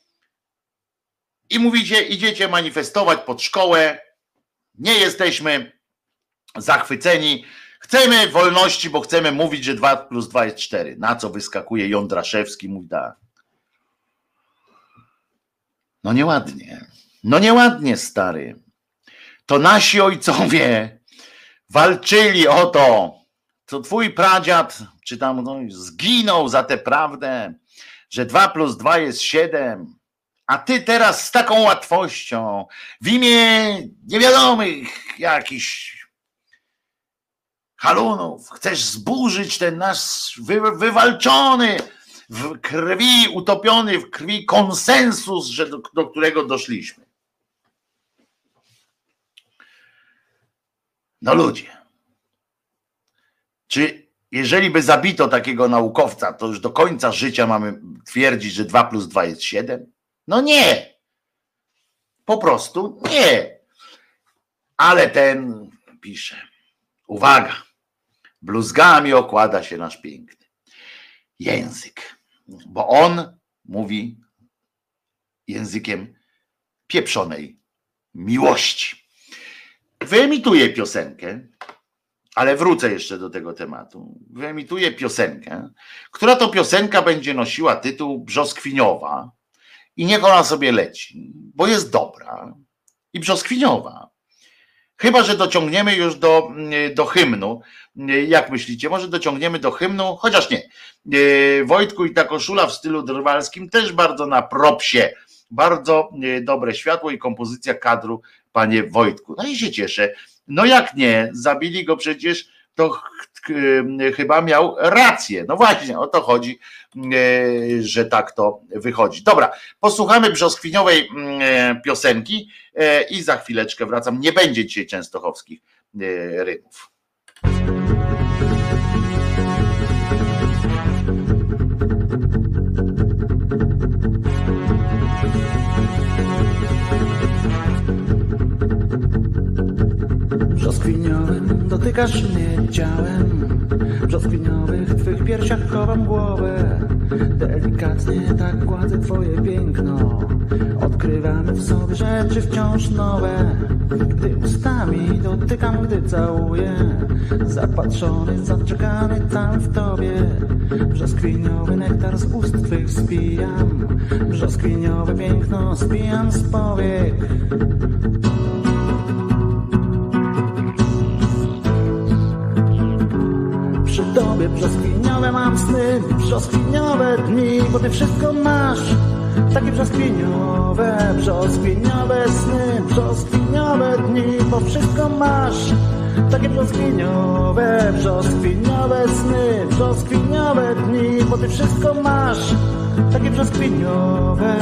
I mówicie, idziecie manifestować pod szkołę, nie jesteśmy zachwyceni, chcemy wolności, bo chcemy mówić, że dwa plus dwa jest cztery. Na co wyskakuje Jądraszewski, mówi tak. No nieładnie. No nieładnie, stary. To nasi ojcowie walczyli o to, co twój pradziad, czy tam no, zginął za tę prawdę, że dwa plus dwa jest siedem, a ty teraz z taką łatwością, w imię niewiadomych jakichś halunów, chcesz zburzyć ten nasz wy, wywalczony, w krwi, utopiony w krwi konsensus, że do, do którego doszliśmy. No ludzie, czy jeżeli by zabito takiego naukowca, to już do końca życia mamy twierdzić, że dwa plus dwa jest siedem? No nie. Po prostu nie. Ale ten pisze, uwaga, bluzgami okłada się nasz piękny język, bo on mówi językiem pieprzonej miłości. Wyemituję piosenkę Ale wrócę jeszcze do tego tematu. Wyemituję piosenkę, która to piosenka będzie nosiła tytuł Brzoskwiniowa i niech ona sobie leci, bo jest dobra i brzoskwiniowa. Chyba że dociągniemy już do, do hymnu. Jak myślicie? Może dociągniemy do hymnu? Chociaż nie. Wojtku i ta koszula w stylu drwalskim też bardzo na propsie. Bardzo dobre światło i kompozycja kadru, panie Wojtku. No i się cieszę. No jak nie? Zabili go przecież, to ch- ch- chyba miał rację. No właśnie, o to chodzi, że tak to wychodzi. Dobra, posłuchamy brzoskwiniowej piosenki i za chwileczkę wracam. Nie będzie dzisiaj częstochowskich rymów. Brzoskwiniowym dotykasz mnie ciałem, w brzoskwiniowych twych piersiach chowam głowę. Delikatnie tak gładzę twoje piękno, odkrywamy w sobie rzeczy wciąż nowe. Gdy ustami dotykam, gdy całuję, zapatrzony, zaczekany tam w tobie. Brzoskwiniowy nektar z ust twych spijam, brzoskwiniowe piękno spijam z powiek. Przy tobie brzoskwiniowe mam sny, brzoskwiniowe dni, bo ty wszystko masz. Takie brzoskwiniowe, brzoskwiniowe sny, brzoskwiniowe dni, bo wszystko masz. Takie brzoskwiniowe, brzoskwiniowe sny, brzoskwiniowe dni, bo ty wszystko masz. Takie brzoskwiniowe.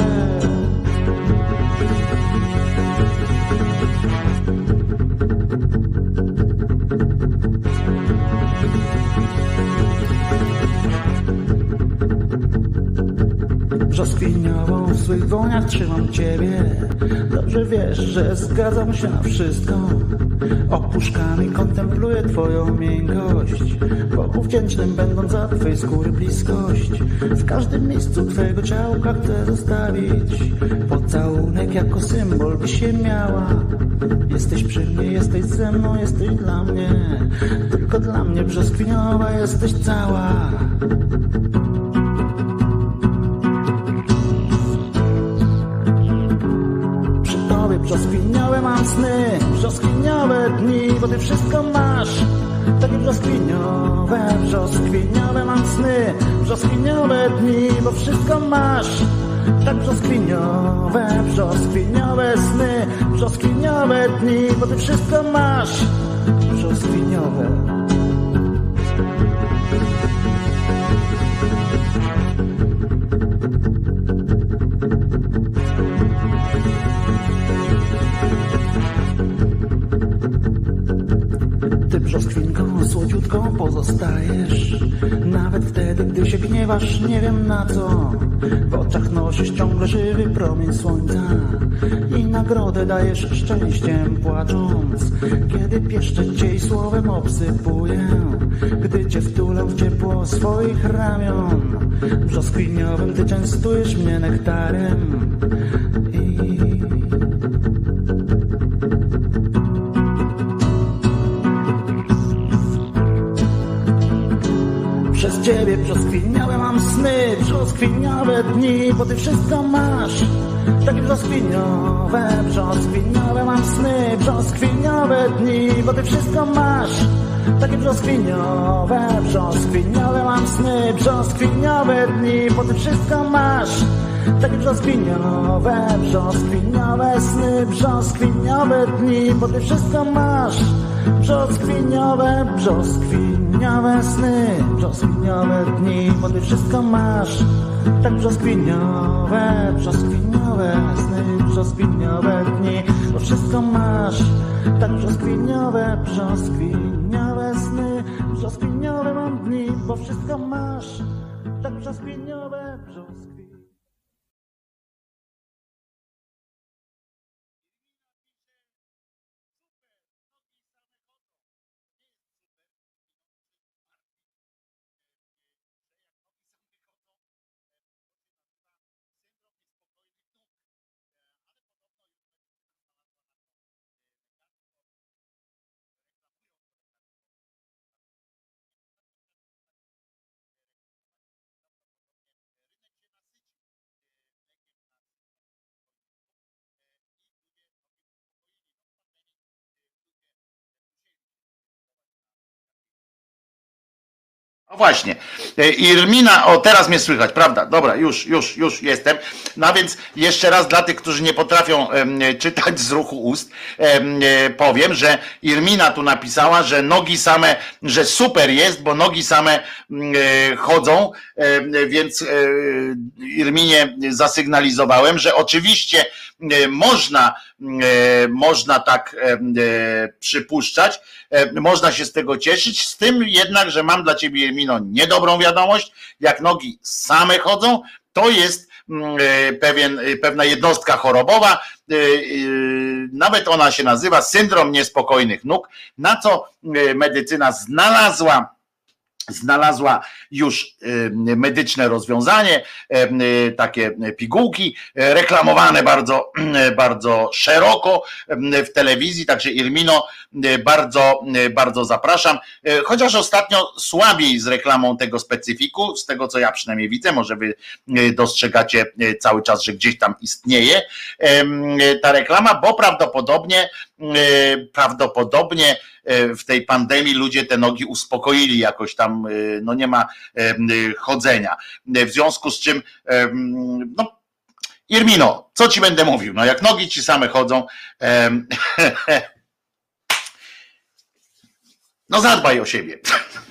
Brzoskwiniową w swych dłoniach trzymam ciebie. Dobrze wiesz, że zgadzam się na wszystko. Opuszkami kontempluję twoją miękkość, wokół wdzięcznym będąc za twej skóry bliskość. W każdym miejscu twojego ciałka chcę zostawić pocałunek jako symbol, by się miała. Jesteś przy mnie, jesteś ze mną, jesteś dla mnie, tylko dla mnie brzoskwiniowa jesteś cała. Brzoskwiniowe mam sny, brzoskwiniowe dni, bo ty wszystko masz. Takie brzoskwiniowe, brzoskwiniowe mam sny, brzoskwiniowe dni, bo wszystko masz. Tak brzoskwiniowe, brzoskwiniowe sny, brzoskwiniowe dni, bo ty wszystko masz. Brzoskwiniowe. Brzoskwinką słodziutką pozostajesz, nawet wtedy, gdy się gniewasz, nie wiem na co. W oczach nosisz ciągle żywy promień słońca i nagrodę dajesz szczęściem płacząc. Kiedy pieszczę cię i słowem obsypuję, gdy cię wtulę w ciepło swoich ramion. Brzoskwiniowym ty częstujesz mnie nektarem i przez ciebie brzoskwiniałe mam sny, brzoskwiniałe dni, bo ty wszystko masz. Takie brzoskwiniowe, brzoskwiniowe mam sny, brzoskwiniowe dni, bo ty wszystko masz. Takie brzoskwiniowe, brzoskwiniowe mam sny, brzoskwiniowe dni, bo ty wszystko masz. Takie brzoskwiniowe, brzoskwiniowe sny, brzoskwiniowe dni, bo ty wszystko masz. Brzoskwiniowe, brzoskwiniowe sny, brzoskwiniowe dni, bo ty wszystko masz. Tak brzoskwiniowe, brzoskwiniowe sny, brzoskwiniowe dni, bo wszystko masz. Tak brzoskwiniowe, brzoskwiniowe sny, brzoskwiniowe mam dni, bo wszystko masz. Tak brzoskwiniowe, brzoskwiniowe. O właśnie, Irmina, o teraz mnie słychać, prawda? Dobra, już, już, już jestem. No a więc jeszcze raz dla tych, którzy nie potrafią em, czytać z ruchu ust, em, powiem, że Irmina tu napisała, że nogi same, że super jest, bo nogi same em, chodzą, em, więc em, Irminie zasygnalizowałem, że oczywiście em, można, em, można tak em, przypuszczać, em, można się z tego cieszyć, z tym jednak, że mam dla ciebie, Irmino, niedobrą wiadomość, jak nogi same chodzą, to jest pewien, pewna jednostka chorobowa, nawet ona się nazywa syndrom niespokojnych nóg, na co medycyna znalazła znalazła już medyczne rozwiązanie, takie pigułki reklamowane bardzo, bardzo szeroko w telewizji, także Irmino, bardzo, bardzo zapraszam, chociaż ostatnio słabiej z reklamą tego specyfiku, z tego co ja przynajmniej widzę, może wy dostrzegacie cały czas, że gdzieś tam istnieje ta reklama, bo prawdopodobnie prawdopodobnie w tej pandemii ludzie te nogi uspokoili jakoś tam, no nie ma chodzenia. W związku z czym, no Irmino, co ci będę mówił? No jak nogi ci same chodzą, no zadbaj o siebie.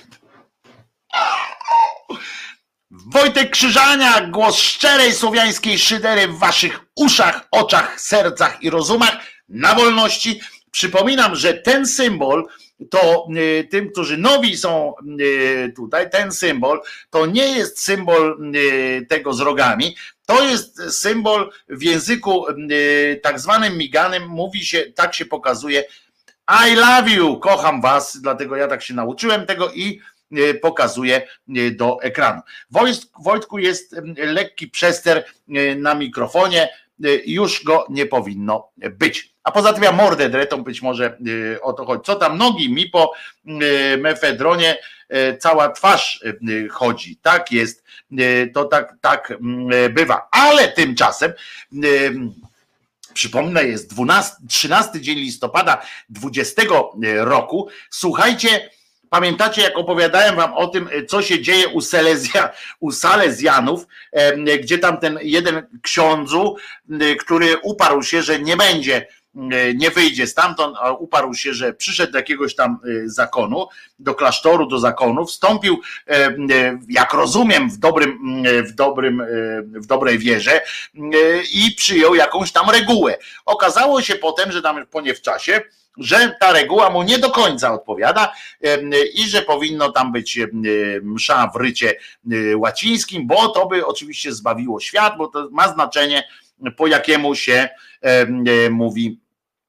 Wojtek Krzyżania, głos szczerej słowiańskiej szydery w waszych uszach, oczach, sercach i rozumach na wolności. Przypominam, że ten symbol, to tym, którzy nowi są tutaj, ten symbol, to nie jest symbol tego z rogami, to jest symbol w języku tak zwanym miganym, mówi się, tak się pokazuje I love you, kocham was, dlatego ja tak się nauczyłem tego i pokazuję do ekranu. Wojtku, jest lekki przester na mikrofonie, już go nie powinno być. A poza tym ja mordę dretą, być może o to chodzi. Co tam nogi mi po mefedronie cała twarz chodzi. Tak jest, to tak, tak bywa. Ale tymczasem przypomnę, jest dwunasty, trzynasty dzień listopada dwudziestego roku. Słuchajcie, pamiętacie, jak opowiadałem wam o tym, co się dzieje u, Selezja, u Salezjanów, gdzie tam ten jeden ksiądzu, który uparł się, że nie będzie, nie wyjdzie stamtąd, a uparł się, że przyszedł do jakiegoś tam zakonu, do klasztoru, do zakonu, wstąpił, jak rozumiem, w dobrym, w dobrym, w dobrej wierze i przyjął jakąś tam regułę. Okazało się potem, że tam po nie w czasie, że ta reguła mu nie do końca odpowiada i że powinno tam być msza w rycie łacińskim, bo to by oczywiście zbawiło świat, bo to ma znaczenie, po jakiemu się mówi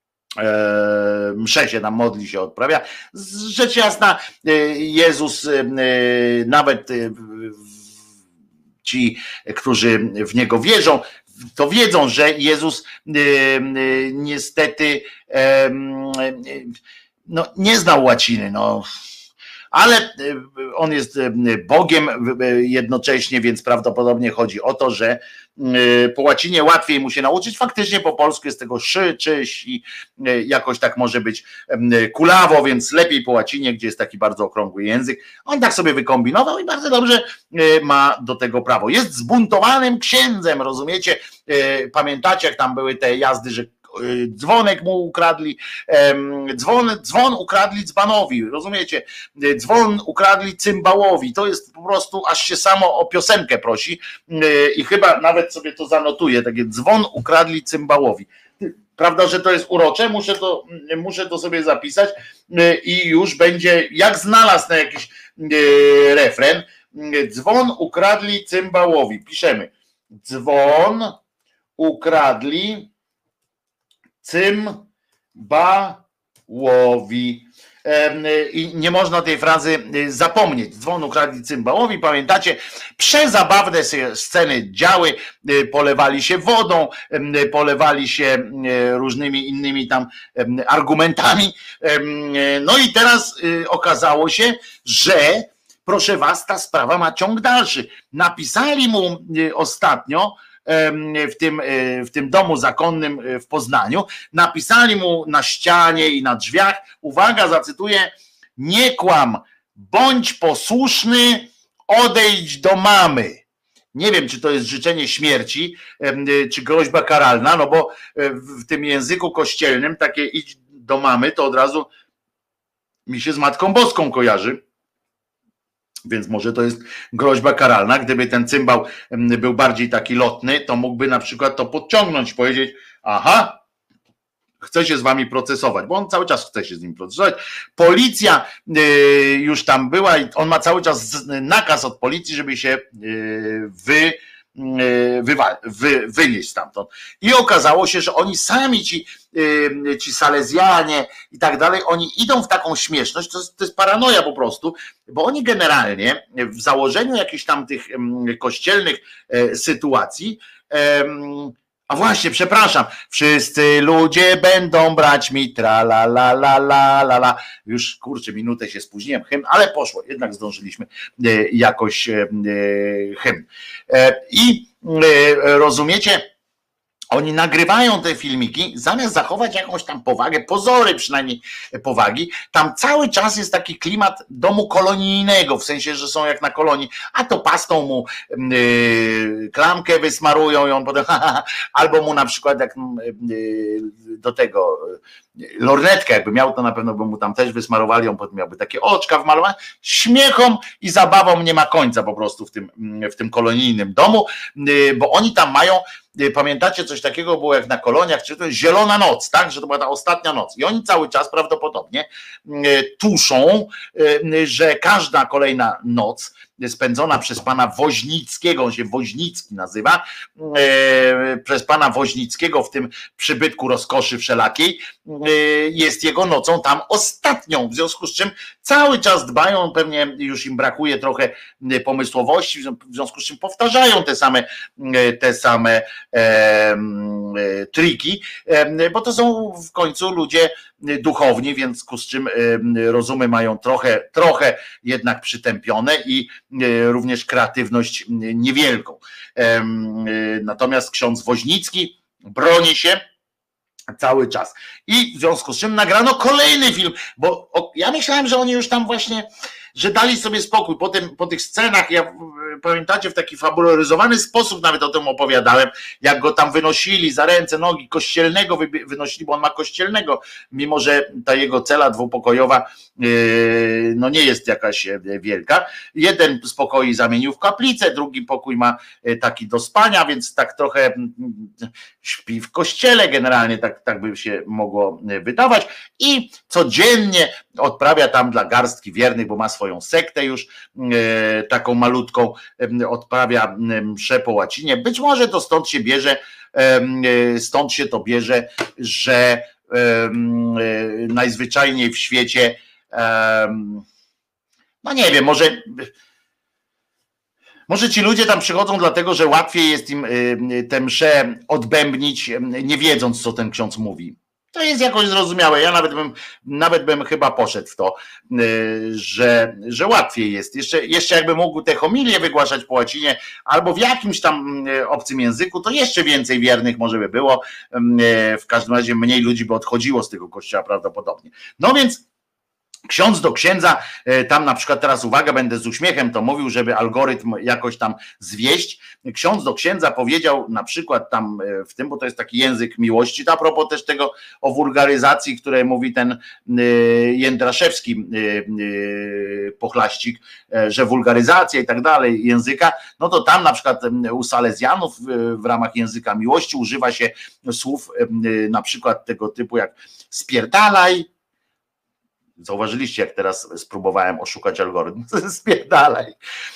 mszę się tam modli, się odprawia. Rzecz jasna, Jezus nawet ci, którzy w Niego wierzą, to wiedzą, że Jezus niestety no, nie znał łaciny, no. Ale on jest Bogiem jednocześnie, więc prawdopodobnie chodzi o to, że po łacinie łatwiej mu się nauczyć. Faktycznie po polsku jest tego szy, czyś i jakoś tak może być kulawo, więc lepiej po łacinie, gdzie jest taki bardzo okrągły język. On tak sobie wykombinował i bardzo dobrze ma do tego prawo. Jest zbuntowanym księdzem, rozumiecie? Pamiętacie, jak tam były te jazdy, że dzwonek mu ukradli, dzwon, dzwon ukradli dzbanowi, rozumiecie? Dzwon ukradli cymbałowi, to jest po prostu, aż się samo o piosenkę prosi i chyba nawet sobie to zanotuję, takie dzwon ukradli cymbałowi. Prawda, że to jest urocze, muszę to, muszę to sobie zapisać i już będzie, jak znalazł na jakiś refren, dzwon ukradli cymbałowi, piszemy, dzwon ukradli cymbałowi. I nie można tej frazy zapomnieć. Dzwon ukradli cymbałowi. Pamiętacie, przezabawne sceny działy, polewali się wodą, polewali się różnymi innymi tam argumentami. No i teraz okazało się, że proszę was, ta sprawa ma ciąg dalszy. Napisali mu ostatnio w tym, w tym domu zakonnym w Poznaniu, napisali mu na ścianie i na drzwiach, uwaga, zacytuję, nie kłam, bądź posłuszny, odejdź do mamy. Nie wiem, czy to jest życzenie śmierci, czy groźba karalna, no bo w tym języku kościelnym takie idź do mamy, to od razu mi się z Matką Boską kojarzy. Więc może to jest groźba karalna. Gdyby ten cymbał był bardziej taki lotny, to mógłby na przykład to podciągnąć, powiedzieć, aha, chce się z wami procesować, bo on cały czas chce się z nim procesować. Policja już tam była i on ma cały czas nakaz od policji, żeby się wy Wywa, wy, wynieść stamtąd. I okazało się, że oni sami, ci, ci Salezjanie i tak dalej, oni idą w taką śmieszność, to jest, to jest paranoja po prostu, bo oni generalnie w założeniu jakichś tam tych kościelnych sytuacji, a właśnie, przepraszam, wszyscy ludzie będą brać mi tra la la la la la la. Już kurczę, minutę się spóźniłem, hymn, ale poszło, jednak zdążyliśmy jakoś hymn. I rozumiecie, oni nagrywają te filmiki, zamiast zachować jakąś tam powagę, pozory przynajmniej powagi, tam cały czas jest taki klimat domu kolonijnego, w sensie, że są jak na kolonii, a to pastą mu yy, klamkę wysmarują i on potem, albo mu na przykład jak yy, do tego yy, lornetkę jakby miał, to na pewno by mu tam też wysmarowali, on potem miałby takie oczka wmalowane, śmiechom i zabawą nie ma końca po prostu w tym, w tym kolonijnym domu, yy, bo oni tam mają. Pamiętacie, coś takiego było jak na koloniach, czy to jest zielona noc, tak, że to była ta ostatnia noc i oni cały czas prawdopodobnie tuszą, że każda kolejna noc spędzona przez pana Woźnickiego, on się Woźnicki nazywa, przez pana Woźnickiego w tym przybytku rozkoszy wszelakiej, jest jego nocą tam ostatnią, w związku z czym cały czas dbają, pewnie już im brakuje trochę pomysłowości, w związku z czym powtarzają te same, te same e, triki, bo to są w końcu ludzie duchowni, więc z czym rozumy mają trochę, trochę jednak przytępione i również kreatywność niewielką. Natomiast ksiądz Woźnicki broni się cały czas. I w związku z czym nagrano kolejny film, bo ja myślałem, że oni już tam właśnie, że dali sobie spokój po, tym, po tych scenach, ja pamiętacie, w taki fabularyzowany sposób nawet o tym opowiadałem, jak go tam wynosili za ręce, nogi, kościelnego wynosili, bo on ma kościelnego, mimo że ta jego cela dwupokojowa no nie jest jakaś wielka. Jeden z pokoi zamienił w kaplicę, drugi pokój ma taki do spania, więc tak trochę śpi w kościele generalnie, tak, tak by się mogło wydawać i codziennie odprawia tam dla garstki wiernych, bo ma swoją sektę już taką malutką, odprawia mszę po łacinie. Być może to stąd się bierze, stąd się to bierze, że najzwyczajniej w świecie, no nie wiem, może może ci ludzie tam przychodzą dlatego, że łatwiej jest im tę mszę odbębnić, nie wiedząc, co ten ksiądz mówi. To jest jakoś zrozumiałe. Ja nawet bym, nawet bym chyba poszedł w to, że, że łatwiej jest. Jeszcze, jeszcze jakby mógł te homilie wygłaszać po łacinie albo w jakimś tam obcym języku, to jeszcze więcej wiernych może by było. W każdym razie mniej ludzi by odchodziło z tego kościoła prawdopodobnie. No więc ksiądz do księdza, tam na przykład teraz uwaga, będę z uśmiechem to mówił, żeby algorytm jakoś tam zwieść. Ksiądz do księdza powiedział na przykład tam w tym, bo to jest taki język miłości, to a propos też tego o wulgaryzacji, które mówi ten Jędraszewski pochlaścik, że wulgaryzacja i tak dalej języka, no to tam na przykład u Salezjanów w ramach języka miłości używa się słów na przykład tego typu jak spierdalaj. Zauważyliście, jak teraz spróbowałem oszukać algorytm. Spierdalaj.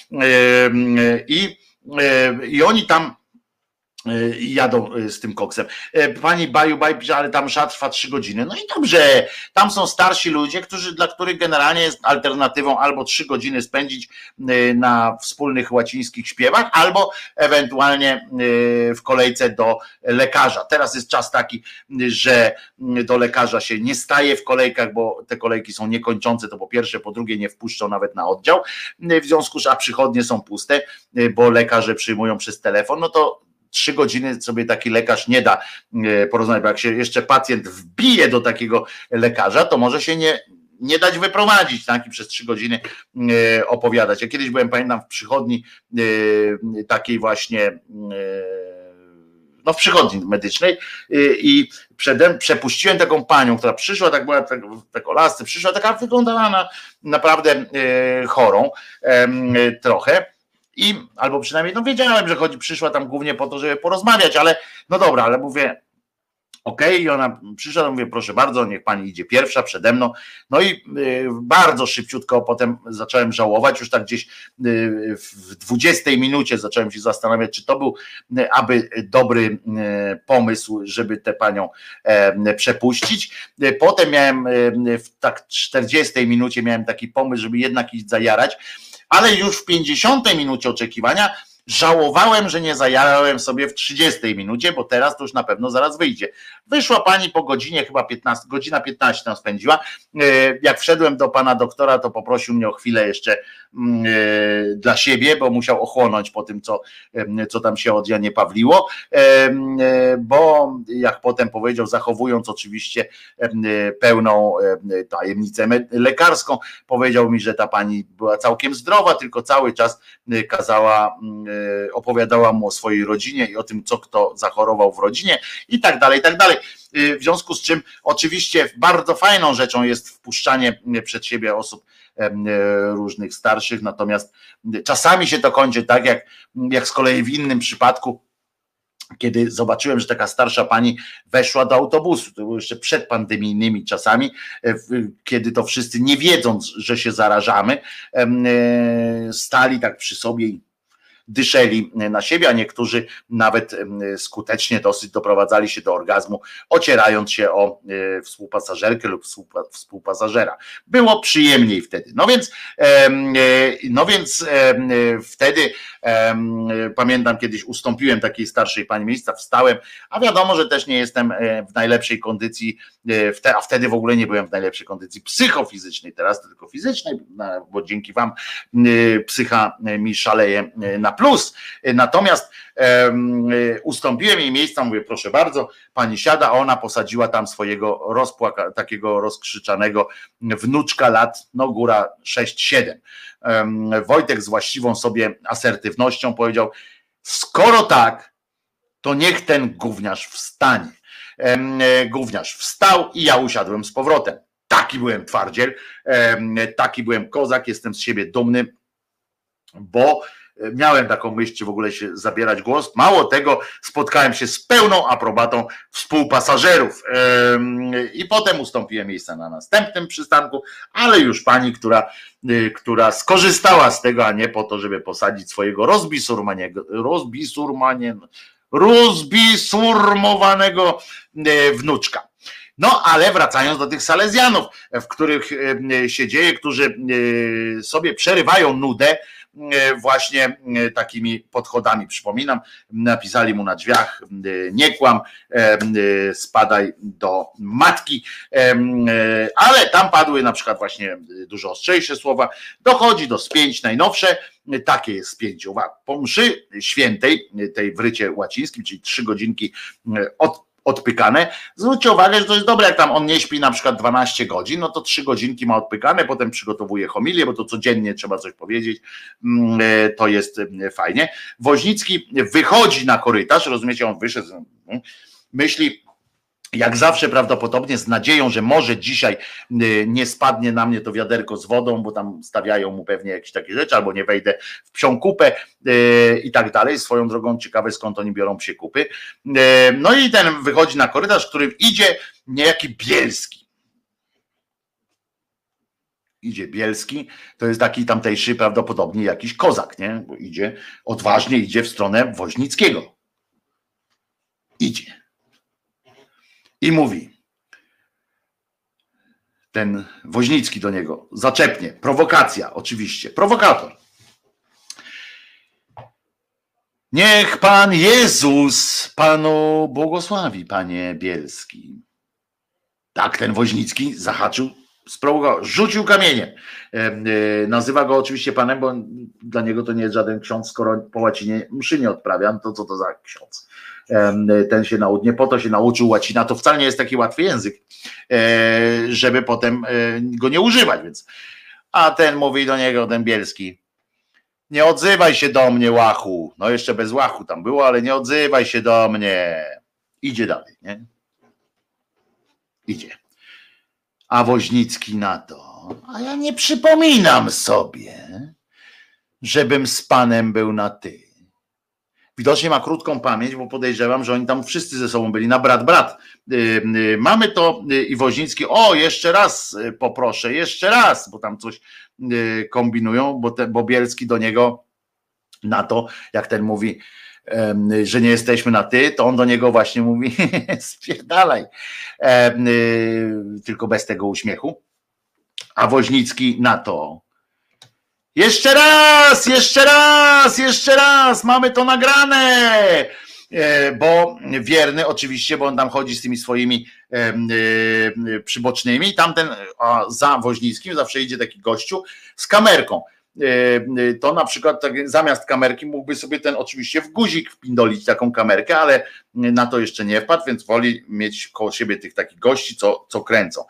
I, i oni tam jadą z tym koksem. Pani Baju Baj pisze, ale tam msza trwa trzy godziny. No i dobrze, tam są starsi ludzie, którzy, dla których generalnie jest alternatywą albo trzy godziny spędzić na wspólnych łacińskich śpiewach, albo ewentualnie w kolejce do lekarza. Teraz jest czas taki, że do lekarza się nie staje w kolejkach, bo te kolejki są niekończące, to po pierwsze, po drugie nie wpuszczą nawet na oddział, w związku z czym, a przychodnie są puste, bo lekarze przyjmują przez telefon, no to trzy godziny sobie taki lekarz nie da porozmawiać, bo jak się jeszcze pacjent wbije do takiego lekarza, to może się nie, nie dać wyprowadzić, tak, i przez trzy godziny opowiadać. Ja kiedyś byłem, pamiętam, w przychodni takiej właśnie, no w przychodni medycznej i przedem przepuściłem taką panią, która przyszła, tak była tak, tak o lasce, przyszła, taka wyglądała na naprawdę chorą trochę. I albo przynajmniej, no wiedziałem, że chodzi, przyszła tam głównie po to, żeby porozmawiać, ale no dobra, ale mówię, okej, okay, i ona przyszła, to mówię, proszę bardzo, niech pani idzie pierwsza przede mną. No i y, bardzo szybciutko potem zacząłem żałować, już tak gdzieś y, w dwudziestej minucie zacząłem się zastanawiać, czy to był y, aby dobry y, pomysł, żeby tę panią y, przepuścić. Y, potem miałem y, w tak czterdziestej minucie miałem taki pomysł, żeby jednak iść zajarać, ale już w pięćdziesiątej minucie oczekiwania żałowałem, że nie zajarałem sobie w trzydziestej minucie, bo teraz to już na pewno zaraz wyjdzie. Wyszła pani po godzinie, chyba piętnaście, godzina piętnaście tam spędziła. Jak wszedłem do pana doktora, to poprosił mnie o chwilę jeszcze dla siebie, bo musiał ochłonąć po tym, co, co tam się od Janie Pawliło, bo jak potem powiedział, zachowując oczywiście pełną tajemnicę lekarską, powiedział mi, że ta pani była całkiem zdrowa, tylko cały czas kazała, opowiadała mu o swojej rodzinie i o tym, co kto zachorował w rodzinie i tak dalej, i tak dalej. W związku z czym oczywiście bardzo fajną rzeczą jest wpuszczanie przed siebie osób różnych starszych, natomiast czasami się to kończy tak, jak, jak z kolei w innym przypadku, kiedy zobaczyłem, że taka starsza pani weszła do autobusu, to było jeszcze przed pandemijnymi czasami, kiedy to wszyscy, nie wiedząc, że się zarażamy, stali tak przy sobie i dyszeli na siebie, a niektórzy nawet skutecznie dosyć doprowadzali się do orgazmu, ocierając się o współpasażerkę lub współpasażera. Było przyjemniej wtedy. No więc, no więc wtedy pamiętam, kiedyś ustąpiłem takiej starszej pani miejsca, wstałem, a wiadomo, że też nie jestem w najlepszej kondycji, a wtedy w ogóle nie byłem w najlepszej kondycji psychofizycznej, teraz to tylko fizycznej, bo dzięki wam psycha mi szaleje na plus. Natomiast um, ustąpiłem jej miejsca, mówię, proszę bardzo, pani siada, a ona posadziła tam swojego rozpłaka, takiego rozkrzyczanego wnuczka lat, no góra sześć siedem. Um, Wojtek z właściwą sobie asertywnością powiedział, skoro tak, to niech ten gówniarz wstanie. Um, gówniarz wstał i ja usiadłem z powrotem. Taki byłem twardziel, um, taki byłem kozak, jestem z siebie dumny, bo miałem taką myśl, czy w ogóle się zabierać głos. Mało tego, spotkałem się z pełną aprobatą współpasażerów i potem ustąpiłem miejsca na następnym przystanku, ale już pani, która, która skorzystała z tego, a nie po to, żeby posadzić swojego rozbisurmanego, rozbisurmanie, rozbisurmowanego wnuczka. No, ale wracając do tych Salezjanów, w których się dzieje, którzy sobie przerywają nudę właśnie takimi podchodami. Przypominam, napisali mu na drzwiach, nie kłam, spadaj do matki, ale tam padły na przykład właśnie dużo ostrzejsze słowa. Dochodzi do spięć najnowsze, takie jest spięcie. Po mszy świętej, tej w rycie łacińskim, czyli trzy godzinki od odpykane. Zwróćcie uwagę, że to jest dobre, jak tam on nie śpi na przykład dwanaście godzin, no to trzy godzinki ma odpykane, potem przygotowuje homilię, bo to codziennie trzeba coś powiedzieć, to jest fajnie. Woźnicki wychodzi na korytarz, rozumiecie, on wyszedł, myśli, jak zawsze prawdopodobnie z nadzieją, że może dzisiaj nie spadnie na mnie to wiaderko z wodą, bo tam stawiają mu pewnie jakieś takie rzeczy, albo nie wejdę w psią kupę i tak dalej. Swoją drogą ciekawe, skąd oni biorą psie kupy. No i ten wychodzi na korytarz, w którym idzie niejaki Bielski. Idzie Bielski, to jest taki tamtejszy prawdopodobnie jakiś kozak, nie? Bo idzie, odważnie idzie w stronę Woźnickiego. Idzie. I mówi, ten Woźnicki do niego, zaczepnie, prowokacja oczywiście, prowokator. Niech Pan Jezus Panu błogosławi, Panie Bielski. Tak ten Woźnicki zahaczył, sprowokował, rzucił kamieniem. Nazywa go oczywiście Panem, bo dla niego to nie jest żaden ksiądz, skoro po łacinie mszy nie odprawia, no to co to za ksiądz? ten się nauczył, nie po to się nauczył łacina, to wcale nie jest taki łatwy język, żeby potem go nie używać, więc. A ten mówi do niego, ten Bielski, nie odzywaj się do mnie, łachu. No jeszcze bez łachu tam było, ale nie odzywaj się do mnie. Idzie dalej, nie? Idzie. A Woźnicki na to, a ja nie przypominam sobie, żebym z panem był na ty. Widocznie ma krótką pamięć, bo podejrzewam, że oni tam wszyscy ze sobą byli na brat, brat. Mamy to i Woźnicki, o jeszcze raz poproszę, jeszcze raz, bo tam coś kombinują, bo, te, bo Bielski do niego na to, jak ten mówi, że nie jesteśmy na ty, to on do niego właśnie mówi spierdalaj, tylko bez tego uśmiechu. A Woźnicki na to, jeszcze raz, jeszcze raz, jeszcze raz, mamy to nagrane, bo wierny oczywiście, bo on tam chodzi z tymi swoimi przybocznymi, tamten a za Woźnickim zawsze idzie taki gościu z kamerką. To na przykład tak, zamiast kamerki mógłby sobie ten oczywiście w guzik wpindolić taką kamerkę, ale na to jeszcze nie wpadł, więc woli mieć koło siebie tych takich gości, co, co kręcą.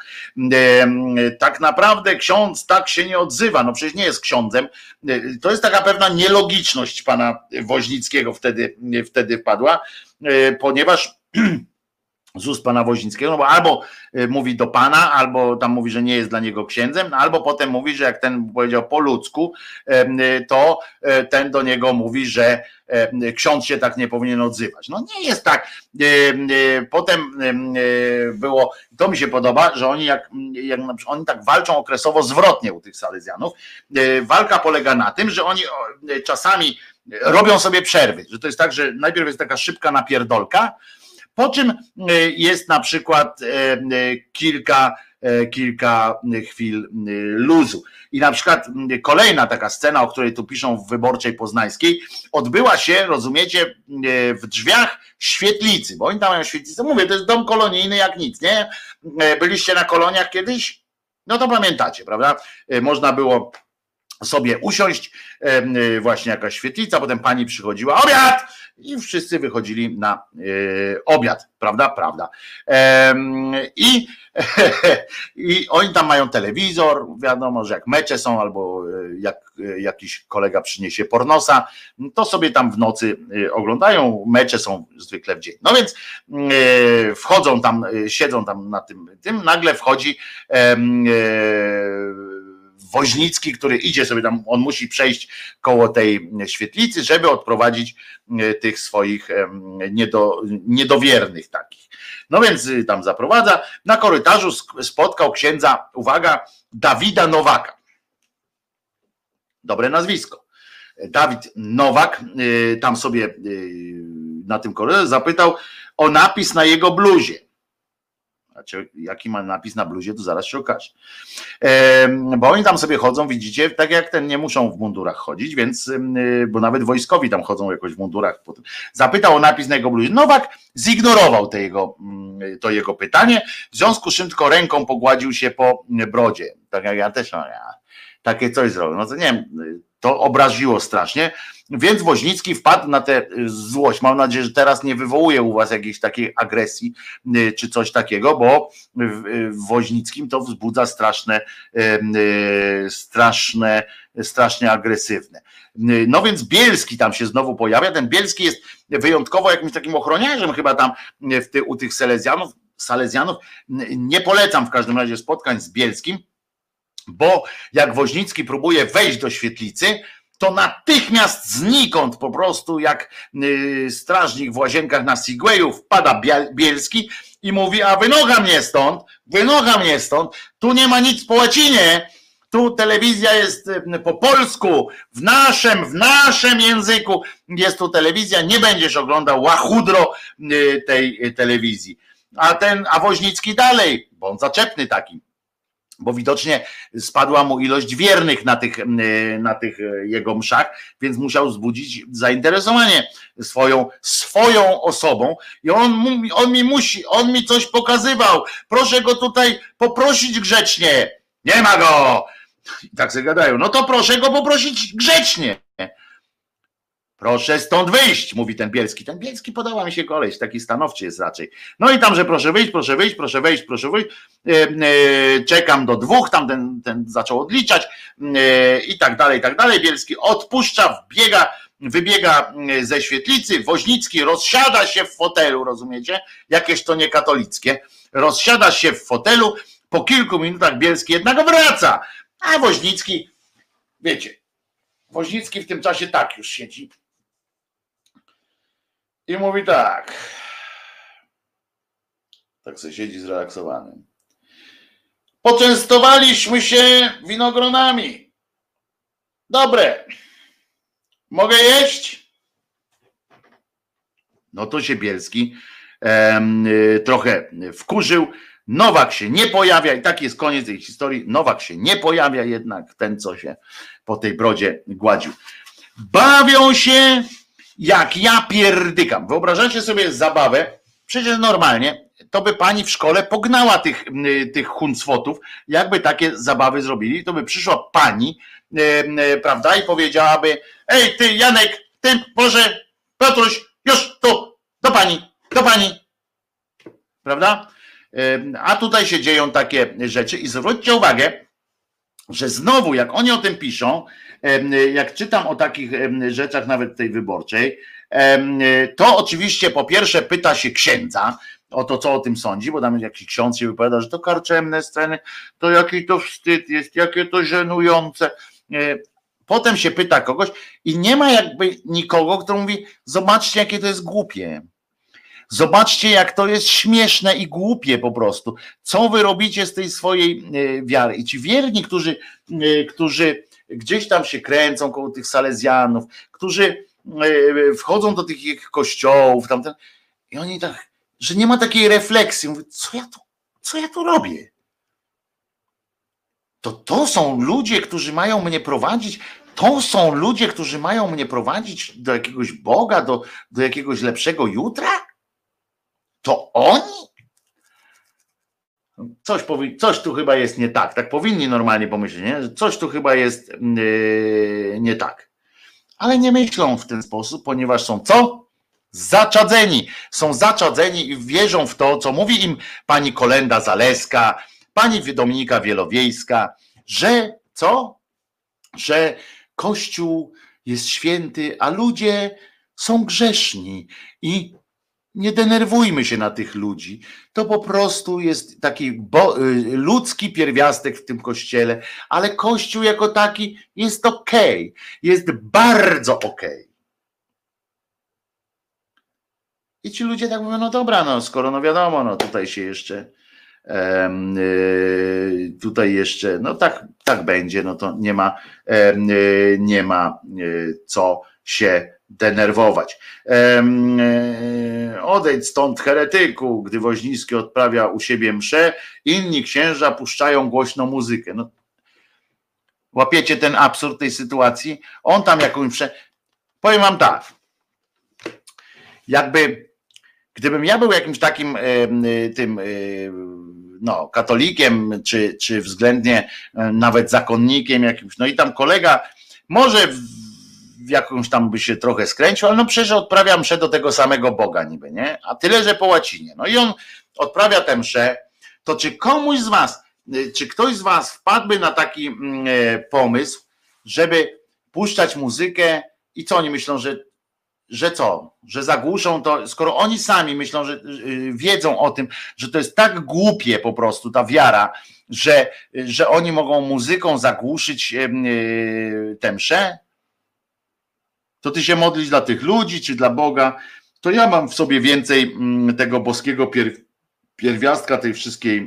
Tak naprawdę ksiądz tak się nie odzywa, no przecież nie jest ksiądzem. To jest taka pewna nielogiczność pana Woźnickiego wtedy, wtedy wpadła, ponieważ z ust pana Woźnickiego, no bo albo mówi do pana, albo tam mówi, że nie jest dla niego księdzem, albo potem mówi, że jak ten powiedział po ludzku, to ten do niego mówi, że ksiądz się tak nie powinien odzywać. No nie jest tak. Potem było, to mi się podoba, że oni jak, jak oni tak walczą okresowo zwrotnie u tych Salezjanów. Walka polega na tym, że oni czasami robią sobie przerwy, że to jest tak, że najpierw jest taka szybka napierdolka, po czym jest na przykład kilka, kilka chwil luzu. I na przykład kolejna taka scena, o której tu piszą w Wyborczej Poznańskiej, odbyła się, rozumiecie, w drzwiach świetlicy, bo oni tam mają świetlicę. Mówię, to jest dom kolonijny jak nic, nie? Byliście na koloniach kiedyś? No to pamiętacie, prawda? Można było sobie usiąść, właśnie jakaś świetlica, potem pani przychodziła, obiad! I wszyscy wychodzili na obiad, prawda? Prawda. I, i oni tam mają telewizor, wiadomo, że jak mecze są, albo jak jakiś kolega przyniesie pornosa, to sobie tam w nocy oglądają, mecze są zwykle w dzień. No więc wchodzą tam, siedzą tam na tym, tym nagle wchodzi Woźnicki, który idzie sobie tam, on musi przejść koło tej świetlicy, żeby odprowadzić tych swoich niedo, niedowiernych takich. No więc tam zaprowadza. Na korytarzu spotkał księdza, uwaga, Dawida Nowaka. Dobre nazwisko. Dawid Nowak tam sobie na tym korytarzu zapytał o napis na jego bluzie. Znaczy, jaki ma napis na bluzie, to zaraz się okaże. E, bo oni tam sobie chodzą, widzicie, tak jak ten, nie muszą w mundurach chodzić, więc, e, bo nawet wojskowi tam chodzą jakoś w mundurach. Zapytał o napis na jego bluzie. Nowak zignorował te jego, to jego pytanie, w związku z czym tylko ręką pogładził się po brodzie. Tak jak ja też, no, ja, takie coś zrobił. No to nie wiem, to obraziło strasznie. Więc Woźnicki wpadł na tę złość. Mam nadzieję, że teraz nie wywołuje u was jakiejś takiej agresji czy coś takiego, bo w Woźnickim to wzbudza straszne, straszne, strasznie agresywne. No więc Bielski tam się znowu pojawia. Ten Bielski jest wyjątkowo jakimś takim ochroniarzem chyba tam w ty, u tych Salezjanów. Salezjanów. Nie polecam w każdym razie spotkań z Bielskim, bo jak Woźnicki próbuje wejść do świetlicy, to natychmiast znikąd po prostu jak strażnik w łazienkach na Segwayu wpada Bielski i mówi, a wynocha mnie stąd, wynocha mnie stąd, tu nie ma nic po łacinie, tu telewizja jest po polsku, w naszym, w naszym języku jest tu telewizja, nie będziesz oglądał łachudro tej telewizji. A ten, a Woźnicki dalej, bo on zaczepny taki, bo widocznie spadła mu ilość wiernych na tych, na tych jego mszach, więc musiał wzbudzić zainteresowanie swoją, swoją osobą i on, on mi musi, on mi coś pokazywał, proszę go tutaj poprosić grzecznie, nie ma go, i tak sobie gadają, no to proszę go poprosić grzecznie. Proszę stąd wyjść, mówi ten Bielski. Ten Bielski podoba mi się koleś, taki stanowczy jest raczej. No i tam, że proszę wyjść, proszę wyjść, proszę wejść, proszę wyjść. Czekam do dwóch, tam ten, ten zaczął odliczać i tak dalej, i tak dalej. Bielski odpuszcza, wbiega, wybiega ze świetlicy, Woźnicki rozsiada się w fotelu, rozumiecie? Jakieś to nie katolickie. Rozsiada się w fotelu, po kilku minutach Bielski jednak wraca, a Woźnicki, wiecie, Woźnicki w tym czasie tak już siedzi i mówi tak, tak sobie siedzi zrelaksowany. Poczęstowaliśmy się winogronami. Dobre. Mogę jeść? No to się Bielski em, trochę wkurzył. Nowak się nie pojawia i tak jest koniec tej historii. Nowak się nie pojawia jednak, ten co się po tej brodzie gładził. Bawią się jak ja pierdykam. Wyobrażacie sobie zabawę? Przecież normalnie to by pani w szkole pognała tych, tych huncwotów, jakby takie zabawy zrobili, to by przyszła pani, e, e, prawda, i powiedziałaby: ej ty Janek, ty proszę, Piotruś, już tu, do pani, do pani, prawda? E, a tutaj się dzieją takie rzeczy i zwróćcie uwagę, że znowu jak oni o tym piszą, e, jak czytam o takich rzeczach nawet tej wyborczej, e, to oczywiście po pierwsze pyta się księdza o to, co o tym sądzi, bo tam jakiś ksiądz się wypowiada, że to karczemne sceny, to jaki to wstyd jest, jakie to żenujące. Potem się pyta kogoś i nie ma jakby nikogo, kto mówi: zobaczcie, jakie to jest głupie. Zobaczcie, jak to jest śmieszne i głupie po prostu. Co wy robicie z tej swojej wiary? I ci wierni, którzy, którzy gdzieś tam się kręcą koło tych salezjanów, którzy wchodzą do tych ich kościołów, tamten, i oni tak, że nie ma takiej refleksji. Mówię, co ja tu, co ja tu robię? To to są ludzie, którzy mają mnie prowadzić, to są ludzie, którzy mają mnie prowadzić do jakiegoś Boga, do, do jakiegoś lepszego jutra? To oni? Coś, powi- coś tu chyba jest nie tak. Tak powinni normalnie pomyśleć, nie? Że coś tu chyba jest yy, nie tak. Ale nie myślą w ten sposób, ponieważ są co? Zaczadzeni. Są zaczadzeni i wierzą w to, co mówi im pani Kolenda Zaleska, pani Dominika Wielowiejska, że co? Że Kościół jest święty, a ludzie są grzeszni i nie denerwujmy się na tych ludzi. To po prostu jest taki bo, ludzki pierwiastek w tym kościele, ale Kościół jako taki jest okej, okay, jest bardzo okej. Okay. I ci ludzie tak mówią: no dobra, no skoro no wiadomo, no tutaj się jeszcze um, y, tutaj jeszcze, no tak, tak będzie, no to nie ma, y, nie ma y, co się denerwować. Um, y, odejdź stąd, heretyku, gdy Woźnicki odprawia u siebie mszę, inni księża puszczają głośno muzykę. No, łapiecie ten absurd tej sytuacji? On tam jakąś mszę, powiem wam tak, jakby gdybym ja był jakimś takim tym no, katolikiem, czy, czy względnie nawet zakonnikiem jakimś, no i tam kolega może w jakąś tam by się trochę skręcił, ale no przecież odprawia mszę do tego samego Boga niby, nie? A tyle, że po łacinie. No i on odprawia tę mszę, to czy komuś z was, czy ktoś z was wpadłby na taki pomysł, żeby puszczać muzykę i co oni myślą, że że co, że zagłuszą to, skoro oni sami myślą, że wiedzą o tym, że to jest tak głupie po prostu ta wiara, że, że oni mogą muzyką zagłuszyć tę mszę? To ty się modlisz dla tych ludzi, czy dla Boga? To ja mam w sobie więcej tego boskiego pierw, pierwiastka, tej wszystkiej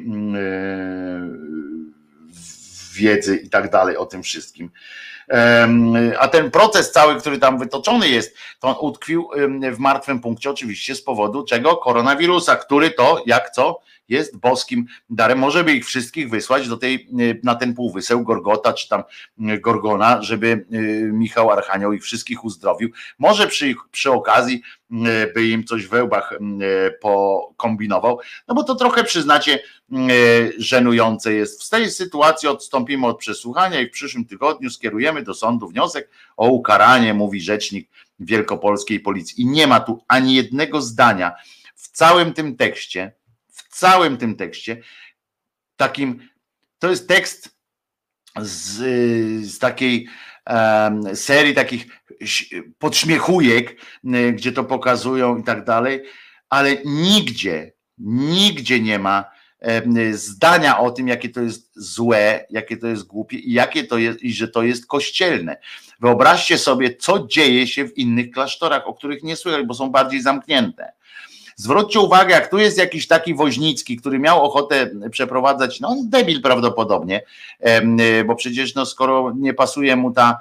wiedzy i tak dalej o tym wszystkim. A ten proces cały, który tam wytoczony jest, to on utkwił w martwym punkcie oczywiście z powodu czego? Koronawirusa, który to, jak co, jest boskim darem. Może by ich wszystkich wysłać do tej, na ten półwyseł Gorgota, czy tam Gorgona, żeby Michał Archanioł ich wszystkich uzdrowił. Może przy, przy okazji by im coś we łbach pokombinował, no bo to trochę, przyznacie, żenujące jest. Z tej sytuacji odstąpimy od przesłuchania i w przyszłym tygodniu skierujemy skierujemy do sądu wniosek o ukaranie, mówi rzecznik wielkopolskiej policji. I nie ma tu ani jednego zdania w całym tym tekście, w całym tym tekście, takim, to jest tekst z, z takiej um, serii takich podśmiechujek, gdzie to pokazują i tak dalej, ale nigdzie, nigdzie nie ma zdania o tym, jakie to jest złe, jakie to jest głupie i jakie to jest, i że to jest kościelne. Wyobraźcie sobie, co dzieje się w innych klasztorach, o których nie słychać, bo są bardziej zamknięte. Zwróćcie uwagę, jak tu jest jakiś taki Woźnicki, który miał ochotę przeprowadzać, no debil prawdopodobnie, bo przecież no, skoro nie pasuje mu ta,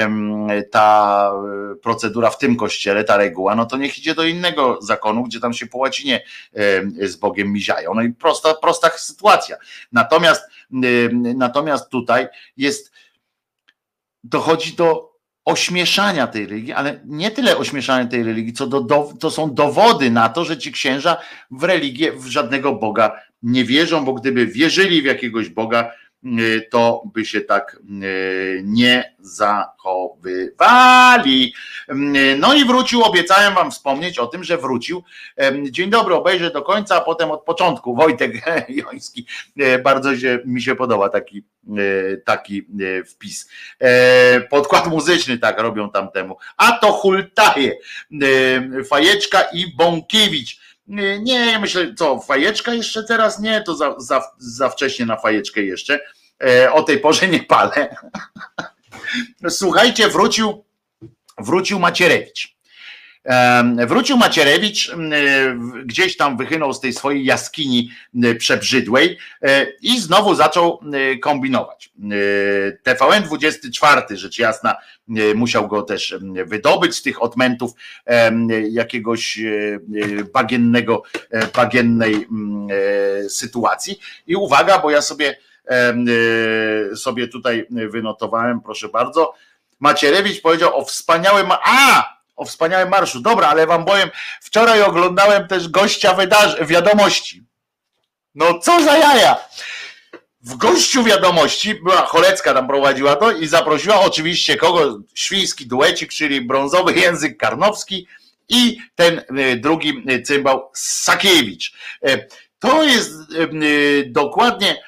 ta procedura w tym kościele, ta reguła, no to niech idzie do innego zakonu, gdzie tam się po łacinie z Bogiem miziają. No i prosta, prosta sytuacja. Natomiast, natomiast tutaj jest, dochodzi do ośmieszania tej religii, ale nie tyle ośmieszania tej religii, co do, do, to są dowody na to, że ci księża w religię, w żadnego Boga nie wierzą, bo gdyby wierzyli w jakiegoś Boga, to by się tak nie zachowywali. No i wrócił, obiecałem wam wspomnieć o tym, że wrócił. Dzień dobry, obejrzę do końca, a potem od początku. Wojtek Joński, bardzo się, mi się podoba taki, taki wpis. Podkład muzyczny tak robią tamtemu. A to hultaje. Fajeczka i Bąkiewicz. Nie, ja myślę, co, fajeczka jeszcze teraz? Nie, to za, za, za wcześnie na fajeczkę jeszcze. E, o tej porze nie palę. Słuchajcie, wrócił, wrócił Macierewicz. E, wrócił Macierewicz, e, gdzieś tam wychynął z tej swojej jaskini e, przebrzydłej e, i znowu zaczął e, kombinować. E, T V N dwudziesty czwarty, rzecz jasna, e, musiał go też wydobyć z tych odmętów e, jakiegoś e, bagiennego, e, bagiennej e, sytuacji. I uwaga, bo ja sobie, e, sobie tutaj wynotowałem, proszę bardzo, Macierewicz powiedział o wspaniałym... A! O wspaniałym marszu. Dobra, ale wam powiem, wczoraj oglądałem też gościa wydarzeń, wiadomości. No co za jaja! W gościu wiadomości była Cholecka, tam prowadziła to i zaprosiła oczywiście kogo? Świński duecik, czyli brązowy język Karnowski i ten drugi cymbał Sakiewicz. To jest dokładnie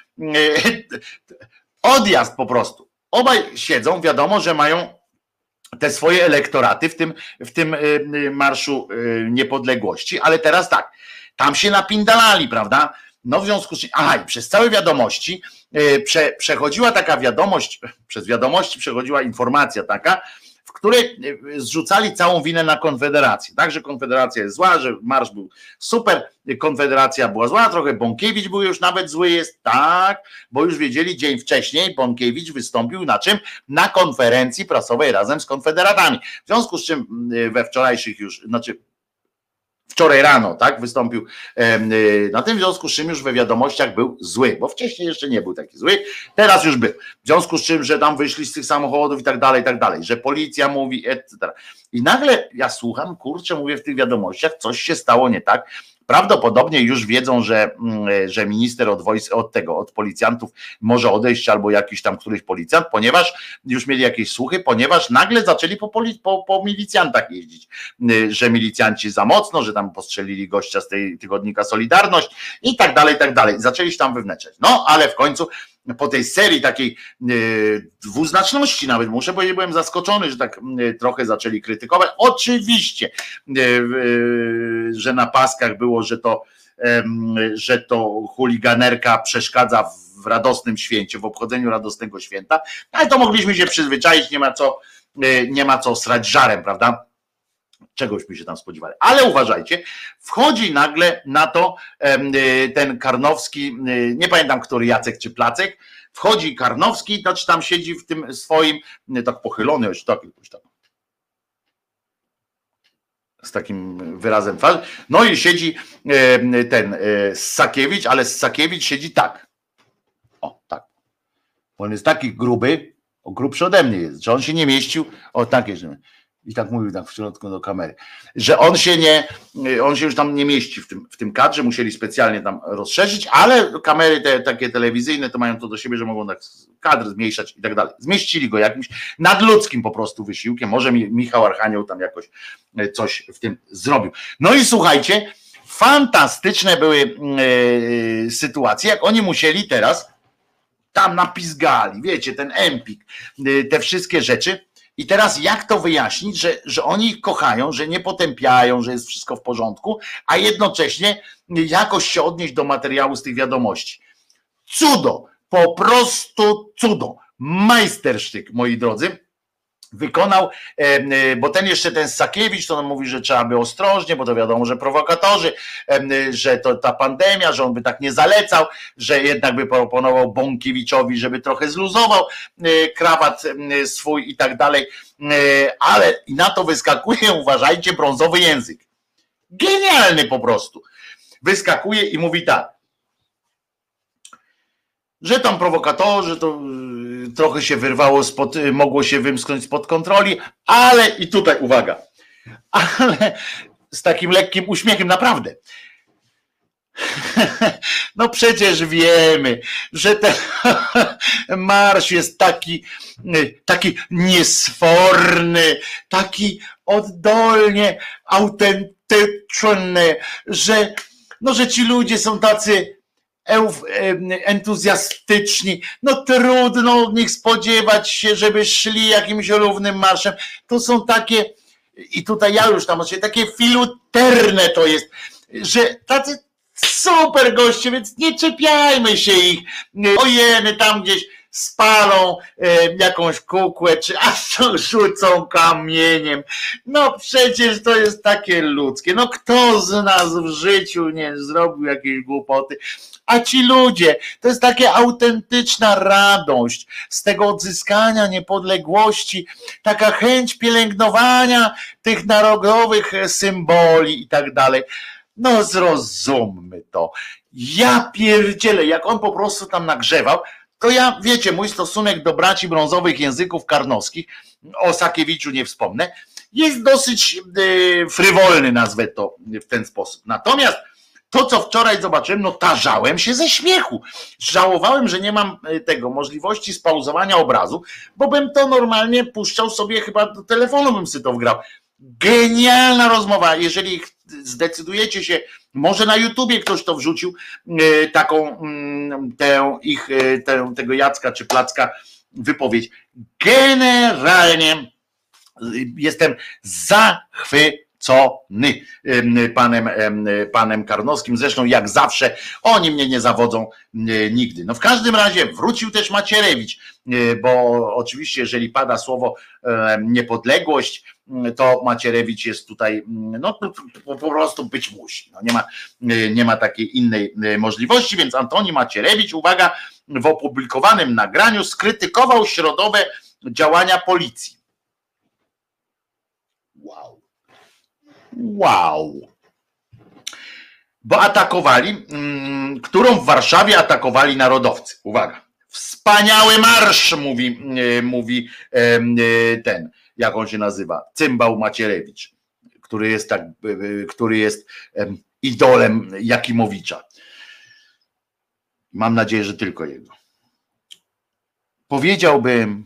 odjazd po prostu. Obaj siedzą, wiadomo, że mają te swoje elektoraty w tym, w tym Marszu Niepodległości, ale teraz tak, tam się napindalali, prawda? No w związku z czym, aha, i przez całe wiadomości prze, przechodziła taka wiadomość, przez wiadomości przechodziła informacja taka, w której zrzucali całą winę na Konfederację, tak, że Konfederacja jest zła, że marsz był super, Konfederacja była zła, trochę Bąkiewicz był już nawet zły jest, tak, bo już wiedzieli dzień wcześniej, Bąkiewicz wystąpił na czym? Na konferencji prasowej razem z konfederatami, w związku z czym we wczorajszych już, znaczy wczoraj rano, tak, wystąpił na tym, w związku z czym już we wiadomościach był zły, bo wcześniej jeszcze nie był taki zły, teraz już był, w związku z czym, że tam wyszli z tych samochodów i tak dalej, i tak dalej, że policja mówi, et cetera. I nagle ja słucham, kurczę, mówię w tych wiadomościach, coś się stało nie tak. Prawdopodobnie już wiedzą, że, że minister od, wojsk, od tego, od policjantów może odejść albo jakiś tam któryś policjant, ponieważ już mieli jakieś słuchy, ponieważ nagle zaczęli po, po, po milicjantach jeździć, że milicjanci za mocno, że tam postrzelili gościa z tej tygodnika Solidarność i tak dalej, i tak dalej. Zaczęli się tam wewnętrzać. No, ale w końcu po tej serii takiej yy, dwuznaczności nawet, muszę powiedzieć, byłem zaskoczony, że tak yy, trochę zaczęli krytykować. Oczywiście, yy, yy, że na paskach było, że to, yy, że to chuliganerka przeszkadza w radosnym święcie, w obchodzeniu radosnego święta, ale to mogliśmy się przyzwyczaić, nie ma co, yy, nie ma co srać żarem, prawda? Czegośmy się tam spodziewali. Ale uważajcie, wchodzi nagle na to ten Karnowski, nie pamiętam, który Jacek czy Placek, wchodzi Karnowski, znaczy tam siedzi w tym swoim, tak pochylony, już tak, jakoś tak, z takim wyrazem twarzy, no i siedzi ten Sakiewicz, ale Sakiewicz siedzi tak, o tak, on jest taki gruby, o grubszy ode mnie jest, że on się nie mieścił, o takie, że I tak mówił tak w środku do kamery, że on się nie, on się już tam nie mieści w tym, w tym kadrze, musieli specjalnie tam rozszerzyć, ale kamery te takie telewizyjne to mają to do siebie, że mogą tak kadr zmniejszać i tak dalej. Zmieścili go jakimś nadludzkim po prostu wysiłkiem, może Michał Archanioł tam jakoś coś w tym zrobił. No i słuchajcie, fantastyczne były yy, sytuacje, jak oni musieli teraz tam napizgali, wiecie, ten empik, yy, te wszystkie rzeczy. I teraz jak to wyjaśnić, że, że oni ich kochają, że nie potępiają, że jest wszystko w porządku, a jednocześnie jakoś się odnieść do materiału z tych wiadomości. Cudo, po prostu cudo. Majstersztyk, moi drodzy, wykonał, bo ten jeszcze ten Sakiewicz, to on mówi, że trzeba by ostrożnie, bo to wiadomo, że prowokatorzy, że to ta pandemia, że on by tak nie zalecał, że jednak by proponował Bąkiewiczowi, żeby trochę zluzował krawat swój i tak dalej, ale i na to wyskakuje, uważajcie, brązowy język. Genialny po prostu. Wyskakuje i mówi tak, że tam prowokatorzy, to trochę się wyrwało, spod, mogło się wymsknąć spod kontroli, ale i tutaj uwaga, ale z takim lekkim uśmiechem, naprawdę. No przecież wiemy, że ten marsz jest taki, taki niesforny, taki oddolnie autentyczny, że, no, że ci ludzie są tacy entuzjastyczni, no trudno od nich spodziewać się, żeby szli jakimś równym marszem. To są takie, i tutaj ja już tam, takie filuterne to jest, że tacy super goście, więc nie czepiajmy się ich, ojeny tam gdzieś spalą e, jakąś kukłę, czy aż to rzucą kamieniem. No przecież to jest takie ludzkie. No kto z nas w życiu nie zrobił jakiejś głupoty? A ci ludzie, to jest taka autentyczna radość z tego odzyskania niepodległości, taka chęć pielęgnowania tych narodowych symboli i tak dalej. No zrozummy to. Ja pierdzielę, jak on po prostu tam nagrzewał, to ja, wiecie, mój stosunek do braci brązowych języków karnowskich, o Sakiewiczu nie wspomnę, jest dosyć yy, frywolny, nazwę to w ten sposób. Natomiast to, co wczoraj zobaczyłem, no tarzałem się ze śmiechu. Żałowałem, że nie mam tego możliwości spauzowania obrazu, bo bym to normalnie puszczał sobie, chyba do telefonu bym sobie to wgrał. Genialna rozmowa. Jeżeli zdecydujecie się, może na YouTubie ktoś to wrzucił, taką tę ich, tę, tego Jacka czy Placka wypowiedź. Generalnie jestem zachwycony panem, panem Karnowskim. Zresztą jak zawsze oni mnie nie zawodzą nigdy. No w każdym razie wrócił też Macierewicz, bo oczywiście jeżeli pada słowo niepodległość, to Macierewicz jest tutaj, no po prostu być musi. No, nie ma, nie ma takiej innej możliwości, więc Antoni Macierewicz, uwaga, w opublikowanym nagraniu skrytykował środowe działania policji. Wow. Wow. Bo atakowali, którą w Warszawie atakowali narodowcy. Uwaga. Wspaniały marsz, mówi, mówi ten, jak on się nazywa, Cymbał Macierewicz, który jest tak, który jest idolem Jakimowicza. Mam nadzieję, że tylko jego. Powiedziałbym,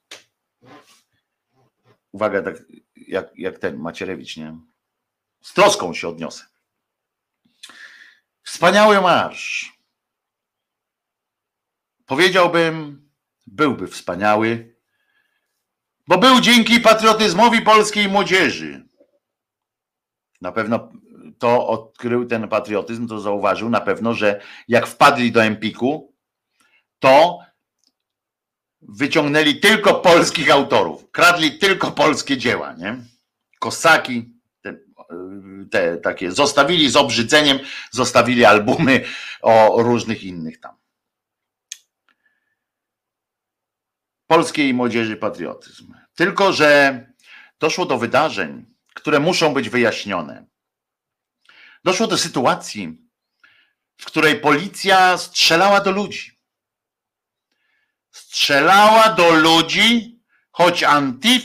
uwaga, tak jak, jak ten Macierewicz, nie? Z troską się odniosę. Wspaniały marsz. Powiedziałbym, byłby wspaniały, bo był dzięki patriotyzmowi polskiej młodzieży. Na pewno to odkrył ten patriotyzm, to zauważył na pewno, że jak wpadli do Empiku, to wyciągnęli tylko polskich autorów, kradli tylko polskie dzieła, nie? Kosaki, te, te takie, zostawili z obrzydzeniem, zostawili albumy o różnych innych tam. Polskiej młodzieży patriotyzm. Tylko że doszło do wydarzeń, które muszą być wyjaśnione. Doszło do sytuacji, w której policja strzelała do ludzi. Strzelała do ludzi, choć Antifa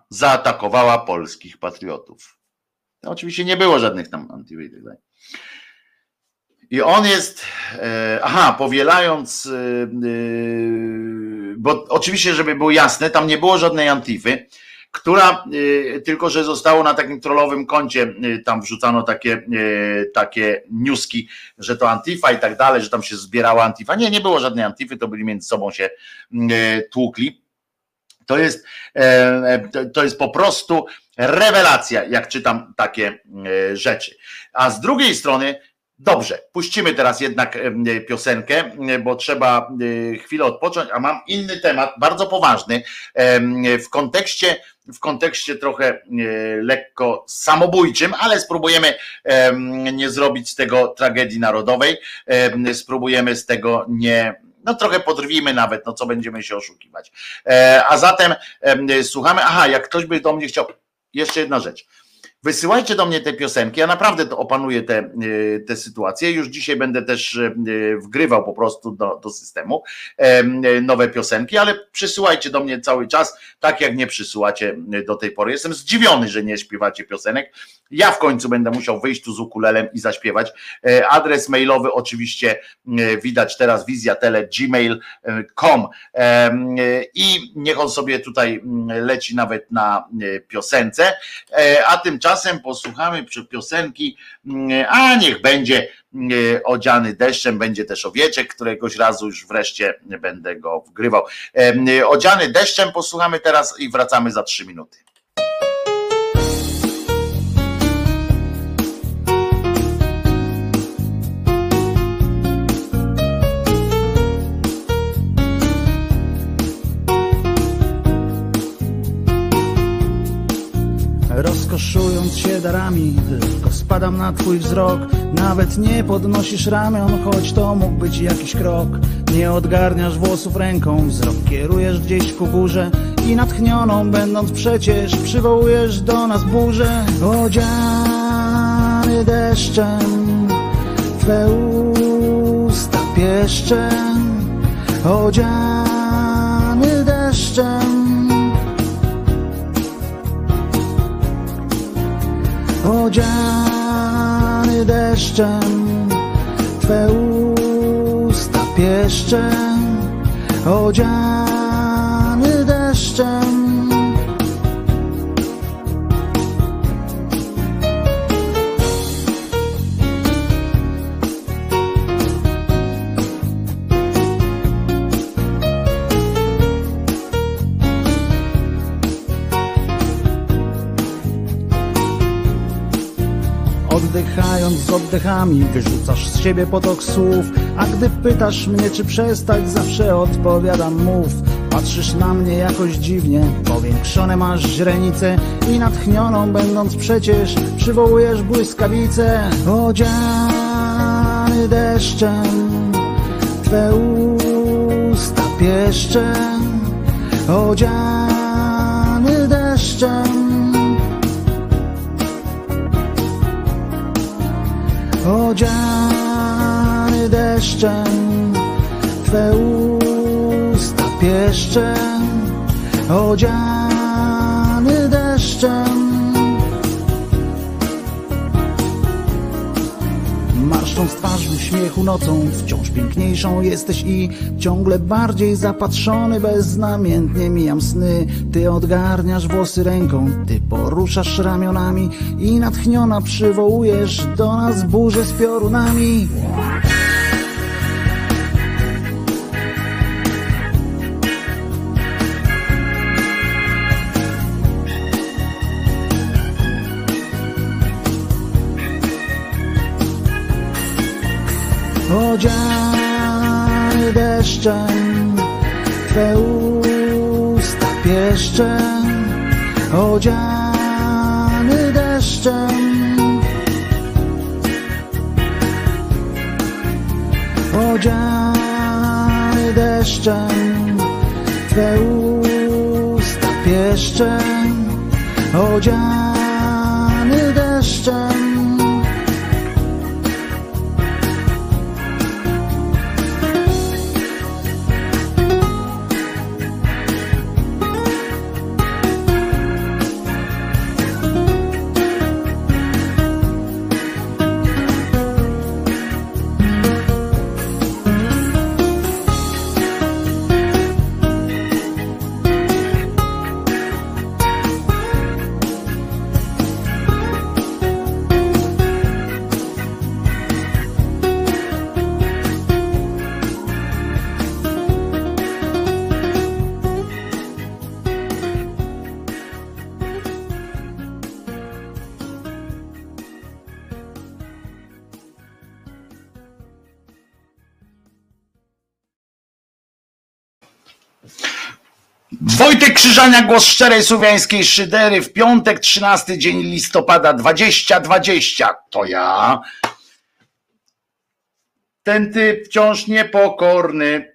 zaatakowała polskich patriotów. To oczywiście nie było żadnych tam Antifa i tak dalej. I on jest, e, aha, powielając, e, e, bo oczywiście, żeby było jasne, tam nie było żadnej Antify, która, e, tylko że zostało na takim trollowym koncie, e, tam wrzucano takie, e, takie newski, że to Antifa i tak dalej, że tam się zbierała Antifa. Nie, nie było żadnej Antify, to byli między sobą się e, tłukli. To jest, e, to, to jest po prostu rewelacja, jak czytam takie e, rzeczy. A z drugiej strony, dobrze, puścimy teraz jednak piosenkę, bo trzeba chwilę odpocząć, a mam inny temat, bardzo poważny, w kontekście, w kontekście trochę lekko samobójczym, ale spróbujemy nie zrobić z tego tragedii narodowej, spróbujemy z tego nie, no trochę podrwimy nawet, no co będziemy się oszukiwać. A zatem słuchamy, aha, jak ktoś by do mnie chciał, jeszcze jedna rzecz. Wysyłajcie do mnie te piosenki, ja naprawdę to opanuję te, te sytuacje, już dzisiaj będę też wgrywał po prostu do, do systemu nowe piosenki, ale przysyłajcie do mnie cały czas, tak jak nie przysyłacie do tej pory. Jestem zdziwiony, że nie śpiewacie piosenek, ja w końcu będę musiał wyjść tu z ukulelem i zaśpiewać. Adres mailowy oczywiście widać teraz, wizjatele gmail kropka com i niech on sobie tutaj leci nawet na piosence, a tymczasem posłuchamy piosenki, a niech będzie odziany deszczem, będzie też owieczek, któregoś razu już wreszcie będę go wgrywał. Odziany deszczem posłuchamy teraz i wracamy za trzy minuty. Rozkoszując się darami, tylko spadam na twój wzrok. Nawet nie podnosisz ramion, choć to mógł być jakiś krok. Nie odgarniasz włosów ręką, wzrok kierujesz gdzieś ku górze i natchnioną będąc przecież przywołujesz do nas burzę. Odziany deszczem, twe usta pieszczem. Odziany deszczem, odziany deszczem, twe usta pieszczem. Odziany deszczem. Oddychając z oddechami, wyrzucasz z siebie potok słów. A gdy pytasz mnie, czy przestać, zawsze odpowiadam mów. Patrzysz na mnie jakoś dziwnie, powiększone masz źrenice i natchnioną będąc przecież przywołujesz błyskawicę. Odziany deszczem, twe usta pieszczem. Odziany deszczem, odziany deszczem, twe usta pieszczem. Odziany deszczem. Marszcząc twarz w uśmiechu nocą, wciąż piękniejszą jesteś i ciągle bardziej zapatrzony, beznamiętnie mijam sny. Ty odgarniasz włosy ręką, ty poruszasz ramionami i natchniona przywołujesz do nas burzę z piorunami. Odziany deszczem, twe usta pieszczem. Odziany deszczem, odziany deszczem, twe usta pieszczem. Odziany deszczem. Wojtek Krzyżania, głos szczerej słowiańskiej szydery, w piątek, trzynasty dzień listopada dwadzieścia dwadzieścia. To ja. Ten typ wciąż niepokorny.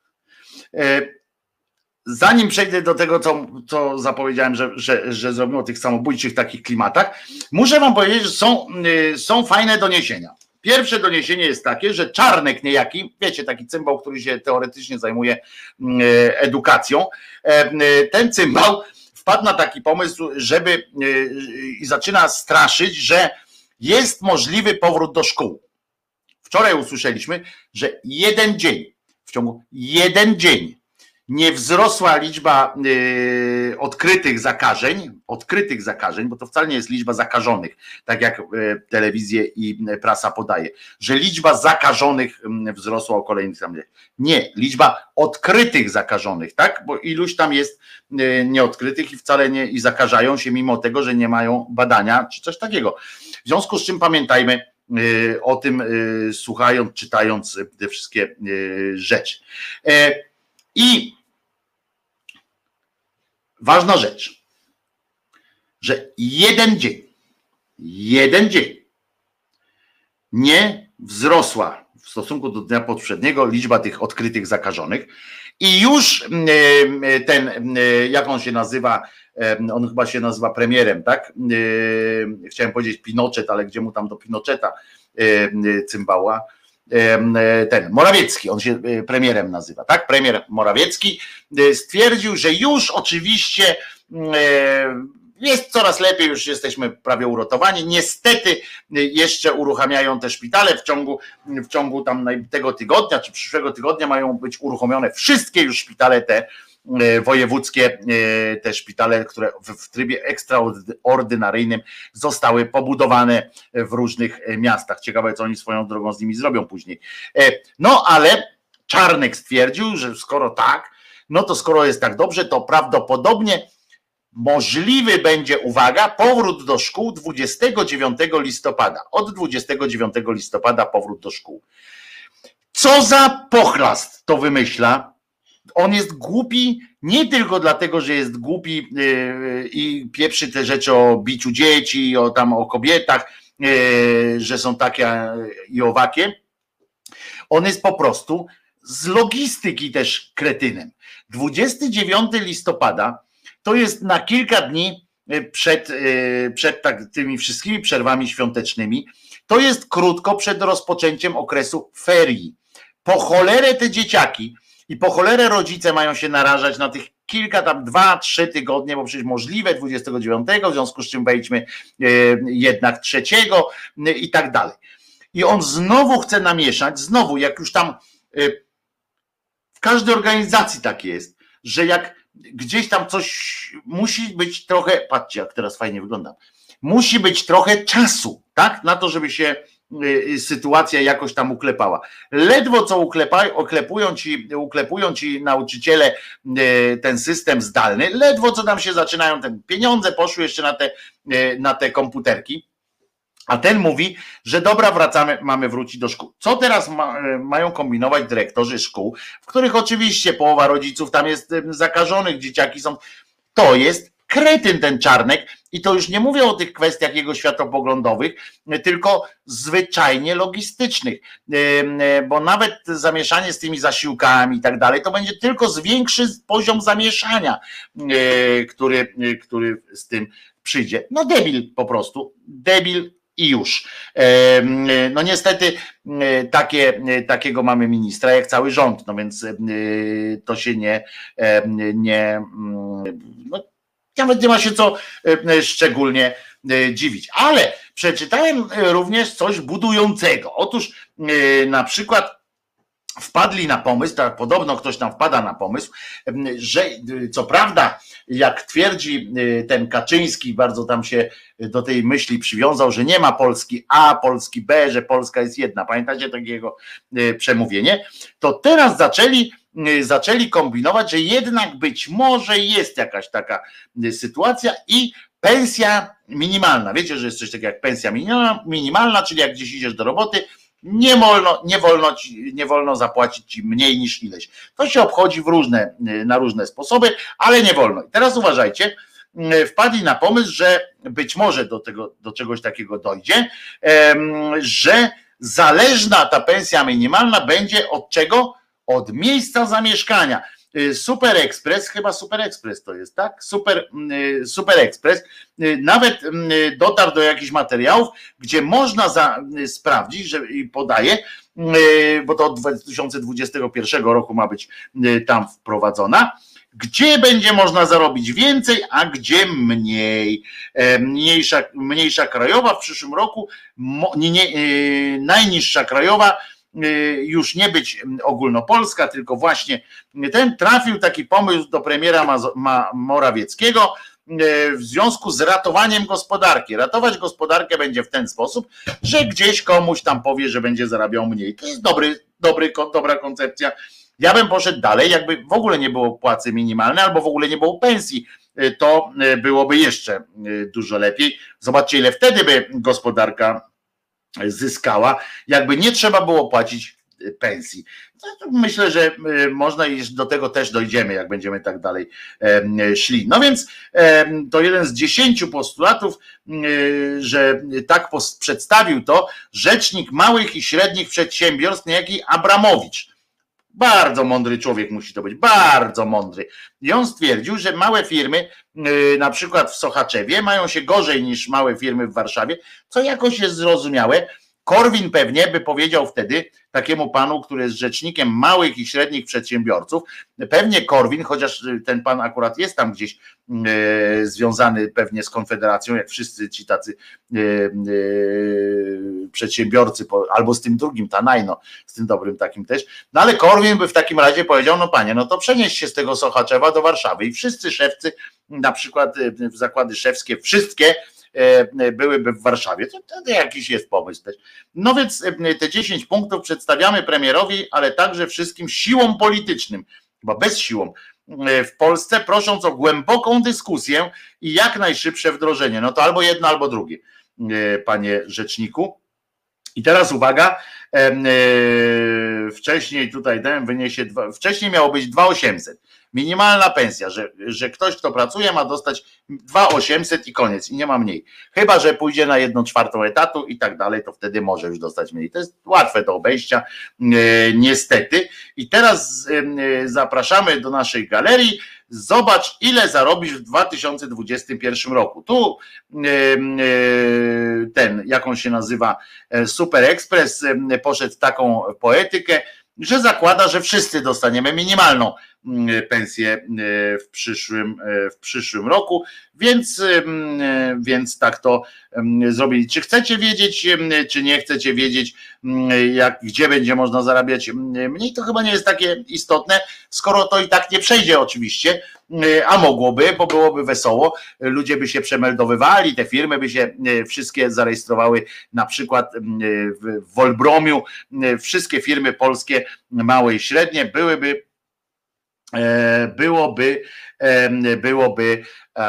Zanim przejdę do tego, co, co zapowiedziałem, że, że, że zrobimy o tych samobójczych takich klimatach, muszę wam powiedzieć, że są, są fajne doniesienia. Pierwsze doniesienie jest takie, że Czarnek niejaki, wiecie, taki cymbał, który się teoretycznie zajmuje edukacją, ten cymbał wpadł na taki pomysł, żeby i zaczyna straszyć, że jest możliwy powrót do szkół. Wczoraj usłyszeliśmy, że jeden dzień, w ciągu jeden dzień nie wzrosła liczba y, odkrytych zakażeń, odkrytych zakażeń, bo to wcale nie jest liczba zakażonych, tak jak y, telewizje i prasa podaje, że liczba zakażonych y, wzrosła o kolejnych tam. Nie, liczba odkrytych zakażonych, tak? Bo iluś tam jest y, nieodkrytych i wcale nie i zakażają się mimo tego, że nie mają badania czy coś takiego. W związku z czym pamiętajmy y, o tym, y, słuchając, czytając te wszystkie y, rzeczy. Y, I ważna rzecz, że jeden dzień, jeden dzień nie wzrosła w stosunku do dnia poprzedniego liczba tych odkrytych zakażonych i już ten, jak on się nazywa, on chyba się nazywa premierem, tak? Chciałem powiedzieć Pinochet, ale gdzie mu tam do Pinocheta cymbała? Ten Morawiecki, on się premierem nazywa, tak? Premier Morawiecki stwierdził, że już oczywiście jest coraz lepiej, już jesteśmy prawie uratowani. Niestety jeszcze uruchamiają te szpitale w ciągu, w ciągu tam tego tygodnia czy przyszłego tygodnia mają być uruchomione wszystkie już szpitale te wojewódzkie, te szpitale, które w trybie ekstraordynaryjnym zostały pobudowane w różnych miastach. Ciekawe, co oni swoją drogą z nimi zrobią później. No ale Czarnek stwierdził, że skoro tak, no to skoro jest tak dobrze, to prawdopodobnie możliwy będzie, uwaga, powrót do szkół dwudziestego dziewiątego listopada. Od dwudziestego dziewiątego listopada powrót do szkół. Co za pochlast to wymyśla? On jest głupi nie tylko dlatego, że jest głupi yy, i pieprzy te rzeczy o biciu dzieci, o tam o kobietach, yy, że są takie i owakie. On jest po prostu z logistyki też kretynem. dwudziestego dziewiątego listopada to jest na kilka dni przed, yy, przed tak, tymi wszystkimi przerwami świątecznymi. To jest krótko przed rozpoczęciem okresu ferii. Po cholerę te dzieciaki i po cholerę rodzice mają się narażać na tych kilka tam, dwa, trzy tygodnie, bo przecież możliwe dwudziestego dziewiątego, w związku z czym wejdźmy jednak trzeciego i tak dalej. I on znowu chce namieszać, znowu jak już tam w każdej organizacji tak jest, że jak gdzieś tam coś musi być trochę, patrzcie jak teraz fajnie wygląda, musi być trochę czasu, tak, na to, żeby się sytuacja jakoś tam uklepała. Ledwo co uklepają, oklepują ci, uklepują ci nauczyciele ten system zdalny, ledwo co tam się zaczynają, te pieniądze poszły jeszcze na te, na te komputerki, a ten mówi, że dobra, wracamy, mamy wrócić do szkół. Co teraz ma, mają kombinować dyrektorzy szkół, w których oczywiście połowa rodziców tam jest zakażonych, dzieciaki są, to jest kretyn ten Czarnek i to już nie mówię o tych kwestiach jego światopoglądowych, tylko zwyczajnie logistycznych, bo nawet zamieszanie z tymi zasiłkami i tak dalej, to będzie tylko zwiększy poziom zamieszania, który, który z tym przyjdzie. No debil po prostu, debil i już. No niestety takie, takiego mamy ministra jak cały rząd, no więc to się nie, nie no, nawet nie ma się co szczególnie dziwić. Ale przeczytałem również coś budującego. Otóż na przykład wpadli na pomysł, tak podobno ktoś tam wpada na pomysł, że co prawda, jak twierdzi ten Kaczyński, bardzo tam się do tej myśli przywiązał, że nie ma Polski A, Polski B, że Polska jest jedna. Pamiętacie takiego przemówienie? To teraz zaczęli zaczęli kombinować, że jednak być może jest jakaś taka sytuacja i pensja minimalna. Wiecie, że jest coś takiego jak pensja minimalna, czyli jak gdzieś idziesz do roboty nie wolno, nie wolno ci, nie wolno zapłacić ci mniej niż ileś. To się obchodzi w różne, na różne sposoby, ale nie wolno. I teraz uważajcie, wpadli na pomysł, że być może do tego, do czegoś takiego dojdzie, że zależna ta pensja minimalna będzie od czego? Od miejsca zamieszkania. Super Express, chyba Super Express to jest, tak? Super, Super Express nawet dotarł do jakichś materiałów, gdzie można za, sprawdzić, że i podaje, bo to od dwa tysiące dwudziestego pierwszego roku ma być tam wprowadzona, gdzie będzie można zarobić więcej, a gdzie mniej. Mniejsza, mniejsza krajowa w przyszłym roku, nie, nie, najniższa krajowa już nie być ogólnopolska, tylko właśnie ten trafił taki pomysł do premiera Morawieckiego w związku z ratowaniem gospodarki. Ratować gospodarkę będzie w ten sposób, że gdzieś komuś tam powie, że będzie zarabiał mniej. To jest dobry, dobry, dobra koncepcja. Ja bym poszedł dalej, jakby w ogóle nie było płacy minimalnej albo w ogóle nie było pensji, to byłoby jeszcze dużo lepiej. Zobaczcie, ile wtedy by gospodarka zyskała, jakby nie trzeba było płacić pensji. Myślę, że można i do tego też dojdziemy, jak będziemy tak dalej szli. No więc to jeden z dziesięciu postulatów, że tak przedstawił to rzecznik małych i średnich przedsiębiorstw, niejaki Abramowicz. Bardzo mądry człowiek musi to być, bardzo mądry. I on stwierdził, że małe firmy, na przykład w Sochaczewie, mają się gorzej niż małe firmy w Warszawie, co jakoś jest zrozumiałe. Korwin pewnie by powiedział wtedy takiemu panu, który jest rzecznikiem małych i średnich przedsiębiorców, pewnie Korwin, chociaż ten pan akurat jest tam gdzieś e, związany pewnie z Konfederacją, jak wszyscy ci tacy e, e, przedsiębiorcy, albo z tym drugim, Tanajno, z tym dobrym takim też, no ale Korwin by w takim razie powiedział, no panie, no to przenieś się z tego Sochaczewa do Warszawy i wszyscy szewcy, na przykład w zakłady szewskie, wszystkie byłyby w Warszawie. To, to jakiś jest pomysł też. No więc te dziesięć punktów przedstawiamy premierowi, ale także wszystkim siłom politycznym, bo bez siłą w Polsce, prosząc o głęboką dyskusję i jak najszybsze wdrożenie. No to albo jedno, albo drugie, panie rzeczniku. I teraz uwaga, wcześniej tutaj dałem, wyniesie, dwa, wcześniej miało być dwa tysiące osiemset. Minimalna pensja, że, że ktoś, kto pracuje, ma dostać dwa tysiące osiemset i koniec, i nie ma mniej. Chyba że pójdzie na jedną czwartą etatu i tak dalej, to wtedy może już dostać mniej. To jest łatwe do obejścia, niestety. I teraz zapraszamy do naszej galerii. Zobacz, ile zarobisz w dwa tysiące dwudziestym pierwszym roku. Tu ten, jak on się nazywa, Super Express poszedł w taką poetykę, że zakłada, że wszyscy dostaniemy minimalną pensję w przyszłym, w przyszłym roku, więc, więc tak to zrobili. Czy chcecie wiedzieć, czy nie chcecie wiedzieć, jak, gdzie będzie można zarabiać mniej, to chyba nie jest takie istotne, skoro to i tak nie przejdzie oczywiście, a mogłoby, bo byłoby wesoło, ludzie by się przemeldowywali, te firmy by się wszystkie zarejestrowały, na przykład w Wolbromiu, wszystkie firmy polskie, małe i średnie, byłyby byłoby byłoby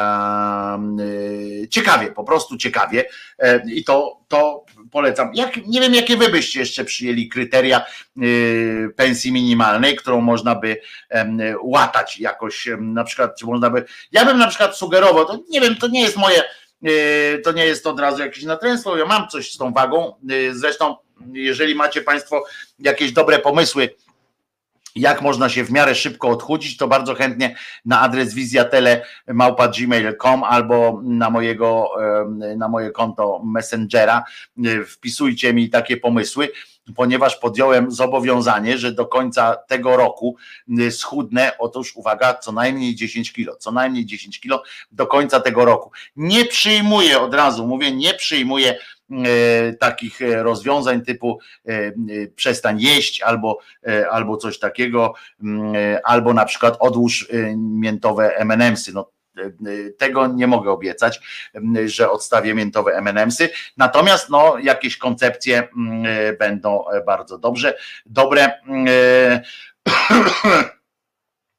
ciekawie, po prostu ciekawie i to, to polecam. Jak, nie wiem, jakie wy byście jeszcze przyjęli kryteria pensji minimalnej, którą można by łatać jakoś, na przykład, czy można by, ja bym na przykład sugerował, to nie wiem, to nie jest moje, to nie jest od razu jakieś natręstwo, ja mam coś z tą wagą, zresztą jeżeli macie państwo jakieś dobre pomysły, jak można się w miarę szybko odchudzić, to bardzo chętnie na adres wizjatele małpa gmail kropka com albo na mojego, na moje konto Messengera wpisujcie mi takie pomysły, ponieważ podjąłem zobowiązanie, że do końca tego roku schudnę, otóż uwaga, co najmniej dziesięć kilo, co najmniej dziesięć kilo do końca tego roku. Nie przyjmuję, od razu mówię, nie przyjmuję takich rozwiązań typu przestań jeść albo, albo coś takiego, albo na przykład odłóż miętowe em and emsy. No, tego nie mogę obiecać, że odstawię miętowe em and emsy, natomiast no, jakieś koncepcje będą bardzo dobrze, dobre.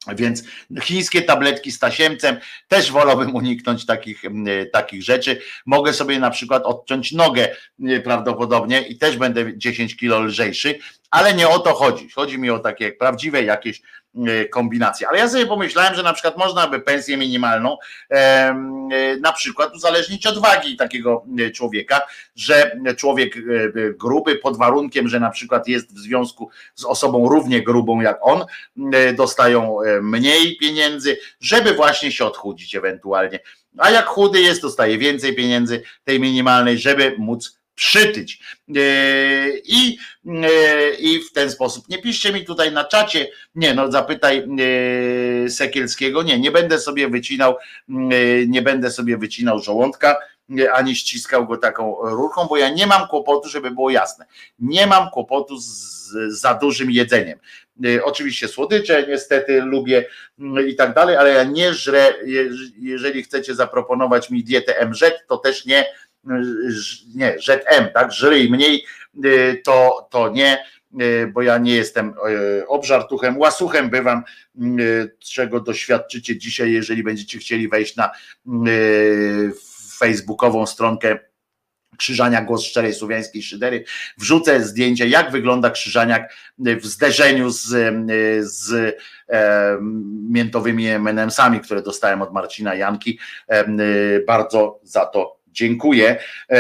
Więc chińskie tabletki z tasiemcem, też wolałbym uniknąć takich, takich rzeczy. Mogę sobie na przykład odciąć nogę prawdopodobnie i też będę dziesięć kilo lżejszy, ale nie o to chodzi. Chodzi mi o takie prawdziwe jakieś kombinacje. Ale ja sobie pomyślałem, że na przykład można by pensję minimalną e, na przykład uzależnić od wagi takiego człowieka, że człowiek gruby pod warunkiem, że na przykład jest w związku z osobą równie grubą jak on, dostają mniej pieniędzy, żeby właśnie się odchudzić ewentualnie. A jak chudy jest, dostaje więcej pieniędzy tej minimalnej, żeby móc przytyć. I, I w ten sposób. Nie piszcie mi tutaj na czacie, nie no zapytaj Sekielskiego, nie, nie będę sobie wycinał, nie będę sobie wycinał żołądka, ani ściskał go taką rurką, bo ja nie mam kłopotu, żeby było jasne. Nie mam kłopotu z za dużym jedzeniem. Oczywiście słodycze niestety lubię i tak dalej, ale ja nie żrę, jeżeli chcecie zaproponować mi dietę M Z, to też nie nie, Z M, tak, żryj mniej, to, to nie, bo ja nie jestem obżartuchem, łasuchem bywam, czego doświadczycie dzisiaj, jeżeli będziecie chcieli wejść na facebookową stronkę Krzyżaniak, głos szczerej słowiańskiej szydery. Wrzucę zdjęcie, jak wygląda Krzyżaniak w zderzeniu z, z e, miętowymi em and emsami, które dostałem od Marcina Janki. E, bardzo za to dziękuję.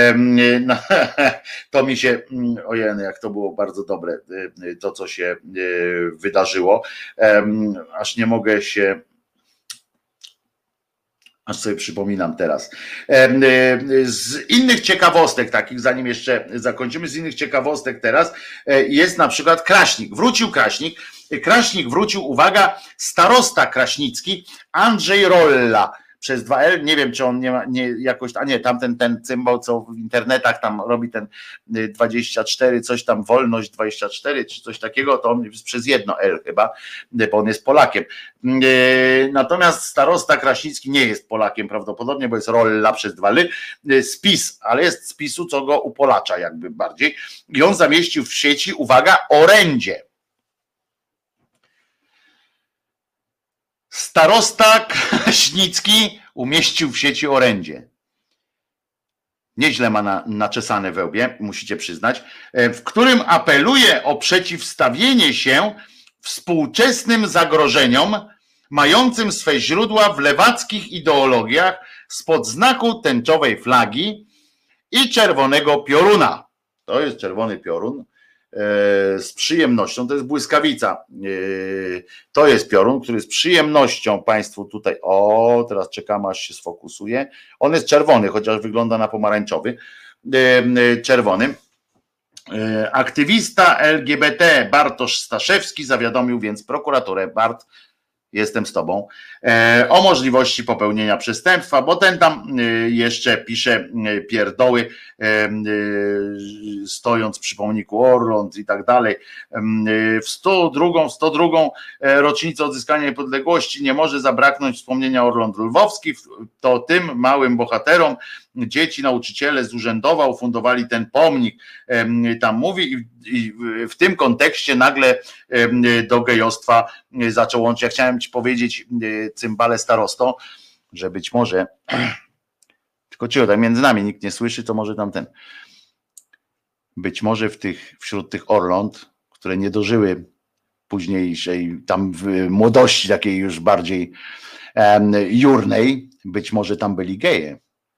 To mi się, ojej, jak to było bardzo dobre, to co się wydarzyło. Aż nie mogę się, aż sobie przypominam teraz. Z innych ciekawostek takich, zanim jeszcze zakończymy, z innych ciekawostek teraz jest na przykład Kraśnik. Wrócił Kraśnik. Kraśnik wrócił, uwaga, starosta kraśnicki Andrzej Rolla. Przez dwa L, nie wiem, czy on nie ma nie, jakoś, a nie, tamten ten cymbał, co w internetach tam robi ten dwadzieścia cztery, coś tam, wolność dwadzieścia cztery, czy coś takiego, to on jest przez jedno L chyba, bo on jest Polakiem. Natomiast starosta kraśnicki nie jest Polakiem prawdopodobnie, bo jest Rolla przez dwa L, z PiS, ale jest z PiSu, co go upolacza jakby bardziej. I on zamieścił w sieci, uwaga, orędzie. Starosta Kraśnicki umieścił w sieci orędzie. Nieźle ma na, naczesane we łbie, musicie przyznać, w którym apeluje o przeciwstawienie się współczesnym zagrożeniom mającym swe źródła w lewackich ideologiach spod znaku tęczowej flagi i czerwonego pioruna. To jest czerwony piorun. Z przyjemnością, to jest błyskawica, to jest piorun, który z przyjemnością Państwu tutaj, o teraz czekamy aż się sfokusuje, on jest czerwony, chociaż wygląda na pomarańczowy, czerwony. Aktywista L G B T Bartosz Staszewski zawiadomił więc prokuraturę, Bart, jestem z tobą, o możliwości popełnienia przestępstwa, bo ten tam jeszcze pisze pierdoły, stojąc przy pomniku Orląt i tak dalej. W sto drugą, sto drugą rocznicę odzyskania niepodległości nie może zabraknąć wspomnienia Orląt Lwowski, to tym małym bohaterom dzieci, nauczyciele z urzędowa ufundowali ten pomnik, tam mówi, i w tym kontekście nagle do gejostwa zaczął łączyć. Ja chciałem ci powiedzieć, cymbale starosto, że być może, tylko cicho, tak między nami nikt nie słyszy, to może tamten, być może w tych, wśród tych Orląt, które nie dożyły późniejszej tam w młodości takiej już bardziej um, jurnej, być może tam byli geje.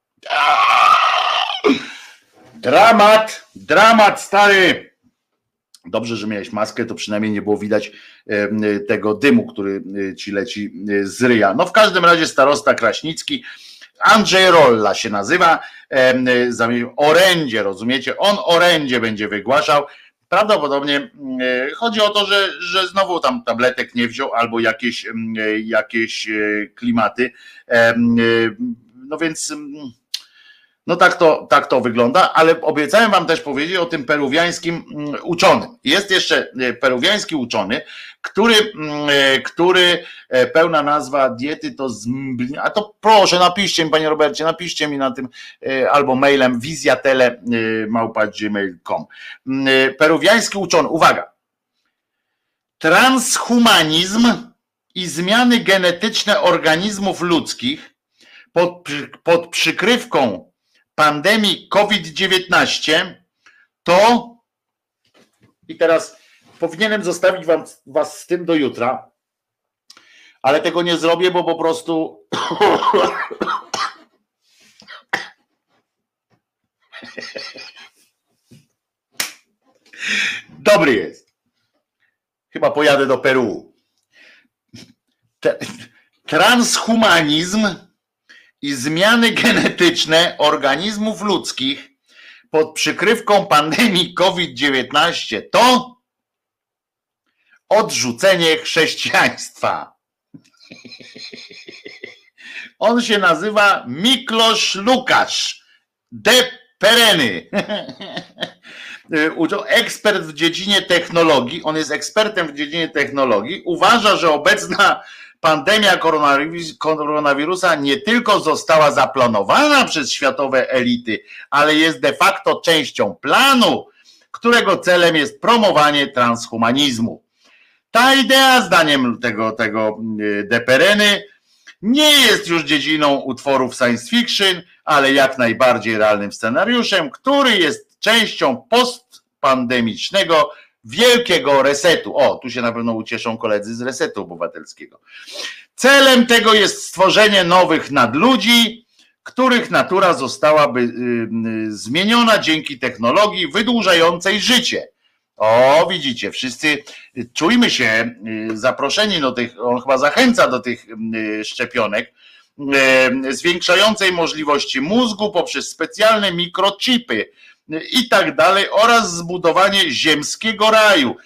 Dramat, dramat stary. Dobrze, że miałeś maskę, to przynajmniej nie było widać tego dymu, który ci leci z ryja. No w każdym razie starosta kraśnicki, Andrzej Rolla się nazywa, orędzie, rozumiecie? On orędzie będzie wygłaszał. Prawdopodobnie chodzi o to, że, że znowu tam tabletek nie wziął albo jakieś, jakieś klimaty. No więc no tak to, tak to wygląda, ale obiecałem wam też powiedzieć o tym peruwiańskim uczonym. Jest jeszcze peruwiański uczony, który, który pełna nazwa diety to zmbli... A to proszę, napiszcie mi, panie Robercie, napiszcie mi na tym albo mailem wizjatele małpa gmail kropka com. Peruwiański uczony, uwaga, transhumanizm i zmiany genetyczne organizmów ludzkich pod, pod przykrywką pandemii COVID dziewiętnaście, to i teraz powinienem zostawić wam, was z tym do jutra, ale tego nie zrobię, bo po prostu dobry jest. Chyba pojadę do Peru. Transhumanizm i zmiany genetyczne organizmów ludzkich pod przykrywką pandemii COVID dziewiętnaście to odrzucenie chrześcijaństwa. On się nazywa Miklosz Lukasz de Pereny. Ekspert w dziedzinie technologii, on jest ekspertem w dziedzinie technologii, uważa, że obecna pandemia koronawirusa nie tylko została zaplanowana przez światowe elity, ale jest de facto częścią planu, którego celem jest promowanie transhumanizmu. Ta idea, zdaniem tego, tego de Pereny, nie jest już dziedziną utworów science fiction, ale jak najbardziej realnym scenariuszem, który jest częścią postpandemicznego wielkiego resetu. O, tu się na pewno ucieszą koledzy z Resetu Obywatelskiego. Celem tego jest stworzenie nowych nadludzi, których natura zostałaby y, y, zmieniona dzięki technologii wydłużającej życie. O, widzicie, wszyscy czujmy się y, zaproszeni do tych, on chyba zachęca do tych y, szczepionek, y, zwiększającej możliwości mózgu poprzez specjalne mikrochipy i tak dalej oraz zbudowanie ziemskiego raju.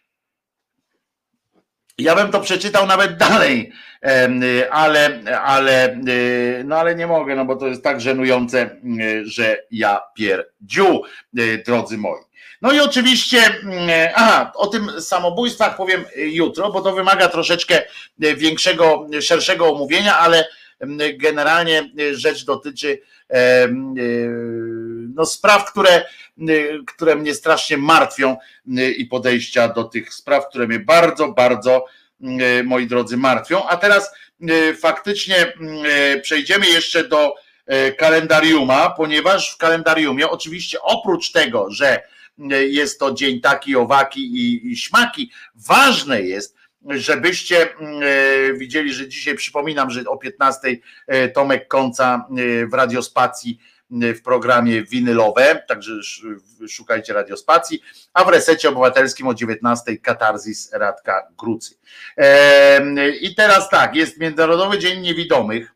Ja bym to przeczytał nawet dalej, ale, ale, no ale nie mogę, no bo to jest tak żenujące, że ja pierdziu, drodzy moi. No i oczywiście, aha, o tym samobójstwach powiem jutro, bo to wymaga troszeczkę większego, szerszego omówienia, ale generalnie rzecz dotyczy no, spraw, które, które mnie strasznie martwią i podejścia do tych spraw, które mnie bardzo, bardzo, moi drodzy, martwią. A teraz faktycznie przejdziemy jeszcze do kalendariuma, ponieważ w kalendariumie oczywiście oprócz tego, że jest to dzień taki, owaki i, i śmaki, ważne jest, żebyście widzieli, że dzisiaj przypominam, że o piętnastej Tomek Końca w Radiospacji w programie winylowe, także szukajcie Radiospacji, a w Resecie Obywatelskim o dziewiętnastej Katarzis Radka Grucy. I teraz tak, jest Międzynarodowy Dzień Niewidomych.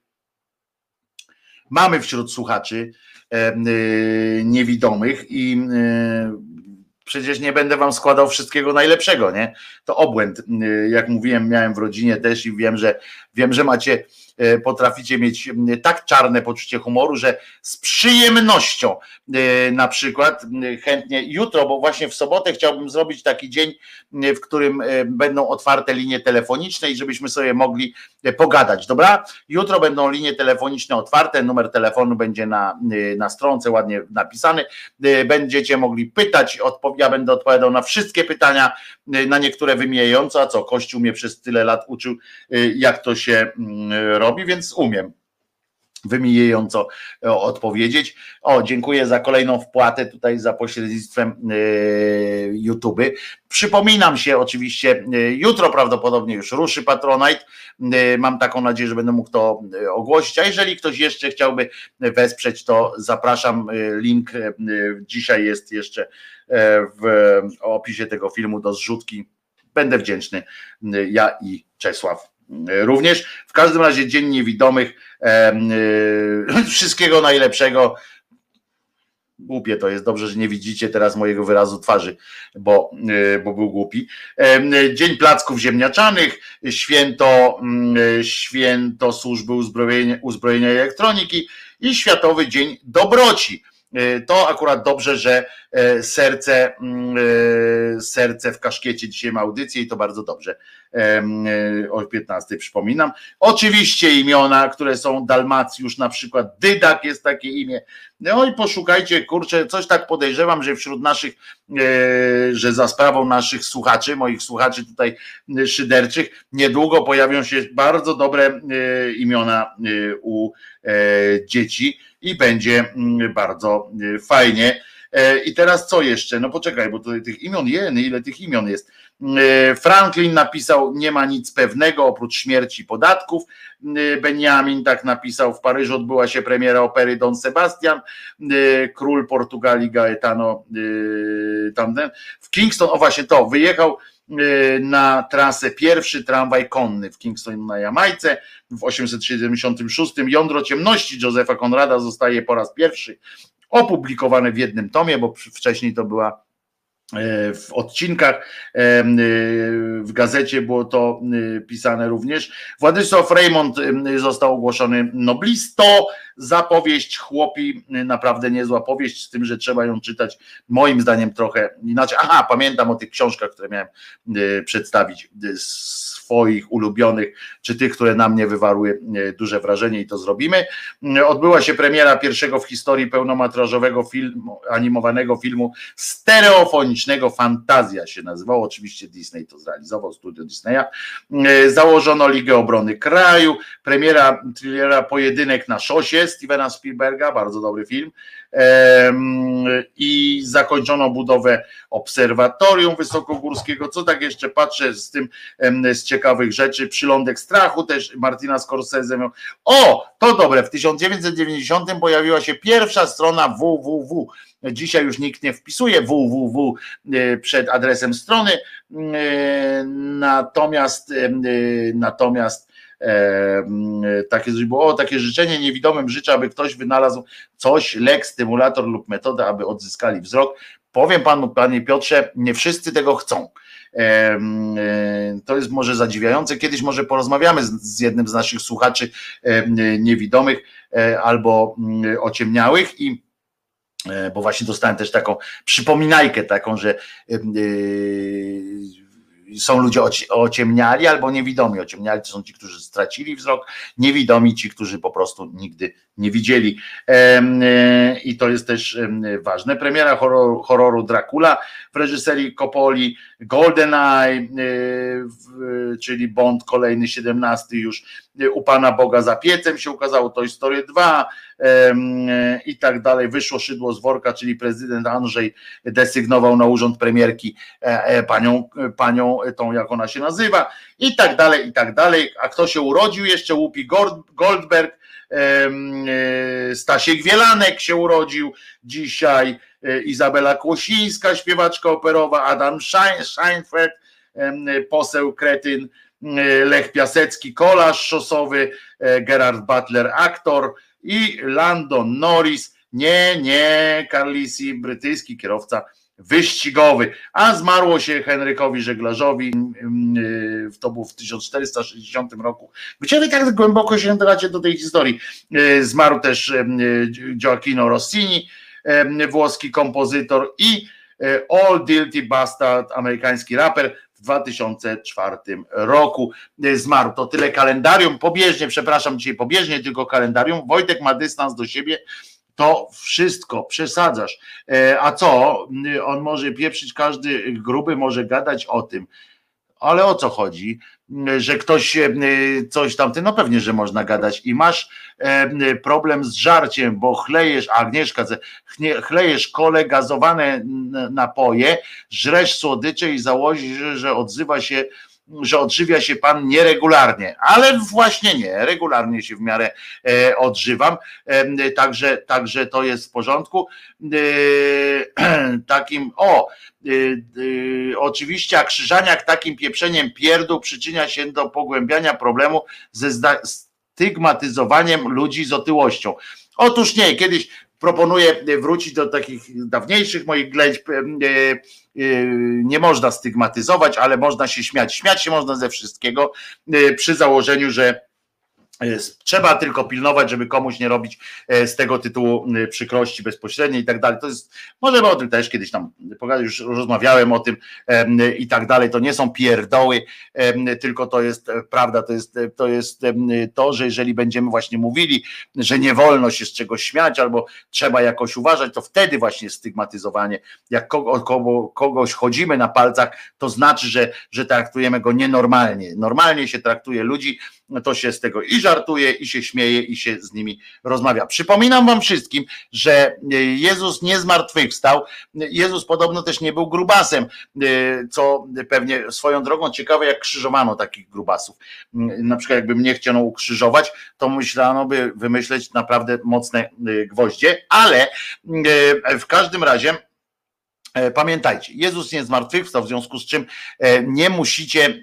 Mamy wśród słuchaczy niewidomych i przecież nie będę wam składał wszystkiego najlepszego, nie? To obłęd. Jak mówiłem, miałem w rodzinie też i wiem, że wiem, że macie, potraficie mieć tak czarne poczucie humoru, że z przyjemnością na przykład chętnie jutro, bo właśnie w sobotę chciałbym zrobić taki dzień, w którym będą otwarte linie telefoniczne i żebyśmy sobie mogli pogadać, dobra? Jutro będą linie telefoniczne otwarte, numer telefonu będzie na, na stronce ładnie napisany, będziecie mogli pytać, ja będę odpowiadał na wszystkie pytania, na niektóre wymijająco, a co, Kościół mnie przez tyle lat uczył, jak to się robi, więc umiem wymijająco odpowiedzieć. O, dziękuję za kolejną wpłatę tutaj za pośrednictwem YouTube. Przypominam się oczywiście, jutro prawdopodobnie już ruszy Patronite. Mam taką nadzieję, że będę mógł to ogłosić, a jeżeli ktoś jeszcze chciałby wesprzeć, to zapraszam. Link dzisiaj jest jeszcze w opisie tego filmu do zrzutki. Będę wdzięczny, ja i Czesław również. W każdym razie Dzień Niewidomych, wszystkiego najlepszego. Głupie to jest, dobrze, że nie widzicie teraz mojego wyrazu twarzy, bo, bo był głupi. Dzień Placków Ziemniaczanych, święto, święto Służby Uzbrojenia, Uzbrojenia i Elektroniki i Światowy Dzień Dobroci. To akurat dobrze, że serce, serce w kaszkiecie dzisiaj ma audycję i to bardzo dobrze. O piętnastej przypominam. Oczywiście imiona, które są Dalmacjusz, na przykład Dydak jest takie imię. No i poszukajcie, kurczę, coś tak podejrzewam, że wśród naszych że za sprawą naszych słuchaczy, moich słuchaczy tutaj szyderczych, niedługo pojawią się bardzo dobre imiona u dzieci i będzie bardzo fajnie. I teraz co jeszcze? No poczekaj, bo tutaj tych imion, jeny, ile tych imion jest. Franklin napisał, nie ma nic pewnego oprócz śmierci i podatków. Benjamin tak napisał, w Paryżu odbyła się premiera opery Don Sebastian, król Portugalii Gaetano tamten. W Kingston, o właśnie to, wyjechał na trasę pierwszy tramwaj konny w Kingston na Jamajce w osiemset siedemdziesiątym szóstym. Jądro ciemności Josepha Conrada zostaje po raz pierwszy opublikowane w jednym tomie, bo wcześniej to była w odcinkach, w gazecie było to pisane również. Władysław Reymont został ogłoszony noblistą za powieść Chłopi, naprawdę niezła powieść, z tym, że trzeba ją czytać moim zdaniem trochę inaczej. Aha, pamiętam o tych książkach, które miałem przedstawić, swoich ulubionych, czy tych, które na mnie wywarły duże wrażenie i to zrobimy. Odbyła się premiera pierwszego w historii pełnometrażowego filmu, animowanego filmu stereofonicznego, Fantazja się nazywało, oczywiście Disney to zrealizował, studio Disneya. Założono Ligę Obrony Kraju, premiera thrillera Pojedynek na szosie Stevena Spielberga, bardzo dobry film, i zakończono budowę obserwatorium wysokogórskiego. Co tak jeszcze patrzę z tym, z ciekawych rzeczy, Przylądek strachu też Martina Scorsese miał. O, to dobre, w tysiąc dziewięćset dziewięćdziesiątym pojawiła się pierwsza strona www. Dzisiaj już nikt nie wpisuje www przed adresem strony, natomiast natomiast takie było, o, takie życzenie niewidomym życzę, aby ktoś wynalazł coś, lek, stymulator lub metodę, aby odzyskali wzrok. Powiem panu, panie Piotrze, nie wszyscy tego chcą. To jest może zadziwiające. Kiedyś może porozmawiamy z, z jednym z naszych słuchaczy niewidomych albo ociemniałych, i bo właśnie dostałem też taką przypominajkę taką, że są ludzie ociemniali albo niewidomi. Ociemniali to są ci, którzy stracili wzrok, niewidomi ci, którzy po prostu nigdy nie widzieli. I to jest też ważne. Premiera horroru, horroru Dracula w reżyserii Coppoli, GoldenEye, czyli Bond kolejny, siedemnasty już, U Pana Boga za piecem się ukazało, Toy Story dwa i tak dalej. Wyszło szydło z worka, czyli prezydent Andrzej desygnował na urząd premierki panią, panią tą, jak ona się nazywa, i tak dalej, i tak dalej. A kto się urodził jeszcze? Whoopi Goldberg, Stasiek Wielanek się urodził dzisiaj, Izabela Kłosińska, śpiewaczka operowa, Adam Scheinfeld, poseł kretyn, Lech Piasecki, kolarz szosowy, Gerard Butler, aktor, i Landon Norris, nie, nie, Carlisi, brytyjski kierowca wyścigowy, a zmarło się Henrykowi Żeglarzowi, to było w tysiąc czterysta sześćdziesiątym roku. Gdzie wy tak głęboko się dodacie do tej historii? Zmarł też Gioacchino Rossini, włoski kompozytor, i Old Dirty Bastard, amerykański raper, w dwa tysiące czwartym roku zmarł. To tyle kalendarium, pobieżnie, przepraszam, dzisiaj pobieżnie tylko kalendarium. Wojtek ma dystans do siebie, to wszystko, przesadzasz. A co? On może pieprzyć, każdy gruby może gadać o tym. Ale o co chodzi? Że ktoś coś tam, ty, no pewnie, że można gadać, i masz problem z żarciem, bo chlejesz, Agnieszka, chlejesz kole, gazowane napoje, żresz słodycze i założysz, że odzywa się, że odżywia się pan nieregularnie, ale właśnie nie, regularnie się w miarę e, odżywam, e, także, także to jest w porządku. E, takim, o, e, e, oczywiście, a Krzyżaniak takim pieprzeniem pierdół przyczynia się do pogłębiania problemu ze zda- stygmatyzowaniem ludzi z otyłością. Otóż nie, kiedyś proponuję wrócić do takich dawniejszych moich ględźb. Nie można stygmatyzować, ale można się śmiać. Śmiać się można ze wszystkiego, przy założeniu, że Trzeba tylko pilnować, żeby komuś nie robić z tego tytułu przykrości bezpośredniej i tak dalej. To jest, możemy o tym też kiedyś tam pogadać, już rozmawiałem o tym i tak dalej. To nie są pierdoły, tylko to jest prawda, to jest, to jest to, że jeżeli będziemy właśnie mówili, że nie wolno się z czegoś śmiać albo trzeba jakoś uważać, to wtedy właśnie stygmatyzowanie, jak kogo, kogo, kogoś chodzimy na palcach, to znaczy, że, że traktujemy go nienormalnie. Normalnie się traktuje ludzi, to się z tego i żartuje, i się śmieje, i się z nimi rozmawia. Przypominam wam wszystkim, że Jezus nie zmartwychwstał. Jezus podobno też nie był grubasem, co pewnie swoją drogą ciekawe, jak krzyżowano takich grubasów. Na przykład jakby mnie chciano ukrzyżować, to myślano by wymyśleć naprawdę mocne gwoździe, ale w każdym razie pamiętajcie, Jezus nie zmartwychwstał, w związku z czym nie musicie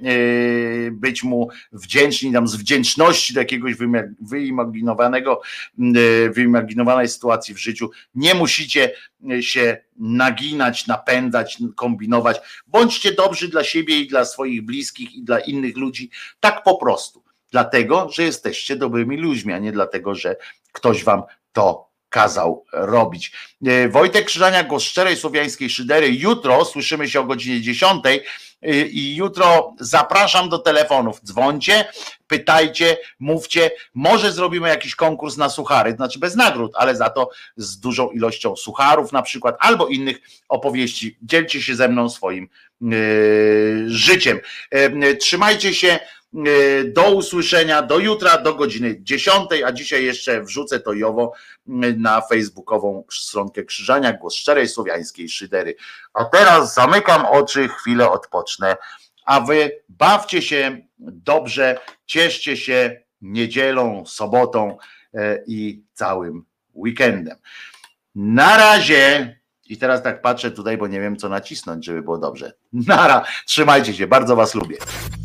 być mu wdzięczni, tam z wdzięczności do jakiegoś wyimaginowanego, wyimaginowanej sytuacji w życiu, nie musicie się naginać, napędzać, kombinować. Bądźcie dobrzy dla siebie i dla swoich bliskich i dla innych ludzi, tak po prostu. Dlatego, że jesteście dobrymi ludźmi, a nie dlatego, że ktoś wam to kazał robić. Wojtek Krzyżania, głos szczerej słowiańskiej szydery. Jutro słyszymy się o godzinie dziesiątej i jutro zapraszam do telefonów. Dzwońcie, pytajcie, mówcie. Może zrobimy jakiś konkurs na suchary, znaczy bez nagród, ale za to z dużą ilością sucharów na przykład, albo innych opowieści. Dzielcie się ze mną swoim yy, życiem. Yy, trzymajcie się. Do usłyszenia, do jutra, do godziny dziesiątej, a dzisiaj jeszcze wrzucę to jowo na facebookową stronkę Krzyżania, głos szczerej słowiańskiej szydery. A teraz zamykam oczy, chwilę odpocznę, a wy bawcie się dobrze, cieszcie się niedzielą, sobotą i całym weekendem. Na razie. I teraz tak patrzę tutaj, bo nie wiem co nacisnąć, żeby było dobrze. Nara, trzymajcie się, bardzo was lubię.